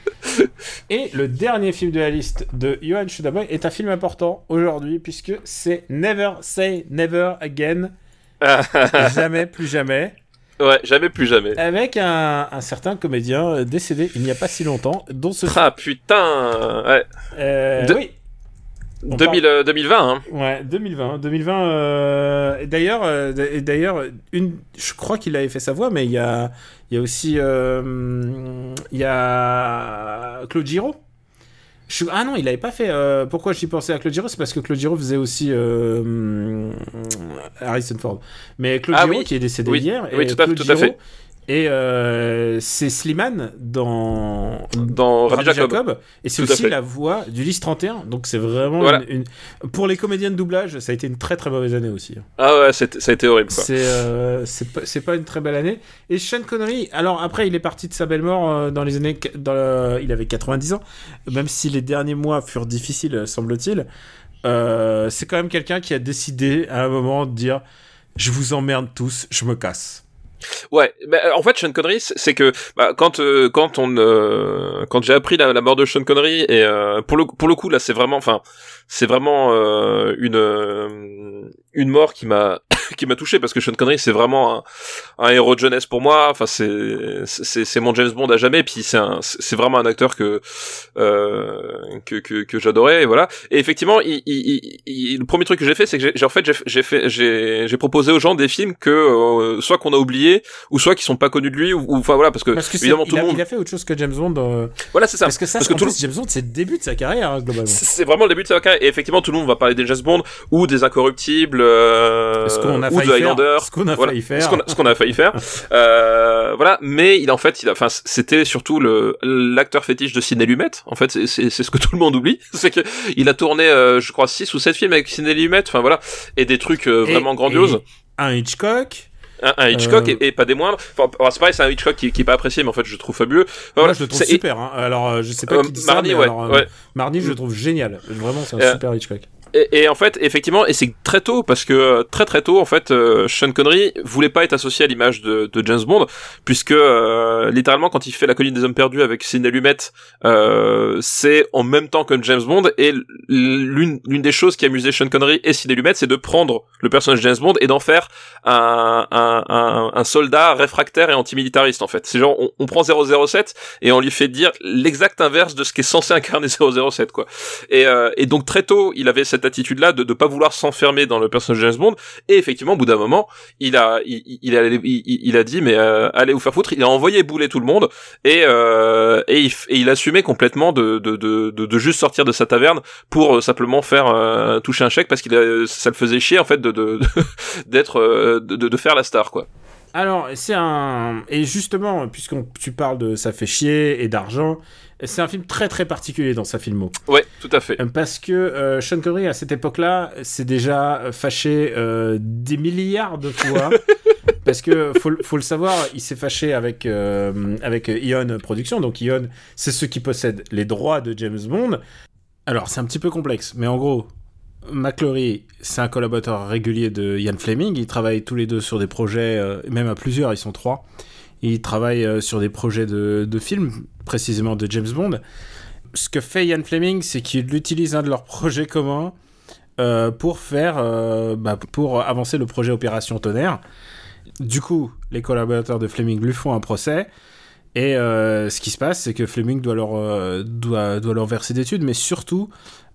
Et le dernier film de la liste de Johan Schudaboy est un film important aujourd'hui, puisque c'est Never Say Never Again. Jamais, plus jamais. Ouais, jamais plus jamais. Avec un, un certain comédien décédé il n'y a pas si longtemps, dont ce... Ah, putain. Ouais. Euh, de... Oui. deux mille, parle... deux mille vingt, hein. Ouais, deux mille vingt. deux mille vingt euh... et d'ailleurs, euh, et d'ailleurs une... je crois qu'il avait fait sa voix, mais il y a, il y a aussi euh... il y a Claude Giraud. Je... Ah non, il n'avait pas fait... Euh... Pourquoi j'y pensais à Claude Giraud ? C'est parce que Claude Giraud faisait aussi euh... Harrison Ford. Mais Claude ah, Giraud oui. qui est décédé oui. hier. Oui, et tout à, Claude tout à Giraud, fait. Et euh, c'est Slimane dans, dans Rabbi Jacob. Jacob. Et c'est Tout aussi la voix d'Ulysse trente et un. Donc c'est vraiment voilà. une, une... Pour les comédiens de doublage, ça a été une très très mauvaise année aussi. Ah ouais, c'est, ça a été horrible. Quoi. C'est, euh, c'est, pas, c'est pas une très belle année. Et Sean Connery, alors après il est parti de sa belle mort euh, dans les années... Dans le... Il avait quatre-vingt-dix ans. Même si les derniers mois furent difficiles, semble-t-il. Euh, c'est quand même quelqu'un qui a décidé à un moment de dire « Je vous emmerde tous, je me casse ». Ouais, bah, en fait Sean Connery c'est que bah, quand euh, quand on euh, quand j'ai appris la, la mort de Sean Connery et euh, pour le pour le coup là c'est vraiment enfin c'est vraiment euh, une euh, une mort qui m'a qui m'a touché parce que Sean Connery c'est vraiment un, un héros de jeunesse pour moi. Enfin c'est c'est c'est mon James Bond à jamais. Puis c'est un c'est vraiment un acteur que euh, que que que j'adorais et voilà. Et effectivement il, il, il, le premier truc que j'ai fait c'est que j'ai, j'ai en fait j'ai, j'ai fait j'ai j'ai proposé aux gens des films que euh, soit qu'on a oublié ou soit qui sont pas connus de lui ou enfin voilà parce que, parce que évidemment tout le monde il a fait autre chose que James Bond. Euh... Voilà c'est ça. Parce que ça parce que en tout plus, le... James Bond c'est le début de sa carrière hein, globalement. C'est, c'est vraiment le début de sa carrière et effectivement tout le monde va parler des James Bond ou des Incorruptibles. Euh... Ce qu'on a ou failli The Highlander, ce qu'on a voilà, failli faire, ce qu'on a, ce qu'on a failli faire, euh, voilà. Mais il en fait, il a, enfin, c'était surtout le l'acteur fétiche de Sidney Lumet. En fait, c'est, c'est, c'est ce que tout le monde oublie, c'est que il a tourné, euh, je crois, six ou sept films avec Sidney Lumet. Enfin voilà, et des trucs euh, vraiment et, grandioses. Et un Hitchcock. Un, un Hitchcock euh... et, et pas des moindres. Enfin, c'est pareil, c'est un Hitchcock qui, qui est pas apprécié, mais en fait, je le trouve fabuleux. Enfin, Moi, voilà, je le trouve c'est... super. Hein. Alors, je sais pas euh, qui dit Marnie, ça, mais ouais, alors, euh, ouais. Marnie, je le trouve génial. Vraiment, c'est un euh... super Hitchcock. Et, et en fait, effectivement, et c'est très tôt parce que très très tôt, en fait, euh, Sean Connery voulait pas être associé à l'image de, de James Bond, puisque euh, littéralement, quand il fait La Colline des Hommes Perdus avec Sidney Lumet, euh, c'est en même temps que James Bond. Et l'une l'une des choses qui amusait Sean Connery et Sidney Lumet, c'est de prendre le personnage de James Bond et d'en faire un un un, un soldat réfractaire et antimilitariste. En fait, c'est genre on, on prend zéro zéro sept et on lui fait dire l'exact inverse de ce qui est censé incarner zéro zéro sept, quoi. Et euh, et donc très tôt, il avait cette attitude-là de de pas vouloir s'enfermer dans le personnage de James Bond. Et effectivement, au bout d'un moment, il a il il a il, il a dit mais euh, allez vous faire foutre. Il a envoyé bouler tout le monde et euh, et il et il assumait complètement de de de de, de juste sortir de sa taverne pour euh, simplement faire euh, toucher un chèque parce qu'il a, ça le faisait chier en fait de de, de d'être euh, de de faire la star, quoi. Alors, c'est un... Et justement, puisque tu parles de ça fait chier et d'argent, c'est un film très très particulier dans sa filmo. Ouais, tout à fait. Parce que euh, Sean Connery, à cette époque-là, s'est déjà fâché euh, des milliards de fois. Parce que, faut, faut le savoir, il s'est fâché avec, euh, avec Eon Productions. Donc Eon, c'est ceux qui possèdent les droits de James Bond. Alors, c'est un petit peu complexe, mais en gros... McClory, c'est un collaborateur régulier de Ian Fleming. Ils travaillent tous les deux sur des projets, euh, même à plusieurs, ils sont trois. Ils travaillent euh, sur des projets de, de films, précisément de James Bond. Ce que fait Ian Fleming, c'est qu'il utilise un de leurs projets communs euh, pour faire, euh, bah, pour avancer le projet Opération Tonnerre. Du coup, les collaborateurs de Fleming lui font un procès. Et euh, ce qui se passe, c'est que Fleming doit leur, euh, doit, doit leur verser d'études, mais surtout...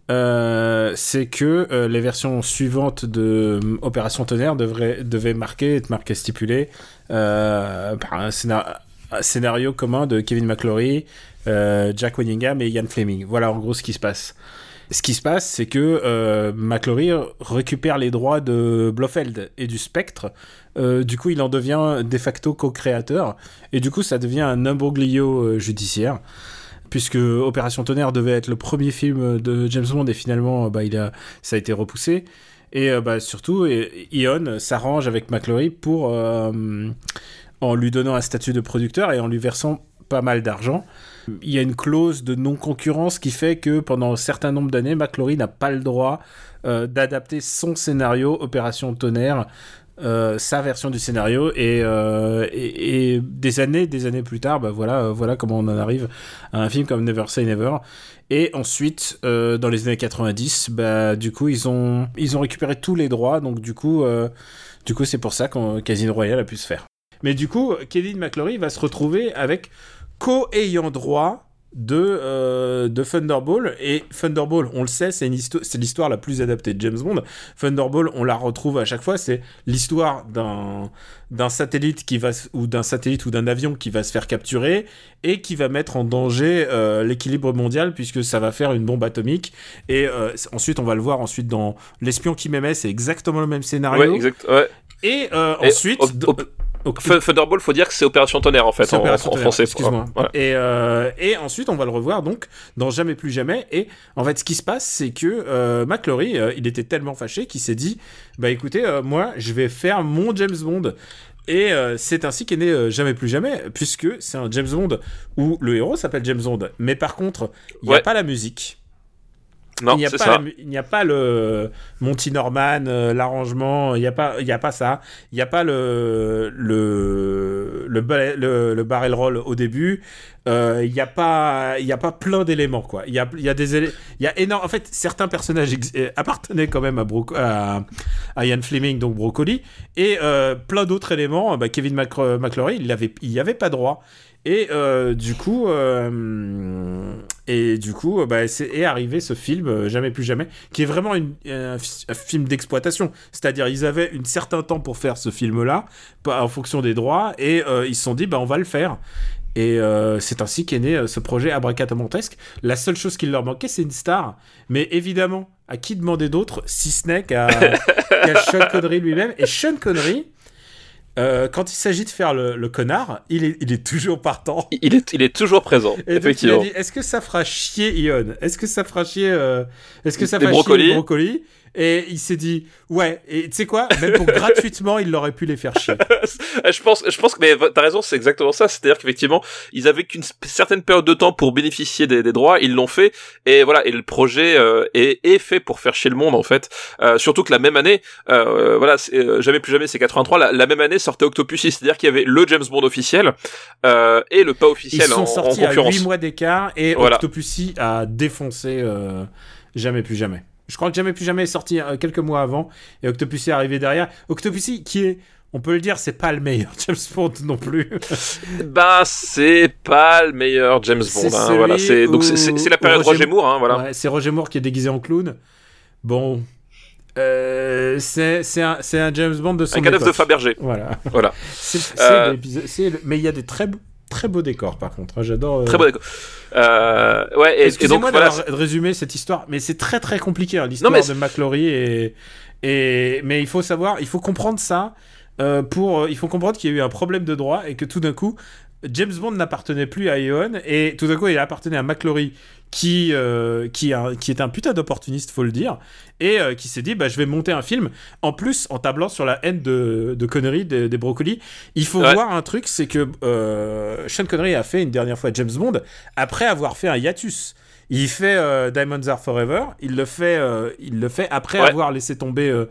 Euh, c'est que euh, les versions suivantes de euh, Opération Tonnerre devraient, devaient marquer, être marquées stipulées euh, par un, scénar- un scénario commun de Kevin McClory, euh, Jack Winningham et Ian Fleming. Voilà en gros ce qui se passe. Ce qui se passe, c'est que euh, McClory récupère les droits de Blofeld et du Spectre. Euh, du coup, il en devient de facto co-créateur. Et du coup, ça devient un imbroglio euh, judiciaire. Puisque Opération Tonnerre devait être le premier film de James Bond et finalement bah, il a, ça a été repoussé. Et euh, bah, surtout, Eon s'arrange avec McClory pour, euh, en lui donnant un statut de producteur et en lui versant pas mal d'argent. Il y a une clause de non-concurrence qui fait que pendant un certain nombre d'années, McClory n'a pas le droit euh, d'adapter son scénario Opération Tonnerre, Euh, sa version du scénario et, euh, et, et des années des années plus tard bah voilà, euh, voilà comment on en arrive à un film comme Never Say Never. Et ensuite euh, dans les années quatre-vingt-dix bah, du coup ils ont, ils ont récupéré tous les droits donc du coup, euh, du coup c'est pour ça que Casino Royale a pu se faire. Mais du coup Kevin McClory va se retrouver avec co-ayant droit de, euh, de Thunderball. Et Thunderball, on le sait, c'est, une histo- c'est l'histoire la plus adaptée de James Bond. Thunderball, on la retrouve à chaque fois, c'est l'histoire d'un, d'un satellite qui va, ou d'un satellite ou d'un avion qui va se faire capturer et qui va mettre en danger euh, l'équilibre mondial puisque ça va faire une bombe atomique. Et euh, ensuite, on va le voir ensuite dans L'espion qui m'aimait, c'est exactement le même scénario. Ouais, exact, ouais. Et, euh, et ensuite... op- op- Donc, Thunderball, faut dire que c'est Opération Tonnerre en fait en, en français. Excuse-moi. Voilà. Et, euh, et ensuite, on va le revoir donc dans Jamais plus jamais. Et en fait, ce qui se passe, c'est que euh, McClory, euh, il était tellement fâché qu'il s'est dit, bah écoutez, euh, moi, je vais faire mon James Bond. Et euh, c'est ainsi qu'est né euh, Jamais plus jamais, puisque c'est un James Bond où le héros s'appelle James Bond, mais par contre, il n'y a ouais. pas la musique. Non, il n'y a c'est pas ça. La, il n'y a pas le Monty Norman, euh, l'arrangement, il n'y a pas, il n'y a pas ça. Il n'y a pas le le le, ballet, le, le barrel roll au début. Euh, il n'y a pas, il n'y a pas plein d'éléments quoi. Il y a, il y a des, il y a énorme. En fait, certains personnages ex- appartenaient quand même à, Bro- à, à Ian Fleming, donc Broccoli, et euh, plein d'autres éléments. Bah, Kevin Mac- McClory, il avait, il y avait pas droit. Et euh, du coup, euh, et du coup, bah, c'est, est arrivé ce film euh, Jamais plus jamais, qui est vraiment une, un, un film d'exploitation. C'est-à-dire, ils avaient un certain temps pour faire ce film-là, en fonction des droits, et euh, ils se sont dit, bah, on va le faire. Et euh, c'est ainsi qu'est né euh, ce projet abracadabrantesque. La seule chose qu'il leur manquait, c'est une star. Mais évidemment, à qui demander d'autre, si ce n'est qu'à, qu'à Sean Connery lui-même. Et Sean Connery, euh, quand il s'agit de faire le, le connard, il est, il est toujours partant. Il est, il est toujours présent, et effectivement. Donc il a dit, est-ce que ça fera chier Ion ? Est-ce que ça fera chier, euh, est-ce que ça les fera brocolis. chier les brocolis ? Et il s'est dit, ouais, et tu sais quoi, même pour gratuitement, il aurait pu les faire chier. je pense, je pense que, mais t'as raison, c'est exactement ça. C'est-à-dire qu'effectivement, ils avaient qu'une certaine période de temps pour bénéficier des, des droits, ils l'ont fait, et voilà, et le projet euh, est, est fait pour faire chier le monde, en fait. Euh, surtout que la même année, euh, voilà, c'est, euh, Jamais plus jamais, c'est quatre-vingt-trois, la, la même année sortait Octopussy, c'est-à-dire qu'il y avait le James Bond officiel, euh, et le pas officiel Ils sont en, sortis en concurrence. à huit mois d'écart, et voilà. Octopussy a défoncé euh, Jamais plus jamais. Je crois que Jamais plus jamais est sorti euh, quelques mois avant, et Octopussy est arrivé derrière. Octopussy, qui est, on peut le dire, c'est pas le meilleur James Bond non plus. Bah, c'est pas le meilleur James Bond, C'est hein, voilà. C'est, donc, où, c'est, c'est, c'est la période Roger, Roger Moore, hein, voilà. Ouais, c'est Roger Moore qui est déguisé en clown. Bon, euh, c'est, c'est, un, c'est un James Bond de son Un cadavre époque. de Fabergé. Voilà. Voilà. c'est, c'est euh... l'épisode, c'est le, mais il y a des très très beaux décors par contre. Hein, j'adore. Euh... Très beau décor. Euh, ouais, et, Excusez-moi et donc d'avoir voilà. résumé cette histoire, mais c'est très très compliqué hein, l'histoire non, mais de McClory et et mais il faut savoir, il faut comprendre ça euh, pour, il faut comprendre qu'il y a eu un problème de droit et que tout d'un coup James Bond n'appartenait plus à Eon et tout d'un coup il appartenait à McClory qui euh, qui, a, qui est un putain d'opportuniste, faut le dire, et euh, qui s'est dit bah je vais monter un film en plus en tablant sur la haine de, de Connery des, des brocolis. Il faut ouais. voir un truc, c'est que euh, Sean Connery a fait une dernière fois James Bond après avoir fait un hiatus. Il fait euh, Diamonds Are Forever, il le fait, euh, il le fait après ouais. avoir laissé tomber euh,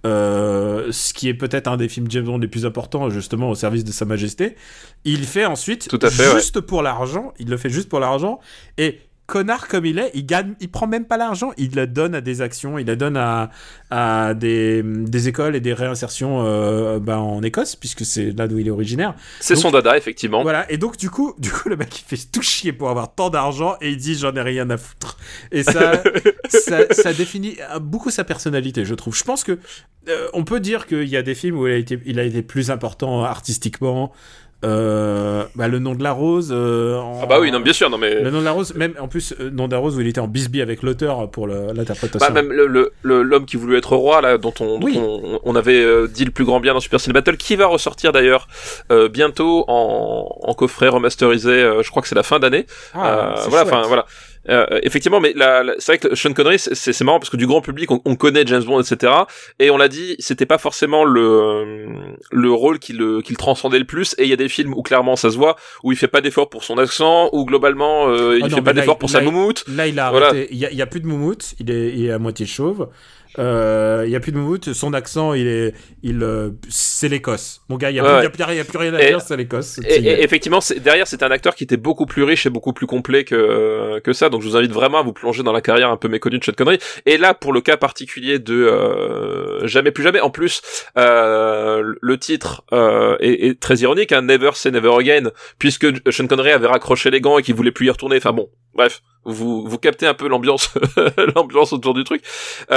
euh, ce qui est peut-être un des films James Bond les plus importants, justement au service de Sa Majesté. Il fait ensuite, Tout à fait, juste ouais. pour l'argent, il le fait juste pour l'argent, et connard comme il est, il gagne, il prend même pas l'argent, il le donne à des actions, il le donne à, à des, des écoles et des réinsertions euh, bah, en Écosse, puisque c'est là d'où il est originaire. C'est donc, son dada, effectivement. Voilà, et donc du coup, du coup, le mec il fait tout chier pour avoir tant d'argent et il dit j'en ai rien à foutre. Et ça, ça, ça définit beaucoup sa personnalité, je trouve. Je pense que euh, on peut dire qu'il y a des films où il a été, il a été plus important artistiquement. Euh, bah, le nom de la rose euh, en... ah bah oui non bien sûr non mais le nom de la rose, même en plus euh, nom de la rose où il était en bisbille avec l'auteur pour le, l'interprétation. Bah même le, le, le l'homme qui voulait être roi là dont on oui. dont on, on avait euh, dit le plus grand bien dans Super Ciné Battle, qui va ressortir d'ailleurs euh, bientôt en, en coffret remasterisé, euh, je crois que c'est la fin d'année. Ah, euh, voilà enfin voilà. Euh, effectivement, mais la, la, c'est vrai que Sean Connery, c'est, c'est marrant parce que du grand public, on, on connaît James Bond, et cetera. Et on l'a dit, c'était pas forcément le le rôle qui le qui le transcendait le plus. Et il y a des films où clairement ça se voit, où il fait pas d'effort pour son accent, où globalement euh, il oh non, fait pas d'effort pour là, sa moumoute. Là, il a voilà. arrêté. Il y a, il y a plus de moumoute. Il est il est à moitié chauve. Euh, il y a plus de moumoute, son accent, il est, il, euh, c'est l'Écosse. Mon gars, il y a, ouais, plus, ouais. y a, plus, y a plus rien à et, dire, c'est l'Écosse. Et, et effectivement, c'est, derrière, c'est un acteur qui était beaucoup plus riche et beaucoup plus complet que que ça. Donc, je vous invite vraiment à vous plonger dans la carrière un peu méconnue de Sean Connery. Et là, pour le cas particulier de euh, Jamais plus jamais. En plus, euh, le titre euh, est, est très ironique, hein, Never Say Never Again, puisque Sean Connery avait raccroché les gants et qu'il voulait plus y retourner. Enfin bon, bref. Vous vous captez un peu l'ambiance l'ambiance autour du truc.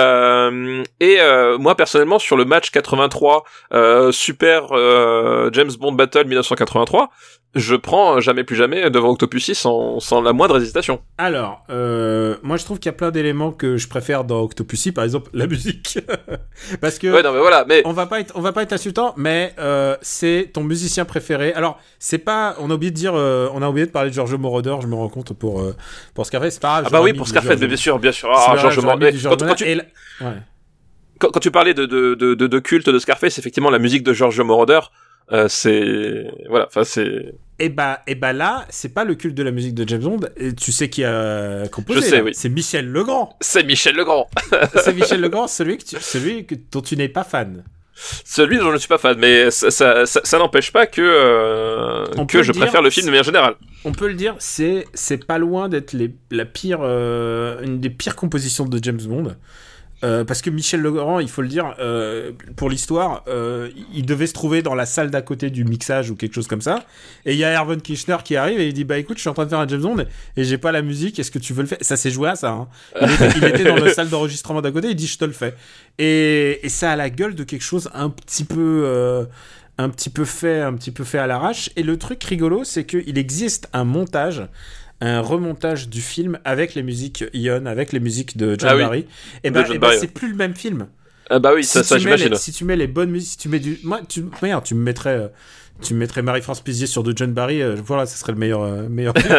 Euh, et euh, moi personnellement sur le match quatre-vingt-trois euh, Super euh, James Bond Battle dix-neuf cent quatre-vingt-trois, je prends Jamais plus jamais devant Octopussy sans sans la moindre hésitation. Alors, euh, moi je trouve qu'il y a plein d'éléments que je préfère dans Octopussy, par exemple la musique, parce que ouais non mais voilà, mais on va pas être on va pas être insultant, mais euh, c'est ton musicien préféré. Alors c'est pas, on a oublié de dire, euh, on a oublié de parler de Giorgio Moroder, je me rends compte pour euh, pour Scarface. C'est pas grave, ah bah oui pour Scarface, mais bien sûr bien sûr. Ah Giorgio Moroder. Quand, quand tu la... ouais. quand, quand tu parlais de de, de de de culte de Scarface, effectivement la musique de Giorgio Moroder. Euh, c'est voilà, enfin c'est. Et bah, et bah là, c'est pas le culte de la musique de James Bond. Et tu sais qui a composé. Je sais, là. oui. C'est Michel Legrand. C'est Michel Legrand. C'est Michel Legrand, celui que tu, celui que, dont tu n'es pas fan. Celui dont je ne suis pas fan, mais ça, ça, ça, ça n'empêche pas que euh, que je dire, préfère le film de manière générale. On peut le dire, c'est c'est pas loin d'être les la pire, euh, une des pires compositions de James Bond. Euh, parce que Michel Legrand, il faut le dire, euh, pour l'histoire, euh, il devait se trouver dans la salle d'à côté du mixage ou quelque chose comme ça. Et il y a Irvin Kirchner qui arrive et il dit bah écoute, je suis en train de faire un James Bond et j'ai pas la musique. Est-ce que tu veux le faire? Ça s'est joué à ça. Hein. Il, était, il était dans la salle d'enregistrement d'à côté. Il dit je te le fais. Et, et ça a la gueule de quelque chose un petit peu, euh, un petit peu fait, un petit peu fait à l'arrache. Et le truc rigolo, c'est qu'il existe un montage. Un remontage du film avec les musiques Ion, avec les musiques de John ah oui. Barry. Et bah, et bah c'est plus le même film. Ah bah oui, si ça, ça j'imagine. Les, si tu mets les bonnes musiques, si tu mets du, moi, tu, regarde, tu me mettrais, euh, tu me mettrais Marie-France Pizier sur de John Barry. Euh, voilà, ça serait le meilleur, euh, meilleur film.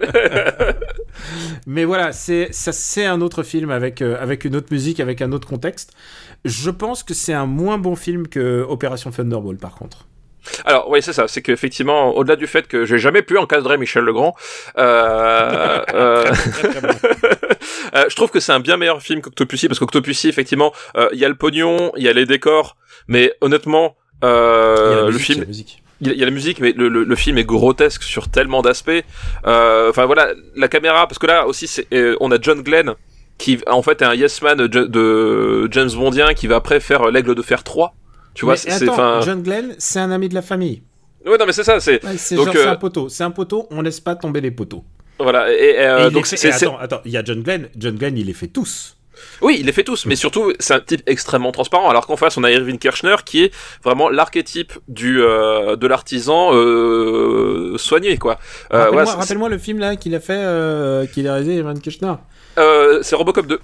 Mais voilà, c'est, ça, c'est un autre film avec, euh, avec une autre musique, avec un autre contexte. Je pense que c'est un moins bon film que Opération Thunderball, par contre. Alors oui c'est ça, c'est qu'effectivement au-delà du fait que j'ai jamais pu encadrer Michel Legrand, euh, euh, très, très bon. euh, je trouve que c'est un bien meilleur film qu'Octopussy parce qu'Octopussy effectivement il euh, y a le pognon, il y a les décors, mais honnêtement euh, musique, le film, il y, y a la musique, mais le, le, le film est grotesque sur tellement d'aspects. Enfin euh, voilà la caméra parce que là aussi c'est, euh, on a John Glenn qui en fait est un yes man de, de James Bondien qui va après faire l'Aigle de Fer trois. Tu vois, mais c'est, attends, c'est fin... John Glenn, c'est un ami de la famille. Ouais, non, mais c'est ça, c'est. Ouais, c'est donc, genre, euh... c'est un poteau. C'est un poteau, on laisse pas tomber les poteaux. Voilà, et, euh, et donc c'est. Fait... C'est... Attends, attends, il y a John Glenn. John Glenn, il les fait tous. Oui, il les fait tous, mais surtout, c'est un type extrêmement transparent. Alors qu'en face, on a Irvin Kirchner qui est vraiment l'archétype du euh, de l'artisan euh, soigné, quoi. Euh, rappelle-moi, ouais, rappelle-moi le film là qu'il a fait, euh, qu'il a réalisé Irvin Kirchner. Euh, c'est Robocop deux.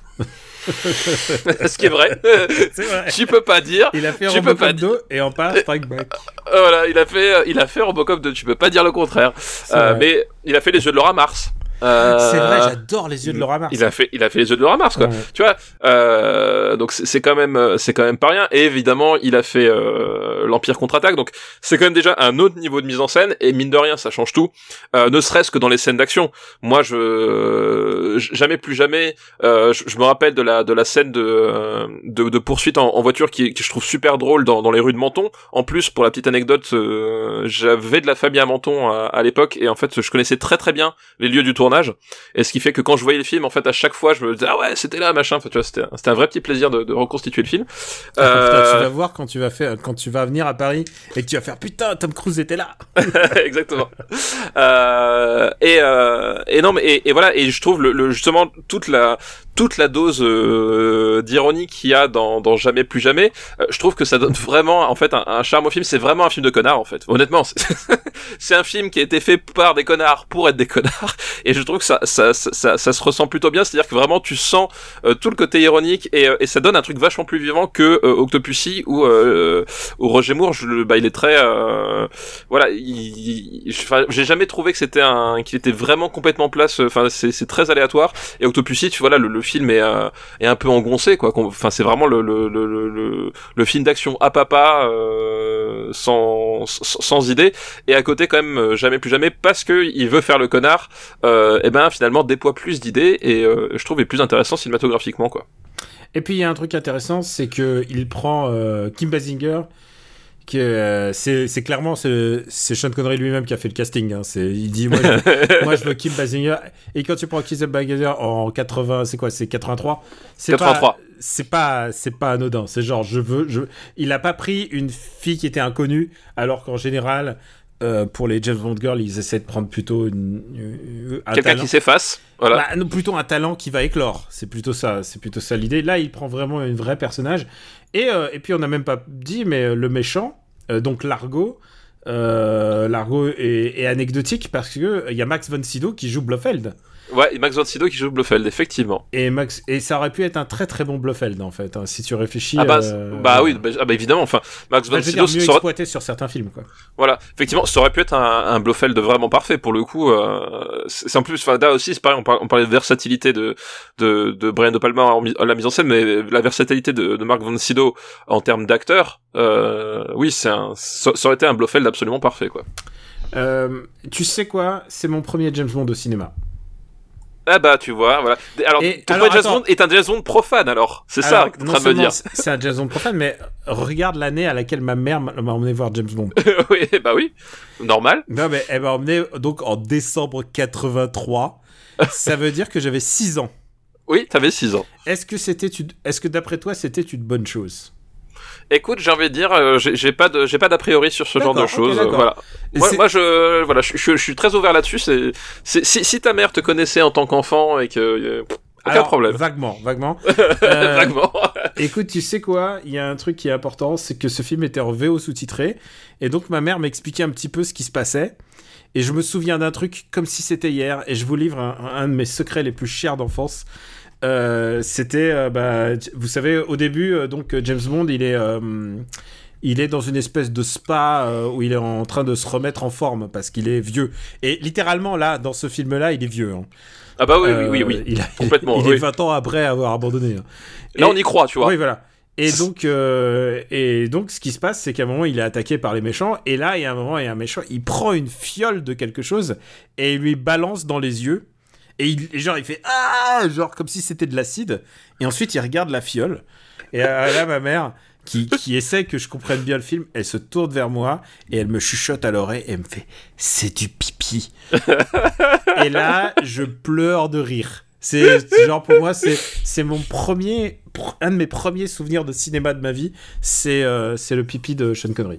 Ce qui est vrai. C'est vrai. Tu peux pas dire. Il a fait tu Robocop peux pas deux et en part Strike Back. Voilà, il a fait, il a fait Robocop deux. Tu peux pas dire le contraire. Euh, mais il a fait Les Yeux de Laura Mars. Euh... C'est vrai, j'adore Les Yeux de Laura Mars. Il a fait, il a fait Les Yeux de Laura Mars, quoi. Ouais. Tu vois, euh, donc c'est, c'est quand même, c'est quand même pas rien. Et évidemment, il a fait euh, l'Empire contre-attaque. Donc c'est quand même déjà un autre niveau de mise en scène. Et mine de rien, ça change tout. Euh, ne serait-ce que dans les scènes d'action. Moi, je jamais plus jamais. Euh, je, je me rappelle de la de la scène de de, de poursuite en, en voiture qui, qui je trouve super drôle dans dans les rues de Menton. En plus, pour la petite anecdote, euh, j'avais de la famille à Menton à, à l'époque et en fait, je connaissais très très bien les lieux du tournage. Et ce qui fait que quand je voyais le film, en fait, à chaque fois, je me disais ah ouais, c'était là, machin. Enfin, tu vois, c'était, c'était un vrai petit plaisir de, de reconstituer le film. Ah, euh... putain, tu vas voir quand tu vas faire, quand tu vas venir à Paris et que tu vas faire putain, Tom Cruise était là. Exactement. euh, et euh, et non, mais et, et voilà. Et je trouve le, le justement toute la toute la dose euh, d'ironie qu'il y a dans, dans Jamais plus jamais, euh, je trouve que ça donne vraiment en fait un, un charme au film. C'est vraiment un film de connards en fait. Honnêtement, c'est, c'est un film qui a été fait par des connards pour être des connards. Et je trouve que ça ça ça, ça, ça se ressent plutôt bien. C'est-à-dire que vraiment tu sens euh, tout le côté ironique et, euh, et ça donne un truc vachement plus vivant que euh, Octopussy où euh, où Roger Moore, je, bah il est très euh, voilà, il, il, enfin, j'ai jamais trouvé que c'était un qu'il était vraiment complètement place. Enfin c'est c'est très aléatoire. Et Octopussy, tu vois là le, le film est, euh, est un peu engoncé quoi. Enfin c'est vraiment le le le le, le film d'action à papa euh, sans, sans sans idée et à côté quand même euh, Jamais plus jamais parce que il veut faire le connard. Euh, et ben finalement déploie plus d'idées et euh, je trouve est plus intéressant cinématographiquement quoi. Et puis il y a un truc intéressant, c'est que il prend euh, Kim Basinger, qui euh, c'est, c'est clairement c'est, c'est Sean Connery lui-même qui a fait le casting. Hein. C'est, il dit moi je, moi je veux Kim Basinger. Et quand tu prends Kim Basinger en quatre-vingts, c'est quoi, c'est quatre-vingt-trois. C'est quatre-vingt-trois. Pas, c'est pas, c'est pas anodin. C'est genre je veux, je. Il a pas pris une fille qui était inconnue, alors qu'en général. Euh, pour les James Bond girls, ils essaient de prendre plutôt une, une, un quelqu'un talent. qui s'efface. Voilà. Bah, non, plutôt un talent qui va éclore. C'est plutôt ça. C'est plutôt ça l'idée. Là, il prend vraiment un vrai personnage. Et, euh, et puis, on n'a même pas dit, mais le méchant, euh, donc Largo, euh, Largo est, est anecdotique parce que il y a Max von Sydow qui joue Blofeld. Ouais, et Max von Sydow qui joue Blofeld, effectivement. Et Max et ça aurait pu être un très très bon Blofeld en fait, hein, si tu réfléchis. Ah bah, euh, bah euh, oui, bah, ah bah évidemment. Enfin, Max von bah, Sydow mieux serait... exploité sur certains films quoi. Voilà, effectivement, ça aurait pu être un, un Blofeld vraiment parfait pour le coup. Euh, c'est, c'est en plus, enfin là aussi, c'est pareil, on parlait, on parlait de versatilité de de, de Brian De Palma en, en la mise en scène, mais la versatilité de, de Max von Sydow en termes d'acteur, euh, oui, c'est un, ça, ça aurait été un Blofeld absolument parfait quoi. Euh, tu sais quoi, c'est mon premier James Bond au cinéma. Ah bah tu vois, voilà. Alors Et, ton alors, premier James attends. Bond est un James Bond profane alors, c'est Alors, ça que t'es en non train de me seulement dire. c'est un James Bond profane, mais regarde l'année à laquelle ma mère m'a m'a emmené voir James Bond. Oui, bah oui, normal. Non mais elle m'a emmené donc en décembre quatre-vingt-trois. Ça veut dire que j'avais six ans. Oui, t'avais six ans. Est-ce que c'était une... Est-ce que d'après toi c'était une bonne chose? Écoute, j'ai envie de dire, euh, j'ai, j'ai pas de, j'ai pas d'a priori sur ce D'accord, genre de choses. ok, euh, voilà. Moi, c'est... moi, je, voilà, je, je, je suis très ouvert là-dessus. C'est, c'est, si, si ta mère te connaissait en tant qu'enfant et que, euh, pff, aucun Alors, problème. Vaguement, vaguement. Euh, Vaguement. Écoute, tu sais quoi? Il y a un truc qui est important, c'est que ce film était en V O sous-titré, et donc ma mère m'expliquait un petit peu ce qui se passait. Et je me souviens d'un truc comme si c'était hier, et je vous livre un, un de mes secrets les plus chers d'enfance. Euh, c'était, euh, bah, vous savez, au début, euh, donc James Bond, il est, euh, il est dans une espèce de spa euh, où il est en train de se remettre en forme parce qu'il est vieux. Et littéralement, là, dans ce film-là, il est vieux. Hein. Ah bah oui, Euh, oui, oui, oui. Il, a, Complètement, il oui. est vingt ans après avoir abandonné. Hein. Là, Et- on y croit, tu vois. Oui, voilà. Et donc, euh, et donc, ce qui se passe, c'est qu'à un moment, il est attaqué par les méchants. Et là, il y a un moment, il y a un méchant, il prend une fiole de quelque chose et il lui balance dans les yeux. Et, il, et genre, il fait ah, genre comme si c'était de l'acide. Et ensuite, il regarde la fiole. Et euh, là, ma mère, qui, qui essaie que je comprenne bien le film, elle se tourne vers moi et elle me chuchote à l'oreille et elle me fait c'est du pipi. Et là, je pleure de rire. C'est c'est genre pour moi, c'est c'est mon premier, un de mes premiers souvenirs de cinéma de ma vie. C'est euh, c'est le pipi de Sean Connery.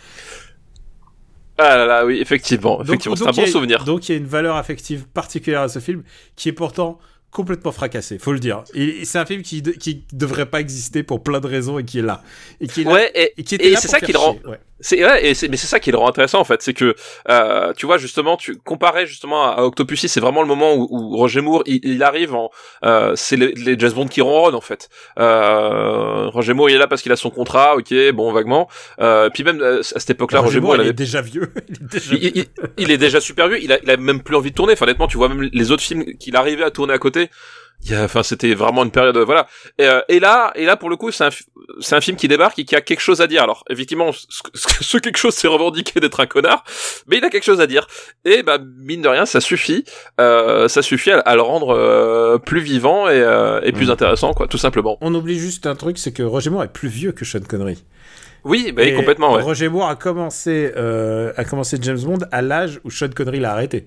Ah là là, oui, effectivement, Donc- effectivement, c'est donc un bon il y a- souvenir. Donc il y a une valeur affective particulière à ce film qui est pourtant complètement fracassé, faut le dire. Et c'est un film qui de- qui devrait pas exister pour plein de raisons et qui est là. Et qui est là, Ouais, et, et qui était et là c'est pour ça faire qui le rend. chier, ouais. C'est ouais, et c'est, mais c'est ça qui le rend intéressant en fait, c'est que euh, tu vois justement, tu comparais justement à, à Octopussy, c'est vraiment le moment où, où Roger Moore il, il arrive en, euh, c'est les, les James Bond qui ronronnent en fait. Euh, Roger Moore il est là parce qu'il a son contrat, ok, bon vaguement. Euh, puis même euh, à cette époque-là, Roger, Moore, il il avait est déjà vieux. il, est déjà... il, il, il est déjà super vieux, il a, il a même plus envie de tourner. Enfin, honnêtement, tu vois même les autres films qu'il arrivait à tourner à côté. Il y a, enfin, c'était vraiment une période, voilà. Et, euh, et là, et là, pour le coup, c'est un, fi- c'est un film qui débarque et qui a quelque chose à dire. Alors, effectivement, ce, ce, ce quelque chose, c'est revendiqué d'être un connard, mais il a quelque chose à dire. Et bah, mine de rien, ça suffit, euh, ça suffit à, à le rendre euh, plus vivant et, euh, et plus Mm. intéressant, quoi, tout simplement. On oublie juste un truc, c'est que Roger Moore est plus vieux que Sean Connery. Oui, bah, Et complètement, ouais. Roger Moore a commencé, euh, a commencé James Bond à l'âge où Sean Connery l'a arrêté.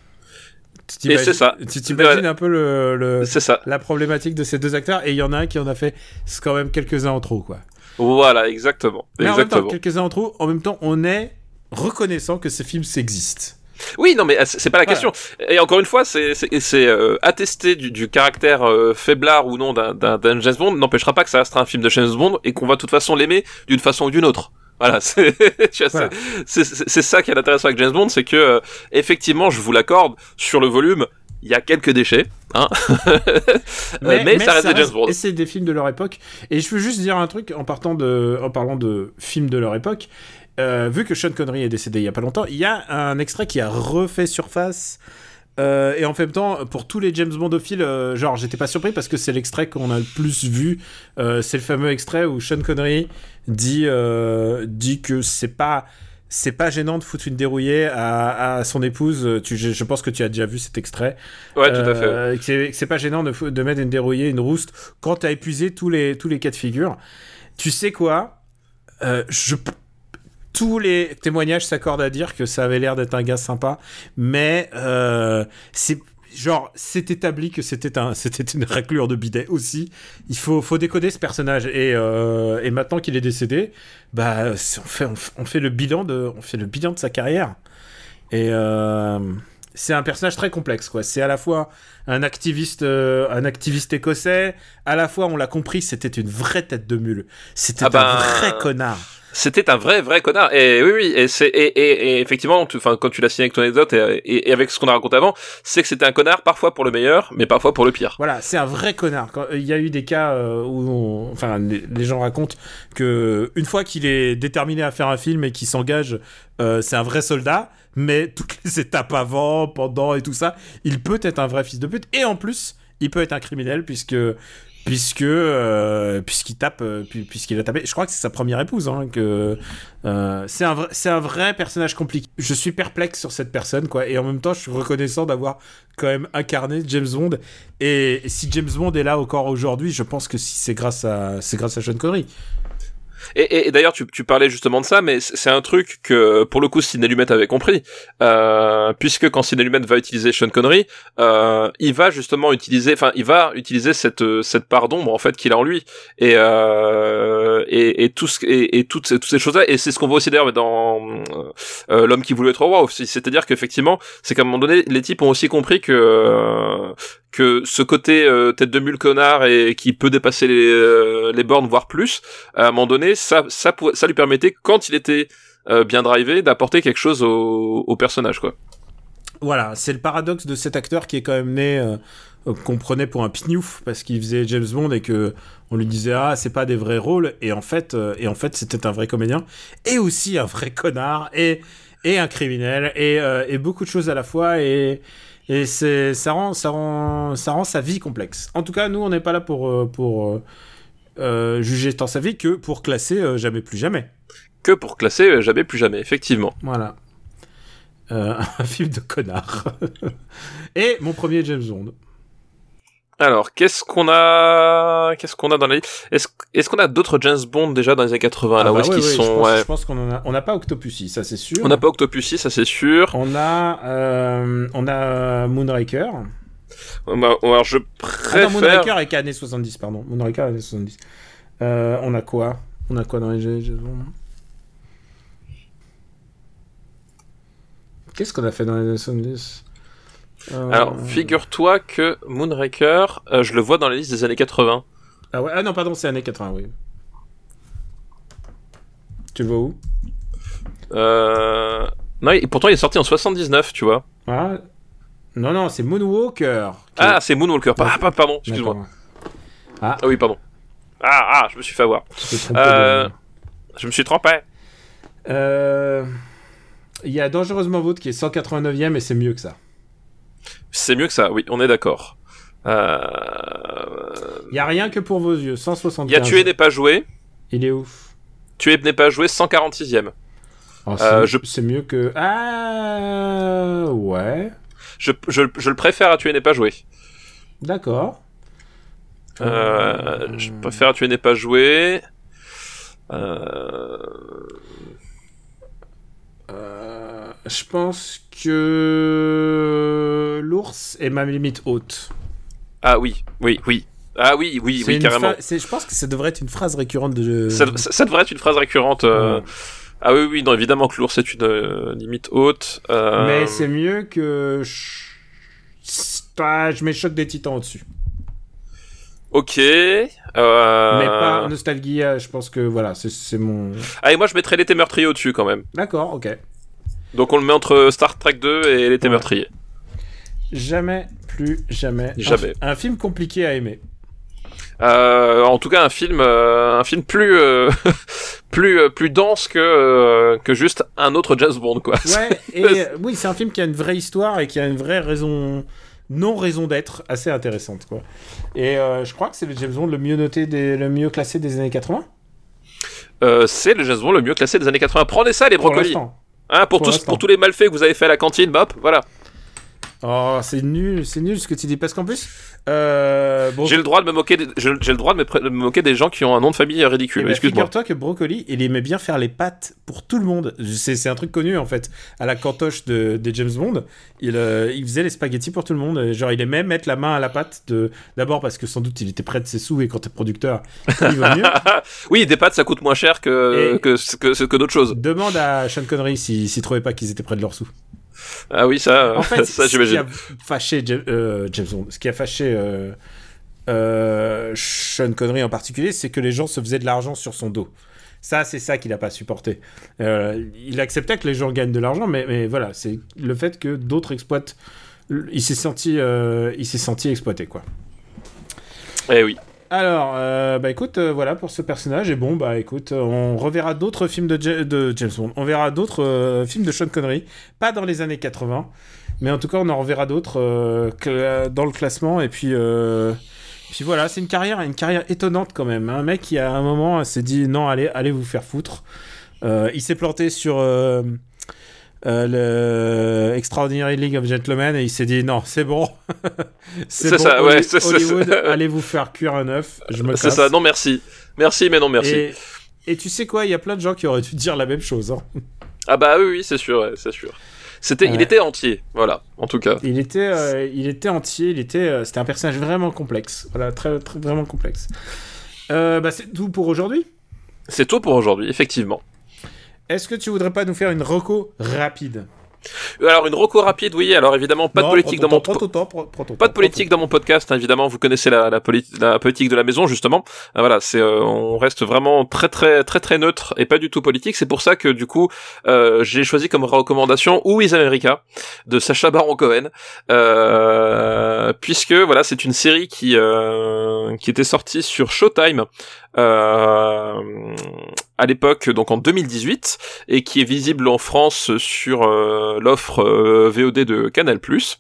Tu Et c'est ça. Tu t'imagines un peu le, le- C'est ça. la problématique de ces deux acteurs, et il y en a un qui en a fait c'est quand même quelques-uns en trop, quoi. Voilà, exactement. Mais en même temps, exactement. quelques-uns en trop, en même temps, on est reconnaissant que ces films existent. Oui, non, mais c'est c'est pas la Voilà. question. Et encore une fois, c'est c'est c'est euh, attester du, du caractère euh, faiblard ou non d'un d'un d'un James Bond n'empêchera pas que ça restera un film de James Bond et qu'on va de toute façon l'aimer d'une façon ou d'une autre. Voilà, c'est tu vois, Voilà. c'est c'est c'est ça qui est intéressant avec James Bond, c'est que euh, effectivement, je vous l'accorde, sur le volume, il y a quelques déchets, hein. mais, mais, ça reste des James Bond. Et c'est des films de leur époque. Et je veux juste dire un truc en partant de, en parlant de films de leur époque. Euh, vu que Sean Connery est décédé il y a pas longtemps, il y a un extrait qui a refait surface. Euh, et en même temps, pour tous les James Bondophiles, euh, genre, j'étais pas surpris parce que c'est l'extrait qu'on a le plus vu. Euh, c'est le fameux extrait où Sean Connery dit, euh, dit que c'est pas. c'est pas gênant de foutre une dérouillée à, à son épouse. Tu, je, je pense que tu as déjà vu cet extrait. Ouais, tout euh, à fait. Que c'est, que c'est pas gênant de, de mettre une dérouillée, une rouste, quand t'as épuisé tous les, tous les cas de figure. Tu sais quoi euh, je, tous les témoignages s'accordent à dire que ça avait l'air d'être un gars sympa, mais euh, c'est... Genre, c'est établi que c'était, un, c'était une raclure de bidet aussi. Il faut, faut décoder ce personnage. Et, euh, et maintenant qu'il est décédé, bah, on fait, on fait le bilan de, on fait le bilan de sa carrière. Et euh, c'est un personnage très complexe, quoi. C'est à la fois un activiste, euh, un activiste écossais. À la fois, on l'a compris, c'était une vraie tête de mule. C'était Ah ben... un vrai connard. C'était un vrai vrai connard et oui oui et c'est et, et, et effectivement enfin quand tu l'as signé avec ton anecdote et, et, et avec ce qu'on a raconté avant, c'est que c'était un connard parfois pour le meilleur mais parfois pour le pire. Voilà, c'est un vrai connard. Quand, il y a eu des cas euh, où on, enfin les, les gens racontent que une fois qu'il est déterminé à faire un film et qu'il s'engage, euh, c'est un vrai soldat, mais toutes les étapes avant, pendant et tout ça, il peut être un vrai fils de pute et en plus, il peut être un criminel puisque puisque euh, puisqu'il tape euh, puisqu'il a tapé, je crois que c'est sa première épouse hein, que euh, c'est un vrai c'est un vrai personnage compliqué. Je suis perplexe sur cette personne quoi, et en même temps je suis reconnaissant d'avoir quand même incarné James Bond, et, et si James Bond est là encore aujourd'hui, je pense que si c'est grâce à c'est grâce à Sean Connery. Et, et, et d'ailleurs, tu, tu parlais justement de ça, mais c'est un truc que, pour le coup, Sidney Lumet avait compris, euh, puisque quand Sidney Lumet va utiliser Sean Connery, euh, il va justement utiliser, enfin, il va utiliser cette cette part d'ombre en fait qu'il a en lui, et euh, et, et tout ce et, et toutes, toutes ces choses-là, et c'est ce qu'on voit aussi d'ailleurs dans euh, L'homme qui voulait être roi aussi, c'est-à-dire qu'effectivement, c'est qu'à un moment donné, les types ont aussi compris que euh, que ce côté euh, tête de mule connard et qui peut dépasser les euh, les bornes voire plus, à un moment donné ça ça ça lui permettait, quand il était euh, bien drivé, d'apporter quelque chose au, au personnage quoi. Voilà, c'est le paradoxe de cet acteur qui est quand même né euh, qu'on prenait pour un pignouf parce qu'il faisait James Bond et que on lui disait ah c'est pas des vrais rôles, et en fait euh, et en fait c'était un vrai comédien et aussi un vrai connard et et un criminel et euh, et beaucoup de choses à la fois, et Et c'est, ça, rend, ça, rend, ça rend sa vie complexe. En tout cas, nous, on n'est pas là pour, pour euh, juger tant sa vie que pour classer euh, Jamais plus jamais. Que pour classer euh, Jamais plus jamais, effectivement. Voilà. Euh, un film de connard. Et mon premier James Bond. Alors, qu'est-ce qu'on a, qu'est-ce qu'on a dans la liste? Est-ce, est-ce qu'on a d'autres James Bond déjà dans les années quatre-vingts, ah là, bah où est-ce ouais, qu'ils ouais, sont, je pense, ouais. je pense qu'on en a, on n'a pas Octopussy, ça c'est sûr. On n'a pas Octopussy, ça c'est sûr. On a, euh, on a Moonraker. Alors, je préfère... Ah non, Moonraker est années soixante-dix, pardon. Moonraker est années soixante-dix. Euh, on a quoi? On a quoi dans les James Bond? Qu'est-ce qu'on a fait dans les années soixante-dix? Euh... Alors, figure-toi que Moonraker, euh, je le vois dans la liste des années quatre-vingts. Ah ouais, ah non, pardon, c'est années quatre-vingts, oui. Tu le vois où? Euh... Non, et pourtant il est sorti en soixante-dix-neuf, tu vois. Ah, non, non, c'est Moonwalker. Ah, est... c'est Moonwalker. Ah, pas, pardon, excuse-moi. Ah. ah oui, pardon. Ah, ah, je me suis fait avoir. Euh... De... Je me suis trompé. Euh... Il y a Dangereusement Vôtre qui est cent quatre-vingt-neuvième et c'est mieux que ça. C'est mieux que ça, oui, on est d'accord. Euh... Il y a Rien que pour vos yeux, cent soixante-quinze. Il y a Tuer n'est pas joué. Il est où? Tuer n'est pas joué, cent quarante-sixième. Oh, c'est, euh, je... c'est mieux que... Ah... Ouais. Je, je, je le préfère à Tuer n'est pas joué. D'accord. Euh, euh... Je préfère à Tuer n'est pas joué. Euh... Euh... Je pense que... L'ours est ma limite haute. Ah oui, oui, oui. Ah oui, oui, c'est oui, carrément. Fa... C'est, je pense que ça devrait être une phrase récurrente de... Ça, ça, ça devrait être une phrase récurrente. Euh... Ouais. Ah oui, oui, non, évidemment que l'ours est une euh, limite haute. Euh... Mais c'est mieux que... Ah, je mets Choc des Titans au-dessus. Ok. Euh... Mais pas Nostalgia, je pense que voilà, c'est, c'est mon... Ah, et moi je mettrais L'été meurtrier au-dessus quand même. D'accord, ok. Donc on le met entre Star Trek deux et L'été ouais. meurtrier. Jamais, plus jamais. Jamais. Un, un film compliqué à aimer. Euh, en tout cas, un film, euh, un film plus, euh, plus, euh, plus dense que euh, que juste un autre James Bond, quoi. Ouais. Et euh, oui, c'est un film qui a une vraie histoire et qui a une vraie raison, non raison d'être, assez intéressante, quoi. Et euh, je crois que c'est le James Bond le mieux noté, des, le mieux classé des années quatre-vingts. Euh, c'est le James Bond le mieux classé des années quatre-vingts. Prenez ça, les brocolis. Pour l'instant. Hein, pour, Pour tous, l'instant. pour tous les malfaits que vous avez fait à la cantine, bah hop, voilà. Oh, c'est nul, c'est nul ce que tu dis. Parce qu'en plus, euh, bon, J'ai le droit de me moquer, des, je- j'ai le droit de me, pré- de me moquer des gens qui ont un nom de famille ridicule. eh ben, Excuse-moi. figure-toi que Brocoli, il aimait bien faire les pâtes pour tout le monde. C'est, c'est un truc connu en fait. À la cantoche de, des James Bond, il, euh, il faisait les spaghettis pour tout le monde. Genre, il aimait mettre la main à la pâte. De... D'abord parce que sans doute il était près de ses sous et quand t'es producteur, il vaut mieux. Oui, des pâtes, ça coûte moins cher que Et- que, que, que d'autres choses. Demande à Sean Connery s'il s'il trouvait pas qu'ils étaient près de leurs sous. Ah oui, ça, En fait, ça ce qui j'imagine. a fâché James, euh, James Bond, ce qui a fâché euh, euh, Sean Connery en particulier, c'est que les gens se faisaient de l'argent sur son dos. Ça, c'est ça qu'il n'a pas supporté. Euh, il acceptait que les gens gagnent de l'argent, mais, mais voilà, c'est le fait que d'autres exploitent. Il s'est senti, euh, il s'est senti exploité, quoi. Eh oui. Alors, euh, bah écoute, euh, voilà pour ce personnage. Et bon, bah écoute, on reverra d'autres films de, Ja- de James Bond. On verra d'autres euh, films de Sean Connery. Pas dans les années quatre-vingts, mais en tout cas, on en reverra d'autres euh, que- dans le classement. Et puis, euh, puis voilà, c'est une carrière, une carrière étonnante quand même. Un mec qui, à un moment, s'est dit non, allez, allez vous faire foutre. Euh, il s'est planté sur euh, euh, le Extraordinary League of Gentlemen et il s'est dit non, c'est bon. c'est, C'est bon, ça, ouais, Holly- c'est- c'est- Hollywood, c'est- allez vous faire cuire un œuf. Je me C'est casse. ça. Non, merci. Merci, mais non, merci. Et, et tu sais quoi, il y a plein de gens qui auraient dû dire la même chose. Hein. Ah bah oui, oui, c'est sûr, ouais, c'est sûr. C'était, Ouais. il était entier, voilà, en tout cas. Il était, euh, il était entier, il était, euh, c'était un personnage vraiment complexe. Voilà, très, très vraiment complexe. Euh, bah, c'est tout pour aujourd'hui. C'est tout pour aujourd'hui, effectivement. Est-ce que tu voudrais pas nous faire une reco rapide? Alors une reco rapide, oui. Alors évidemment, pas de Non, politique prends dans ton mon temps, prends ton temps, prends- prends ton pas temps, de politique dans mon podcast, hein, évidemment. Vous connaissez la, la, poli- la politique de la maison, justement. Ah, voilà, c'est, euh, on reste vraiment très très très très neutre et pas du tout politique. C'est pour ça que du coup, euh, j'ai choisi comme recommandation Who is America de Sacha Baron Cohen, euh, puisque voilà, c'est une série qui euh, qui était sortie sur Showtime. Euh, à l'époque, donc en deux mille dix-huit, et qui est visible en France sur euh, l'offre euh, V O D de Canal+.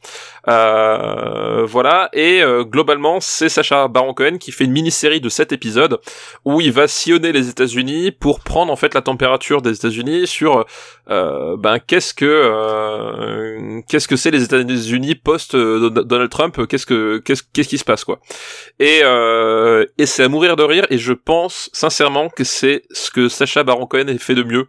Euh, voilà, et euh, globalement, c'est Sacha Baron Cohen qui fait une mini-série de sept épisodes où il va sillonner les États-Unis pour prendre en fait la température des États-Unis sur euh, ben qu'est-ce que euh, qu'est-ce que c'est les États-Unis post euh, Donald Trump, qu'est-ce que qu'est-ce qu'est-ce qui se passe quoi. Et euh, et c'est à mourir de rire, et je pense sincèrement que c'est ce que Sacha Baron Cohen a fait de mieux.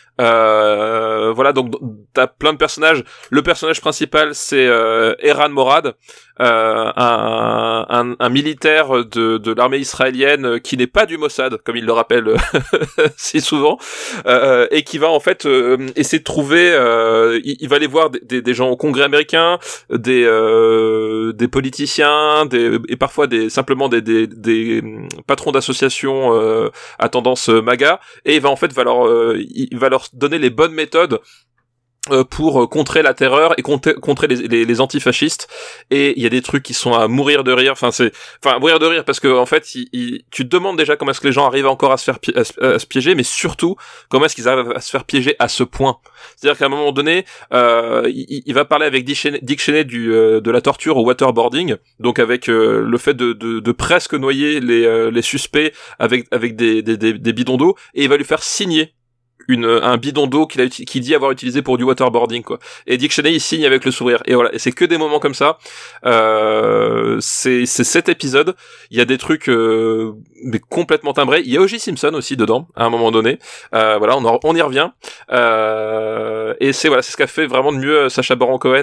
Euh, voilà, donc t'as plein de personnages. Le personnage principal, c'est euh, Eran Morad, euh, un, un, un militaire de, de l'armée israélienne qui n'est pas du Mossad, comme il le rappelle si souvent, euh, et qui va en fait euh, essayer de trouver. Euh, il, il va aller voir des, des, des gens au Congrès américain, des euh, des politiciens, des, et parfois des simplement des, des, des patrons d'associations euh, à tendance MAGA, et il va en fait va leur euh, il va leur donner les bonnes méthodes euh, pour contrer la terreur et contrer, contrer les, les, les antifascistes. Et il y a des trucs qui sont à mourir de rire. Enfin, c'est, enfin, à mourir de rire parce que en fait, il, il, tu te demandes déjà comment est-ce que les gens arrivent encore à se faire pi- à, se, à se piéger, mais surtout comment est-ce qu'ils arrivent à se faire piéger à ce point. C'est-à-dire qu'à un moment donné, euh, il, il va parler avec Dick Cheney, Dick Cheney du euh, de la torture au waterboarding, donc avec euh, le fait de, de, de presque noyer les, euh, les suspects avec avec des, des, des, des bidons d'eau, et il va lui faire signer une un bidon d'eau qu'il a uti- qu'il dit avoir utilisé pour du waterboarding quoi. Et Dick Cheney il signe avec le sourire, et voilà, et c'est que des moments comme ça. Euh, c'est c'est sept épisodes, il y a des trucs euh, mais complètement timbrés. Il y a O J Simpson aussi dedans à un moment donné. Euh, voilà, on en, on y revient. Euh, et c'est voilà, c'est ce qu'a fait vraiment de mieux Sacha Baron Cohen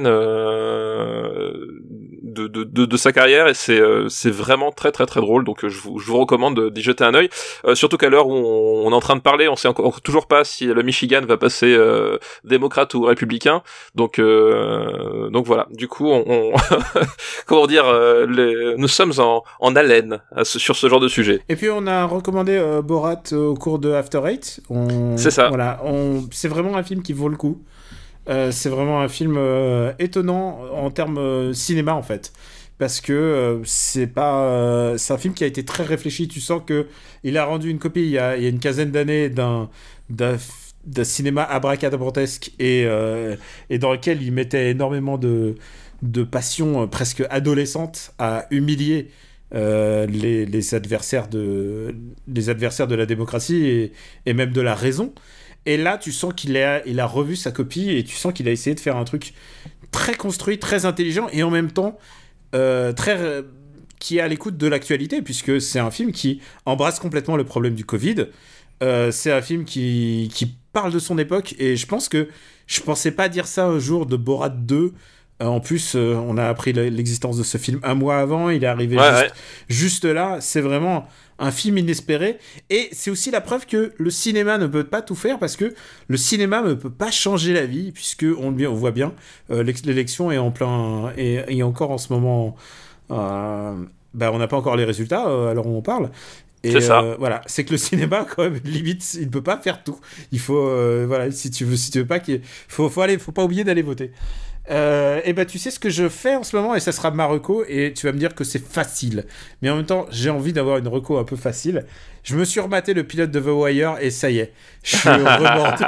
euh, de, de de de sa carrière, et c'est euh, c'est vraiment très très très drôle. Donc je vous je vous recommande d'y jeter un œil. Euh, surtout qu'à l'heure où on, on est en train de parler, on sait encore toujours pas si le Michigan va passer euh, démocrate ou républicain. Donc euh, donc voilà. Du coup, on, on comment dire, euh, les, nous sommes en en haleine à ce, sur ce genre de sujet. Et puis on a recommandé euh, Borat euh, au cours de After Eight. On... C'est ça. Voilà, on... c'est vraiment un film qui vaut le coup. Euh, c'est vraiment un film euh, étonnant en termes euh, cinéma en fait, parce que euh, c'est pas, euh, c'est un film qui a été très réfléchi. Tu sens que il a rendu une copie il y a, il y a une quinzaine d'années d'un d'un, d'un cinéma abracadabrantesque et euh, et dans lequel il mettait énormément de de passion euh, presque adolescente à humilier Euh, les, les adversaires de les adversaires de la démocratie et, et même de la raison. Et là, tu sens qu'il a, il a revu sa copie et tu sens qu'il a essayé de faire un truc très construit, très intelligent et en même temps euh, très euh, qui est à l'écoute de l'actualité, puisque c'est un film qui embrasse complètement le problème du Covid. Euh, c'est un film qui, qui parle de son époque et je pense que je pensais pas dire ça un jour de Borat deux. Euh, en plus, euh, on a appris l'existence de ce film un mois avant, il est arrivé ouais, juste, ouais. juste là. C'est vraiment un film inespéré et c'est aussi la preuve que le cinéma ne peut pas tout faire, parce que le cinéma ne peut pas changer la vie, puisque on, on voit bien euh, l'élection est en plein et, et encore en ce moment euh, bah, on n'a pas encore les résultats euh, alors on en parle. Et c'est ça. Euh, voilà, c'est que le cinéma quand même limite, il ne peut pas faire tout. Il faut euh, voilà, si tu veux si tu veux pas qu'il faut faut aller faut pas oublier d'aller voter. Euh, et ben tu sais ce que je fais en ce moment, et ça sera ma reco, et tu vas me dire que c'est facile, mais en même temps j'ai envie d'avoir une reco un peu facile. Je me suis rematé le pilote de The Wire et ça y est, je suis remordu.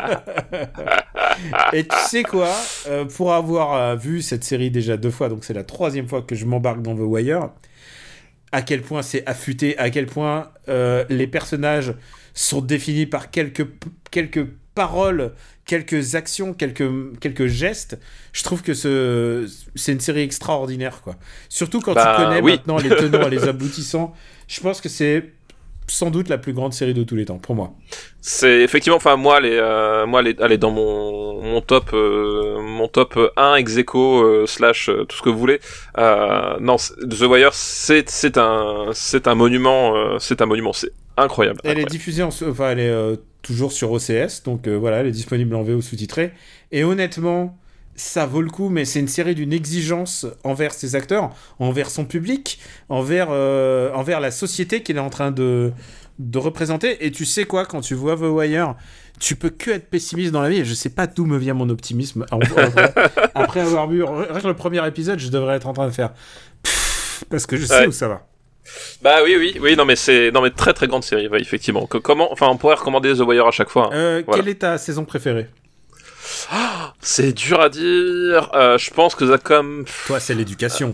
Et tu sais quoi, euh, pour avoir euh, vu cette série déjà deux fois, donc c'est la troisième fois que je m'embarque dans The Wire, à quel point c'est affûté, à quel point euh, les personnages sont définis par quelques, quelques paroles, quelques actions, quelques, quelques gestes. Je trouve que ce, c'est une série extraordinaire, quoi. Surtout quand bah, tu connais oui. maintenant les tenants et les aboutissants. Je pense que c'est sans doute la plus grande série de tous les temps, pour moi. C'est effectivement, enfin moi, les, euh, moi, les, allez dans mon mon top, euh, mon top un ex aequo euh, slash euh, tout ce que vous voulez. Euh, non, The Wire, c'est c'est un c'est un monument, euh, c'est un monument, c'est incroyable. Elle incroyable. est diffusée, en, enfin elle est euh, toujours sur O C S, donc euh, voilà, elle est disponible en V O sous-titré. Et honnêtement, ça vaut le coup, mais c'est une série d'une exigence envers ses acteurs, envers son public, envers, euh, envers la société qu'il est en train de, de représenter. Et tu sais quoi, quand tu vois The Wire, tu peux que être pessimiste dans la vie. Et je sais pas d'où me vient mon optimisme. En, en vrai, après avoir vu le premier épisode, je devrais être en train de faire pfff, parce que je sais ouais. où ça va. Bah oui, oui, oui, non mais c'est, non mais très très grande série, ouais, effectivement. Que, comment, enfin, on pourrait recommander The Wire à chaque fois. Hein. Euh, voilà. Quelle est ta saison préférée? Oh, c'est dur à dire. Euh, je pense que ça comme. Toi, c'est l'éducation.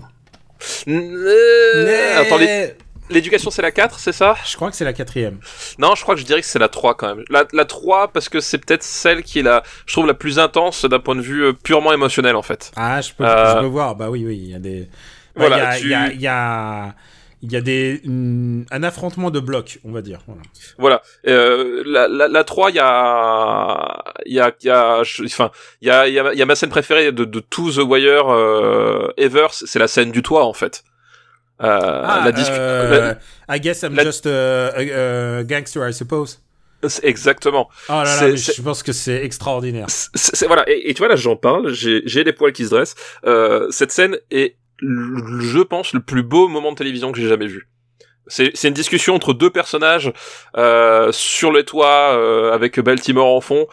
Euh... Mais... Attends, l'é... l'éducation c'est la quatre, c'est ça? Je crois que c'est la quatrième. Non, je crois que je dirais que c'est la trois quand même. La, la trois parce que c'est peut-être celle qui est la, je trouve la plus intense d'un point de vue purement émotionnel en fait. Ah, je peux, euh... je peux voir. Bah oui, oui, il y a des. Bah, voilà, il y a, tu... il y a, il y a... Il y a des, mm, un affrontement de blocs, on va dire. Voilà. Voilà. Euh, la, la, la trois, il y a, il y a, il y a, enfin, il y a, il y a, il y a ma scène préférée de, de tout The Wire euh, ever, c'est la scène du toit en fait. Euh, ah, la discu- euh, la... I guess I'm la... just a, a, a gangster, I suppose. C'est exactement. Oh là là, c'est, mais c'est... je pense que c'est extraordinaire. C'est, c'est, voilà. Et, et tu vois là, j'en parle, j'ai, j'ai les poils qui se dressent. Euh, cette scène est je pense le plus beau moment de télévision que j'ai jamais vu. C'est, c'est une discussion entre deux personnages euh, sur les toits euh, avec Baltimore en fond.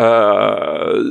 Euh,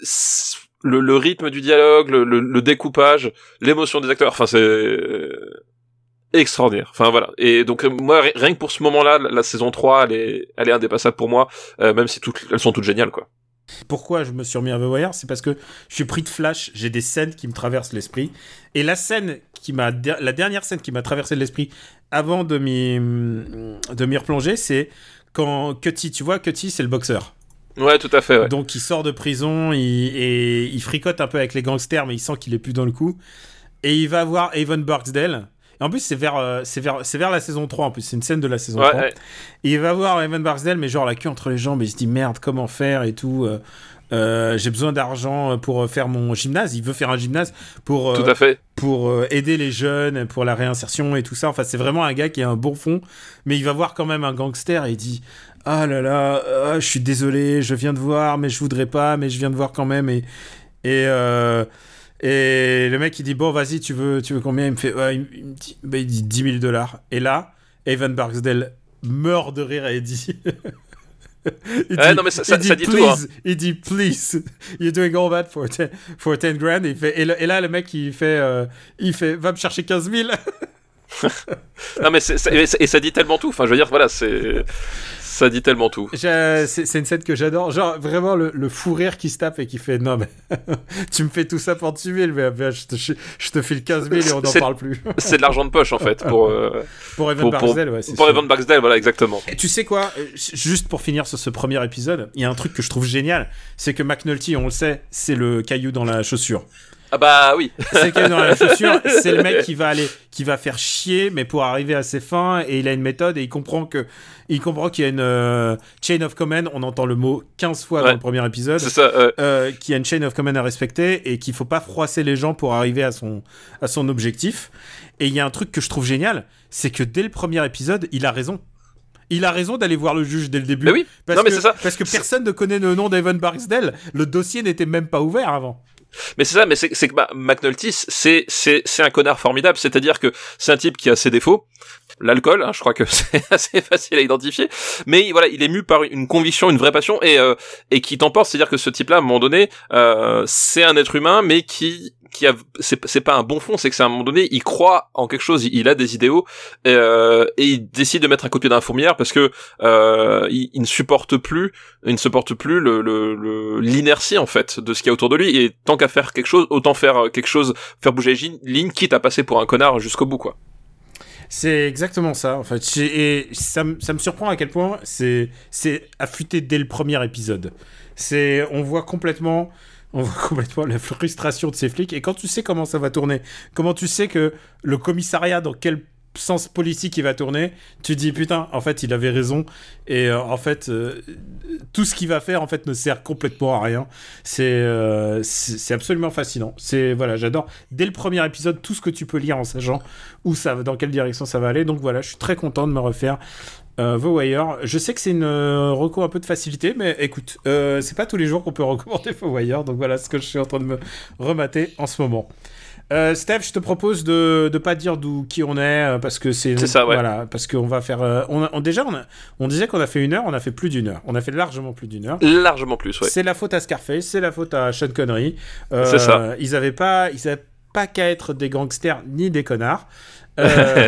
le, le rythme du dialogue, le, le, le découpage, l'émotion des acteurs. Enfin, c'est extraordinaire. Enfin voilà. Et donc moi, rien que pour ce moment-là, la, la saison trois, elle est, elle est indépassable pour moi, euh, même si toutes, elles sont toutes géniales, quoi. Pourquoi je me suis remis à The Wire, c'est parce que je suis pris de flash, j'ai des scènes qui me traversent l'esprit, et la scène qui m'a, la dernière scène qui m'a traversé l'esprit avant de m'y, de m'y replonger, c'est quand Cutty, tu vois, Cutty c'est le boxeur. Ouais, tout à fait. Ouais. Donc il sort de prison, il, et il fricote un peu avec les gangsters, mais il sent qu'il est plus dans le coup, et il va voir Evan Barksdale. Et en plus, c'est vers, euh, c'est, vers, c'est vers la saison trois, en plus. C'est une scène de la saison ouais, trois. Ouais. Et il va voir Evan Barksdale, mais genre la queue entre les jambes, et il se dit merde, comment faire et tout. Euh, euh, j'ai besoin d'argent pour faire mon gymnase. Il veut faire un gymnase pour, euh, tout à fait. pour euh, aider les jeunes, pour la réinsertion et tout ça. Enfin, c'est vraiment un gars qui a un bon fond, mais il va voir quand même un gangster et il dit ah là là, euh, je suis désolé, je viens de voir, mais je voudrais pas, mais je viens de voir quand même. Et. et euh, Et le mec il dit bon vas-y tu veux tu veux combien, il me fait ouais, il, il me dit bah, il dit dix mille dollars et là Evan Barksdale meurt de rire et il dit il ouais, dit, non mais ça, ça, il dit, ça dit please, tout hein. Il dit please you're doing all that for ten, for ten grand et, il fait, et, le, et là le mec il fait euh, il fait va me chercher quinze mille. Non mais c'est, c'est, et ça dit tellement tout, enfin je veux dire voilà c'est Ça dit tellement tout. C'est, c'est une scène que j'adore. Genre, vraiment, le, le fou rire qui se tape et qui fait « Non, mais tu me fais tout ça pour dix mille, mais, mais je, te, je te file quinze mille et on n'en parle plus. » C'est de l'argent de poche, en fait, pour... Euh, pour Evan Barksdale, ouais. Pour Evan Barksdale, voilà, exactement. Et tu sais quoi, juste pour finir sur ce premier épisode, il y a un truc que je trouve génial, c'est que McNulty, on le sait, c'est le caillou dans la chaussure. Ah bah oui. C'est le caillou dans la chaussure, c'est le mec qui va aller, qui va faire chier, mais pour arriver à ses fins, et il a une méthode, et il comprend que, il comprend qu'il y a une euh, chain of command, on entend le mot quinze fois ouais. dans le premier épisode, c'est ça, ouais. euh, qu'il y a une chain of command à respecter, et qu'il faut pas froisser les gens pour arriver à son, à son objectif. Et il y a un truc que je trouve génial, c'est que dès le premier épisode, il a raison. Il a raison d'aller voir le juge dès le début. Mais oui, parce non, que, mais c'est ça. Parce que personne ne connaît le nom d'Evan Barksdale. Le dossier n'était même pas ouvert avant. Mais c'est ça, mais c'est, c'est que bah, McNulty, c'est, c'est, c'est un connard formidable. C'est-à-dire que c'est un type qui a ses défauts. L'alcool, hein, je crois que c'est assez facile à identifier. Mais voilà, il est mu par une conviction, une vraie passion, et euh, et qui t'emporte. C'est-à-dire que ce type-là, à un moment donné, euh, c'est un être humain, mais qui qui a, c'est, c'est pas un bon fond, c'est que c'est à un moment donné, il croit en quelque chose, il, il a des idéaux, euh, et il décide de mettre un coup de pied dans la fourmilière parce que euh, il, il ne supporte plus, il ne supporte plus le, le, le l'inertie en fait de ce qu'il y a autour de lui, et tant qu'à faire quelque chose, autant faire quelque chose, faire bouger les lignes, quitte à passer pour un connard jusqu'au bout, quoi. C'est exactement ça, en fait. Et ça, ça me surprend à quel point c'est, c'est affûté dès le premier épisode. C'est, on voit complètement... On voit complètement la frustration de ces flics. Et quand tu sais comment ça va tourner, comment tu sais que le commissariat, dans quel sens politique il va tourner, tu te dis putain, en fait, il avait raison. Et euh, en fait, euh, tout ce qu'il va faire, en fait, ne sert complètement à rien. C'est, euh, c'est, c'est absolument fascinant. C'est, voilà, j'adore. Dès le premier épisode, tout ce que tu peux lire en sachant où ça, dans quelle direction ça va aller. Donc voilà, je suis très content de me refaire Euh, The Wire. Je sais que c'est une euh, reco un peu de facilité, mais écoute, euh, c'est pas tous les jours qu'on peut recommander The Wire, donc voilà ce que je suis en train de me remater en ce moment. Euh, Steph, je te propose de de pas dire d'où qui on est euh, parce que c'est, c'est ça, ouais. Voilà, parce qu'on va faire. Euh, on, a, on déjà on, a, on disait qu'on a fait une heure, on a fait plus d'une heure, on a fait largement plus d'une heure. Largement plus, ouais. C'est la faute à Scarface, c'est la faute à Sean Connery. Euh, c'est ça. Ils avaient pas, ils avaient pas qu'à être des gangsters ni des connards. Euh...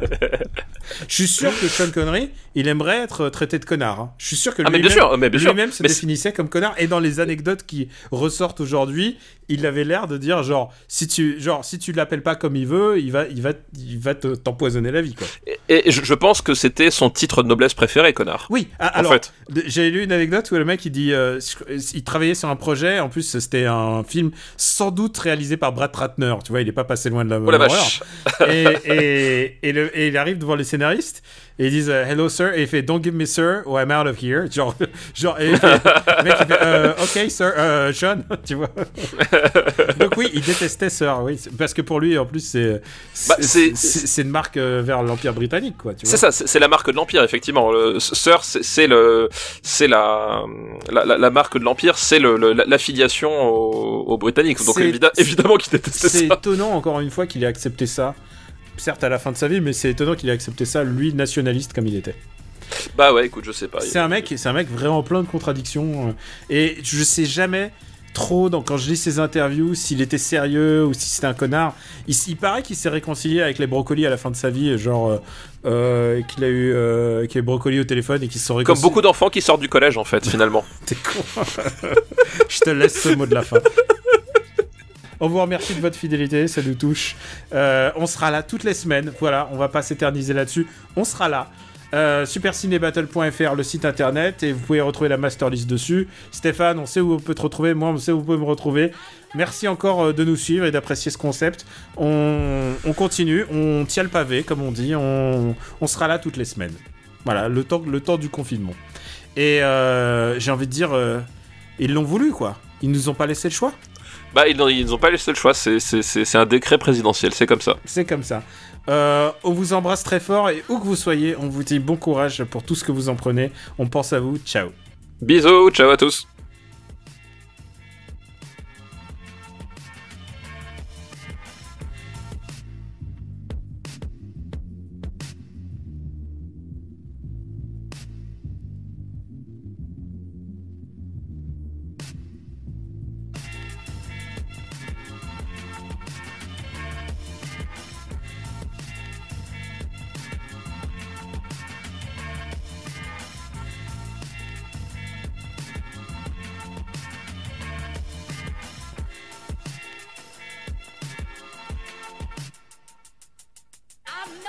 je suis sûr que Sean Connery, il aimerait être traité de connard. Hein. Je suis sûr que ah, lui-même, mais bien sûr, mais bien lui-même sûr. se mais définissait c'est... comme connard. Et dans les anecdotes qui ressortent aujourd'hui, il avait l'air de dire genre si tu genre si tu l'appelles pas comme il veut, il va il va il va te, t'empoisonner la vie quoi. Et, et je pense que c'était son titre de noblesse préféré, connard. Oui. Ah, alors, en fait. J'ai lu une anecdote où le mec il dit euh, il travaillait sur un projet. En plus, c'était un film sans doute réalisé par Brad Ratner. Tu vois, il est pas passé loin de la. Oh la vache. Et, et, et, le, et il arrive devant les scénaristes et ils disent uh, hello sir, et il fait don't give me sir or I'm out of here, genre, genre et il fait, le mec il fait uh, ok sir uh, Sean, tu vois. Donc oui, il détestait sir, oui, parce que pour lui en plus c'est c'est, bah, c'est, c'est, c'est une marque vers l'Empire britannique quoi, tu vois. C'est ça, c'est, c'est la marque de l'Empire effectivement. Le sir c'est, c'est le c'est la la, la la marque de l'Empire, c'est le, le l'affiliation aux, aux Britanniques, donc évi- évidemment qu'il détestait c'est ça. C'est étonnant encore une fois qu'il ait accepté ça. Certes à la fin de sa vie, mais c'est étonnant qu'il ait accepté ça, lui, nationaliste comme il était. Bah ouais, écoute, je sais pas. C'est un mec, c'est un mec vraiment plein de contradictions. Et je sais jamais trop, donc, quand je lis ses interviews, s'il était sérieux ou si c'était un connard. Il, il paraît qu'il s'est réconcilié avec les brocolis à la fin de sa vie, genre euh, qu'il a eu euh, qu'il a eu brocoli au téléphone et qu'ils se sont réconciliés. Comme beaucoup d'enfants qui sortent du collège en fait, finalement. T'es con. Je te laisse ce mot de la fin. On vous remercie de votre fidélité, ça nous touche. Euh, on sera là toutes les semaines. Voilà, on va pas s'éterniser là-dessus. On sera là. Euh, super ciné battle point f r, le site internet, et vous pouvez retrouver la masterlist dessus. Stéphane, on sait où on peut te retrouver. Moi, on sait où vous pouvez me retrouver. Merci encore de nous suivre et d'apprécier ce concept. On, on continue, on tient le pavé, comme on dit. On, on sera là toutes les semaines. Voilà, le temps, le temps du confinement. Et euh, j'ai envie de dire, euh, ils l'ont voulu, quoi. Ils nous ont pas laissé le choix. Bah, ils n'ont, ils n'ont pas laissé le choix, c'est, c'est, c'est, c'est un décret présidentiel, c'est comme ça. C'est comme ça. Euh, on vous embrasse très fort et où que vous soyez, on vous dit bon courage pour tout ce que vous en prenez. On pense à vous, ciao. Bisous, ciao à tous.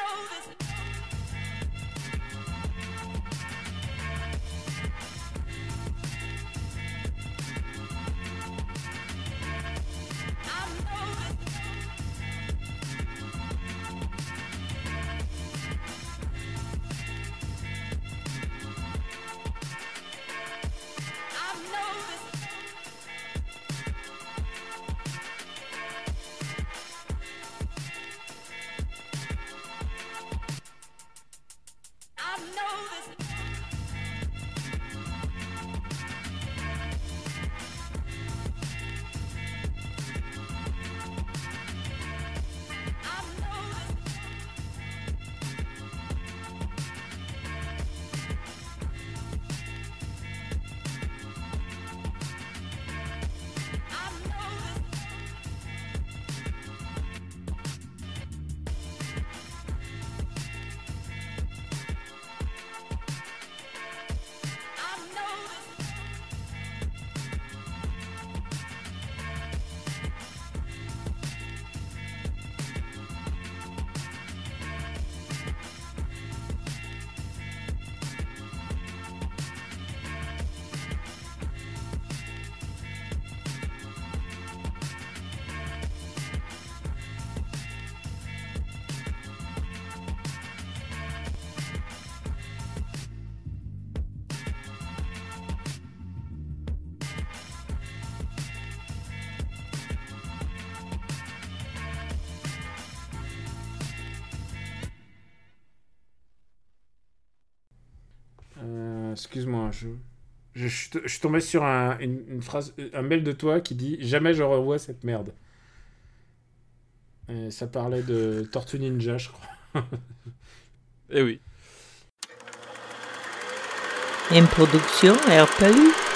Euh, excuse-moi, je, je, je, je suis tombé sur un, une, une phrase, un mail de toi qui dit « Jamais je revois cette merde ». Et ça parlait de Tortue Ninja, je crois. Eh oui. Une production R P U.